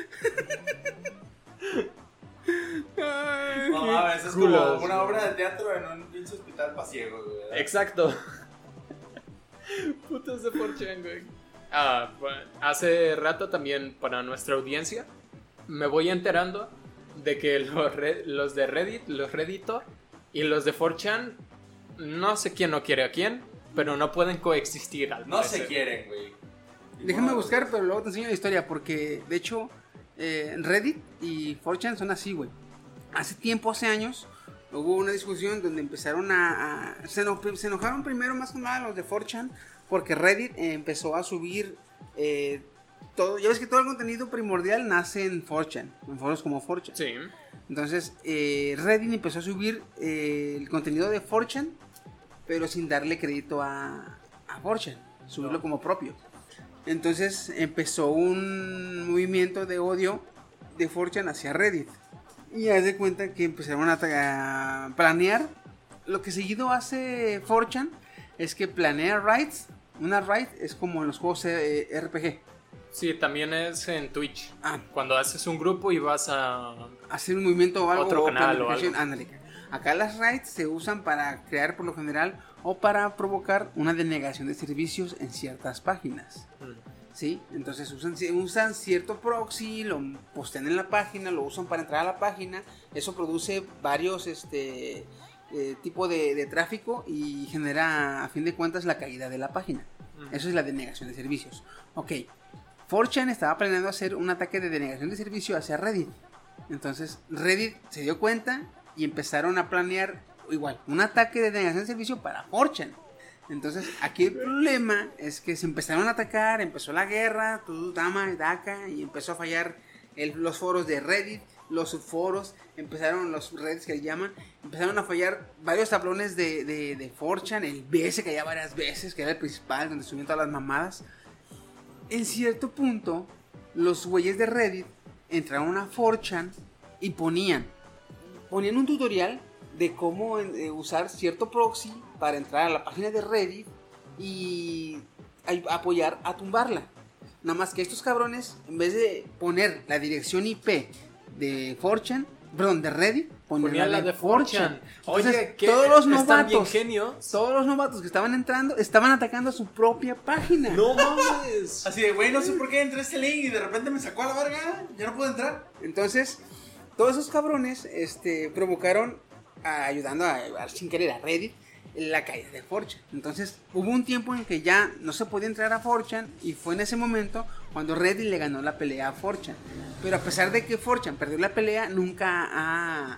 Ay, No mames, es culos, como una güey. obra de teatro en un pinche hospital para ciegos, güey. ¿verdad? Exacto. Putos de cuatro chan, güey. Ah, bueno, hace rato también para nuestra audiencia me voy enterando de que los, re- los de Reddit, los Redditor y los de cuatro chan, no sé quién no quiere a quién, pero no pueden coexistir al No se parecer. quieren, güey. Déjame No, buscar, pero luego te enseño la historia, porque de hecho eh, Reddit y cuatro chan son así, güey. Hace tiempo, hace años, hubo una discusión donde empezaron a... a- se, eno- se enojaron primero más que nada los de cuatro chan, porque Reddit eh, empezó a subir eh, todo... Ya ves que todo el contenido primordial nace en cuatro chan, en foros como cuatro chan. Sí. Entonces eh, Reddit empezó a subir eh, el contenido de cuatro chan, pero sin darle crédito a, a cuatro chan, subirlo No. como propio. Entonces empezó un movimiento de odio de cuatro chan hacia Reddit. Y haz de cuenta que empezaron a, tra- a planear. Lo que seguido hace cuatro chan es que planea raids. Una raid es como en los juegos eh, R P G. Sí, también es en Twitch. Ah. Cuando haces un grupo y vas a... Hacer un movimiento o algo. Otro o canal o planificación, algo. ándale. Acá las raids se usan para crear por lo general o para provocar una denegación de servicios en ciertas páginas. ¿sí? Entonces usan, usan cierto proxy, lo postean en la página, lo usan para entrar a la página. Eso produce varios este, eh, tipos de, de tráfico y genera, a fin de cuentas, la caída de la página. Eso es la denegación de servicios. Ok, cuatro chan estaba planeando hacer un ataque de denegación de servicio hacia Reddit. Entonces Reddit se dio cuenta y empezaron a planear igual un ataque de denegación de servicio para cuatro chan. Entonces aquí el problema es que se empezaron a atacar, empezó la guerra, todo dama y daca, y empezó a fallar el, los foros de Reddit, los subforos, empezaron los Reddits que le llaman, empezaron a fallar varios tablones de, de, de cuatro chan, el B S caía varias veces, que era el principal, donde subían todas las mamadas. En cierto punto, los güeyes de Reddit entraron a cuatro chan y ponían, ponían un tutorial de cómo eh, usar cierto proxy para entrar a la página de Reddit y a, apoyar a tumbarla. Nada más que estos cabrones, en vez de poner la dirección I P de cuatro chan, perdón, de Reddit, ponían la de cuatro chan. Oye, que todos los están bien novatos, genios. todos los novatos que estaban entrando estaban atacando a su propia página. No mames. Así de, güey, no sé por qué entré a este link y de repente me sacó a la verga. Ya no puedo entrar. Entonces, todos esos cabrones este, provocaron, a, ayudando a, a sin querer a Reddit, la caída de cuatro chan. Entonces hubo un tiempo en que ya no se podía entrar a cuatro chan y fue en ese momento cuando Reddit le ganó la pelea a cuatro chan. Pero a pesar de que cuatro chan perdió la pelea, nunca ha,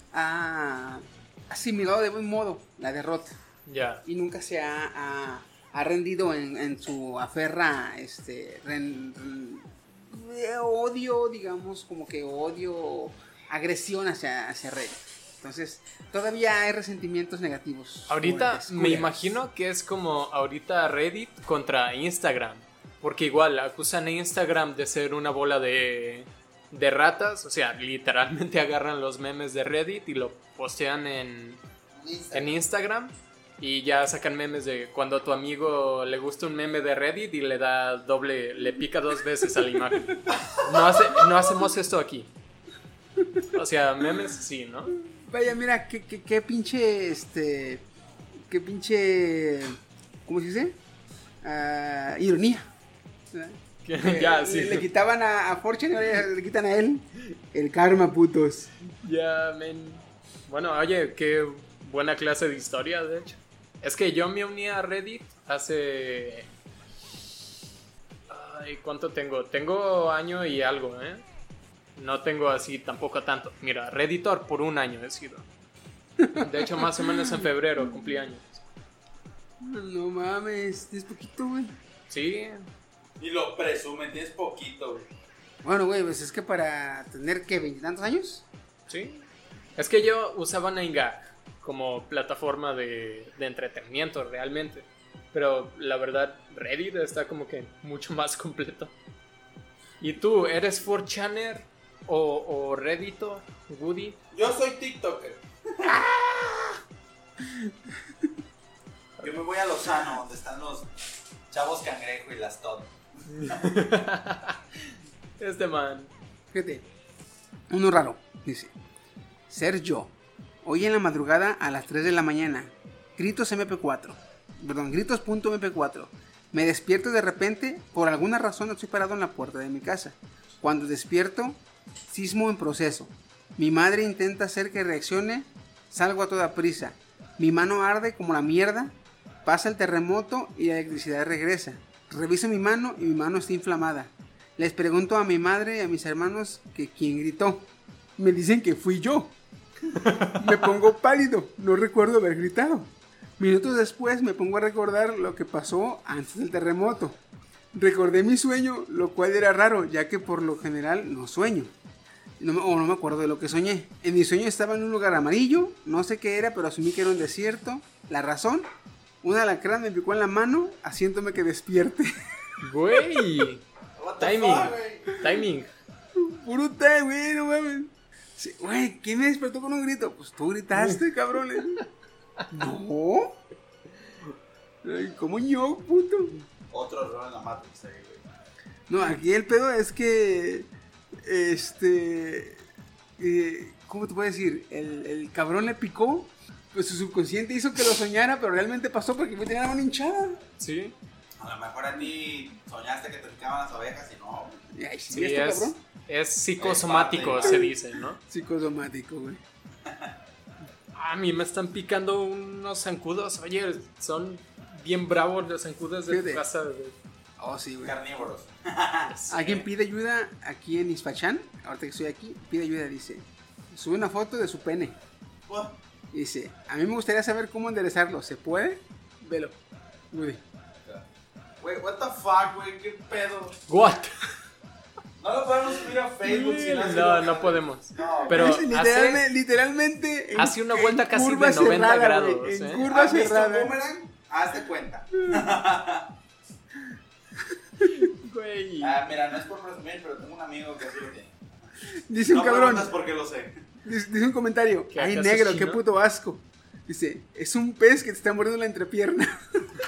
ha asimilado de buen modo la derrota. Ya. Y nunca se ha, ha, ha rendido en, en su aferra este ren, ren, de odio, digamos, como que odio, agresión hacia, hacia Reddit. Entonces, todavía hay resentimientos negativos. Ahorita fuertes, me culeros. imagino que es como ahorita Reddit contra Instagram. Porque igual acusan a Instagram de ser una bola de, de ratas. O sea, literalmente agarran los memes de Reddit y lo postean en, en Instagram. Y ya sacan memes de cuando a tu amigo le gusta un meme de Reddit y le da doble, le pica dos veces a la imagen. No, hace, no hacemos esto aquí. O sea, memes sí, ¿no? Vaya, mira, qué, qué, qué pinche, este, qué pinche, ¿cómo se dice? Uh, ironía. ¿Verdad? Ya, le, sí. Le quitaban a, a cuatro chan y ahora le quitan a él. El karma, putos. Ya, men. Bueno, oye, qué buena clase de historia, de hecho. Es que yo me uní a Reddit hace... Ay, ¿cuánto tengo? Tengo año y algo, ¿eh? No tengo así tampoco tanto. Mira, Redditor por un año he sido. De hecho, más o menos en febrero cumplí años. No mames, es poquito, güey. Sí. Y lo presumen, tienes poquito, güey. Bueno, güey, pues es que para tener, ¿qué? ¿Veintitantos años? Sí. Es que yo usaba nine gag como plataforma de, de entretenimiento realmente. Pero la verdad, Reddit está como que mucho más completo. ¿Y tú, eres cuatro chaner o, o Reddito, Woody? Yo soy TikToker. Yo me voy a Lozano, donde están los chavos cangrejo y las Todd. Este man. Fíjate, uno raro, dice: ser yo, hoy en la madrugada a las tres de la mañana, gritos eme pe cuatro, perdón, gritos punto eme pe cuatro. Me despierto de repente, por alguna razón estoy parado en la puerta de mi casa. Cuando despierto, sismo en proceso. Mi madre intenta hacer que reaccione, salgo a toda prisa. Mi mano arde como la mierda, pasa el terremoto y la electricidad regresa. Reviso mi mano y mi mano está inflamada. Les pregunto a mi madre y a mis hermanos que quién gritó. Me dicen que fui yo. Me pongo pálido, no recuerdo haber gritado. Minutos después me pongo a recordar lo que pasó antes del terremoto. Recordé mi sueño, lo cual era raro, ya que por lo general no sueño. No me, o no me acuerdo de lo que soñé. En mi sueño estaba en un lugar amarillo, no sé qué era, pero asumí que era un desierto. La razón, un alacrán me picó en la mano, haciéndome que despierte. Güey. Timing. Fuck, Timing. Puro time, güey, no mames. Sí, güey, ¿quién me despertó con un grito? Pues tú gritaste, cabrones. No. Ay, ¿cómo yo, puto? Otro error en la Matrix ahí, güey. No, aquí el pedo es que, este, eh, ¿cómo te puedo decir? El, el cabrón le picó, pues su subconsciente hizo que lo soñara, pero realmente pasó porque me tenía la mano hinchada. Sí. A lo mejor a ti soñaste que te picaban las ovejas y no. Ay, ¿sí, Sí, esto, es, cabrón? es psicosomático, Es parte se de- dice, ¿no? Psicosomático, güey. A mí me están picando unos zancudos. Oye, son bien bravos los zancudos de Fíjate. tu casa. De... Oh, sí, güey. Carnívoros. Alguien pide ayuda aquí en Ispachán. Ahorita que estoy aquí, pide ayuda. Dice: sube una foto de su pene. What? Dice: a mí me gustaría saber cómo enderezarlo. ¿Se puede? Velo. Woody. Güey, what the fuck, güey, qué pedo. What? No lo podemos subir a Facebook sin hacer No, una- no podemos. No, Pero Es hace, literalmente, literalmente en- hace una vuelta en casi de curva noventa cerrada, grados, güey, en ¿eh? curva ¿Has visto cerrada. Boomerang? Hazte cuenta. güey. Ah, mira, no es por presumir, pero tengo un amigo que así lo tiene. Dice un No cabrón. preguntas por qué lo sé. Dice, dice un comentario: ¿Qué, ay, acaso negro, es qué chino? puto asco. Dice: es un pez que te está mordiendo la entrepierna.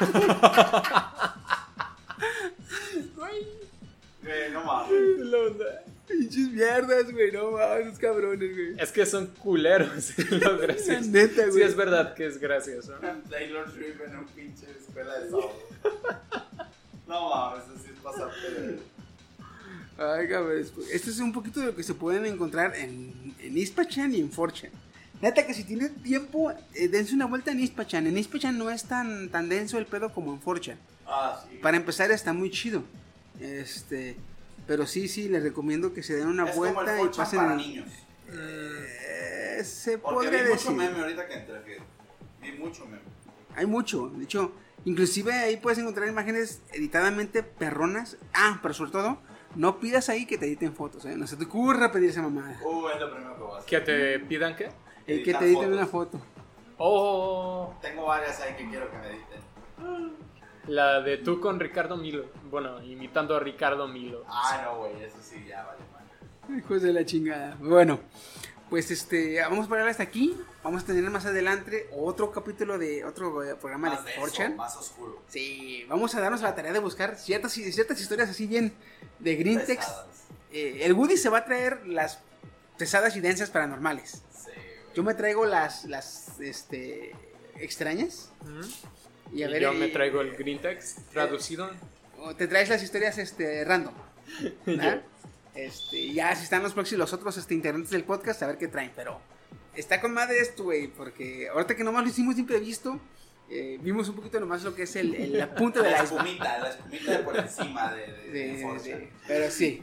Güey, no mames. Pinches mierdas, güey. No mames, esos cabrones, güey. Es que son culeros. Lo gracioso. La neta, Sí, güey. es verdad que es gracioso. Taylor Swift en un pinche escuela de sábado. No mames, eso sí es pasarte de... Ay, cabrón. Esto es un poquito de lo que se pueden encontrar en, en Ispachan y en four chan. Neta que si tienen tiempo, eh, dense una vuelta en Ispachan. En Ispachan no es tan, tan denso el pedo como en four chan. Ah, sí. Para empezar está muy chido. Este, pero sí, sí, les recomiendo que se den una Es como el vuelta y four chan pasen para el- niños. Eh, se Porque podría vi decir. mucho meme ahorita que entré. que Vi mucho meme. Hay mucho, de hecho, inclusive ahí puedes encontrar imágenes editadamente perronas. Ah, pero sobre todo, no pidas ahí que te editen fotos, ¿eh? No se te ocurra pedir esa mamada. Uh, es lo primero que voy a hacer. ¿Que te pidan qué? Eh, que Editar te editen fotos. una foto. Oh, Tengo varias ahí que quiero que me editen. la de tú con Ricardo Milo. Bueno, imitando a Ricardo Milo. Ah, no, güey, eso sí, ya vale, man. Hijos de la chingada. Bueno, pues este, vamos a parar hasta aquí. Vamos a tener más adelante otro capítulo de otro eh, programa Más de denso, four chan. más oscuro. Sí, vamos a darnos la tarea de buscar ciertas, ciertas historias así bien de Green Text. Pesadas. Eh, el Woody se va a traer las pesadas y densas paranormales. Sí, güey. Yo me traigo las, las, este, extrañas. Ujú. Y a Y ver, yo me eh, traigo el green text traducido. o te traes las historias, este, random. ¿verdad? Este, ya si están los próximos, los otros, este, integrantes del podcast, a ver qué traen, pero está con madre esto, güey, porque ahorita que nomás lo hicimos de imprevisto, eh, vimos un poquito nomás lo que es el, el- la punta de La la iceberg. espumita, la espumita de por encima de, de, De- de four chan. de- pero sí.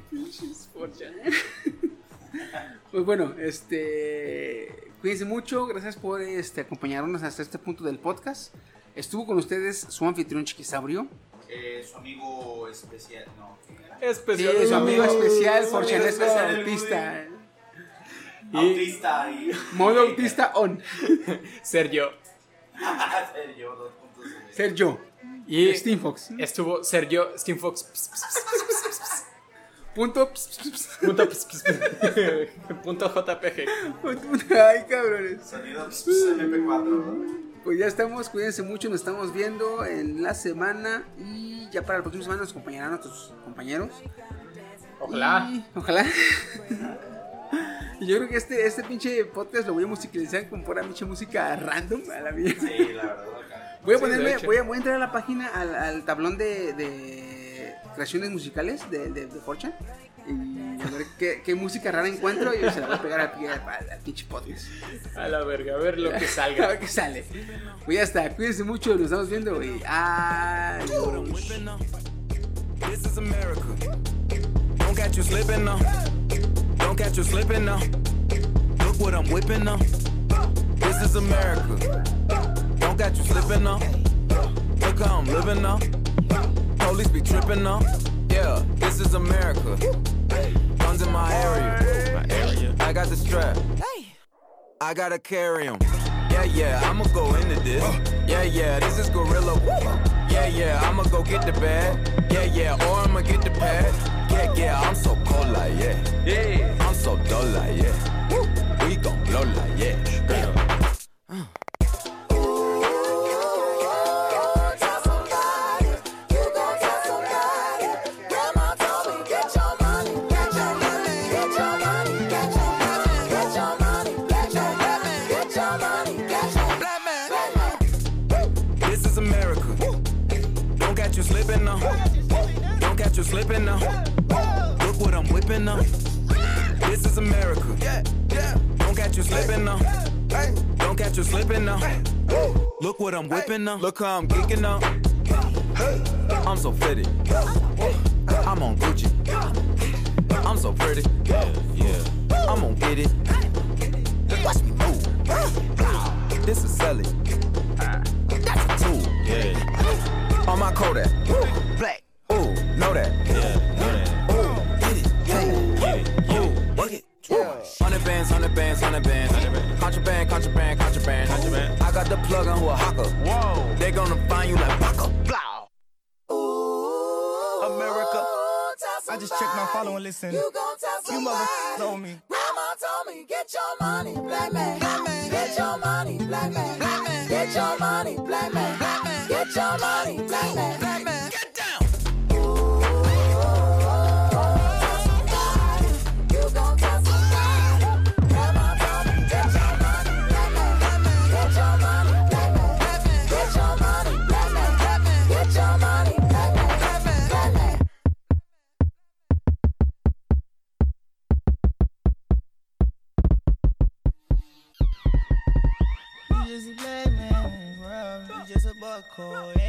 Pues bueno, este, cuídense mucho, gracias por este, acompañarnos hasta este punto del podcast. Estuvo con ustedes su anfitrión Chiquisaurio. Eh, su amigo especial, no, ¿quién era? Sí, Especial. su amigo especial, Su por amigo chanesco especial, el autista. Autista y... Modo autista on. Sergio. Sergio, dos puntos de... Ser yo. Y Steam Fox. estuvo Sergio Steam Fox. Ps, ps, Punto. ps, punto, ps, ps, ps, punto J P G. Ay, cabrones. Sonido eme pe cuatro, ¿no? Pues ya estamos, cuídense mucho, nos estamos viendo en la semana. Y ya para la próxima semana nos acompañarán nuestros compañeros. Ojalá. Y- ojalá. Y yo creo que este, este pinche podcast lo voy a musicalizar con pura pinche música random a la mía. Sí, la verdad, acá. Voy a Sí, ponerme, de hecho. voy a, voy a entrar a la página, al, al tablón de, de creaciones musicales de, de, de four chan y a ver qué, qué música rara encuentro y se la voy a pegar al, al, al pinche podcast. A la verga, a ver lo que A salga. ver qué sale. Pues ya está, cuídense mucho, nos estamos viendo y adiós. Whipping up. This is America. Don't catch you slipping now. Don't catch you slipping now. Look what I'm whipping now. This is America. Don't catch you slipping now. Look how I'm living now. Police be tripping now. Yeah, this is America. Guns in my area. My area. I got the strap. I gotta carry 'em. Yeah, yeah, I'ma go into this. Yeah, yeah, this is gorilla. Yeah, yeah, I'ma go get the bag. Yeah, yeah, or I'ma get the pad. Yeah, yeah, I'm so cold like yeah. Yeah, I'm so dull like yeah. We gon' blow like yeah. Straight up. This is America. Don't catch catch you slipping now. Don't catch you slipping now. Look what I'm whipping now. This is America. Yeah, yeah. Don't catch you slipping now. Don't catch you slipping now. Look what I'm whipping now. Look how I'm geeking now. I'm so pretty. I'm on Gucci. I'm so pretty. Yeah, yeah. I'm gonna get it. Watch me move. This is Sally. That's a tool. Yeah. On my Kodak. Black. Ooh, know that. Yeah, know that. Ooh, get it. Hey. Get it. Ooh, work it. Hundred bands, hundred bands, hundred bands. Contraband, contraband, contraband. Contraband. I got the plug on who a hawker. Whoa. They gonna find you like Baka. Blah. Ooh, America. I just checked my follow and listen. You gon' tell somebody. You motherfuckers on me. Grandma told me, get your money, black man. Black man. Get your money, black man. Black man. Get your money, black man. Black man. Get your money, black man. Black man. Get down. Ooh, tell somebody. You gon' tell somebody. Grandma told me, get your money, black man. Black man. Get your money, black man. Black man. Get your money, black man. Black man. Get your money, black man. Black man. Black man. You just a black man, bro. You just a bucko, yeah.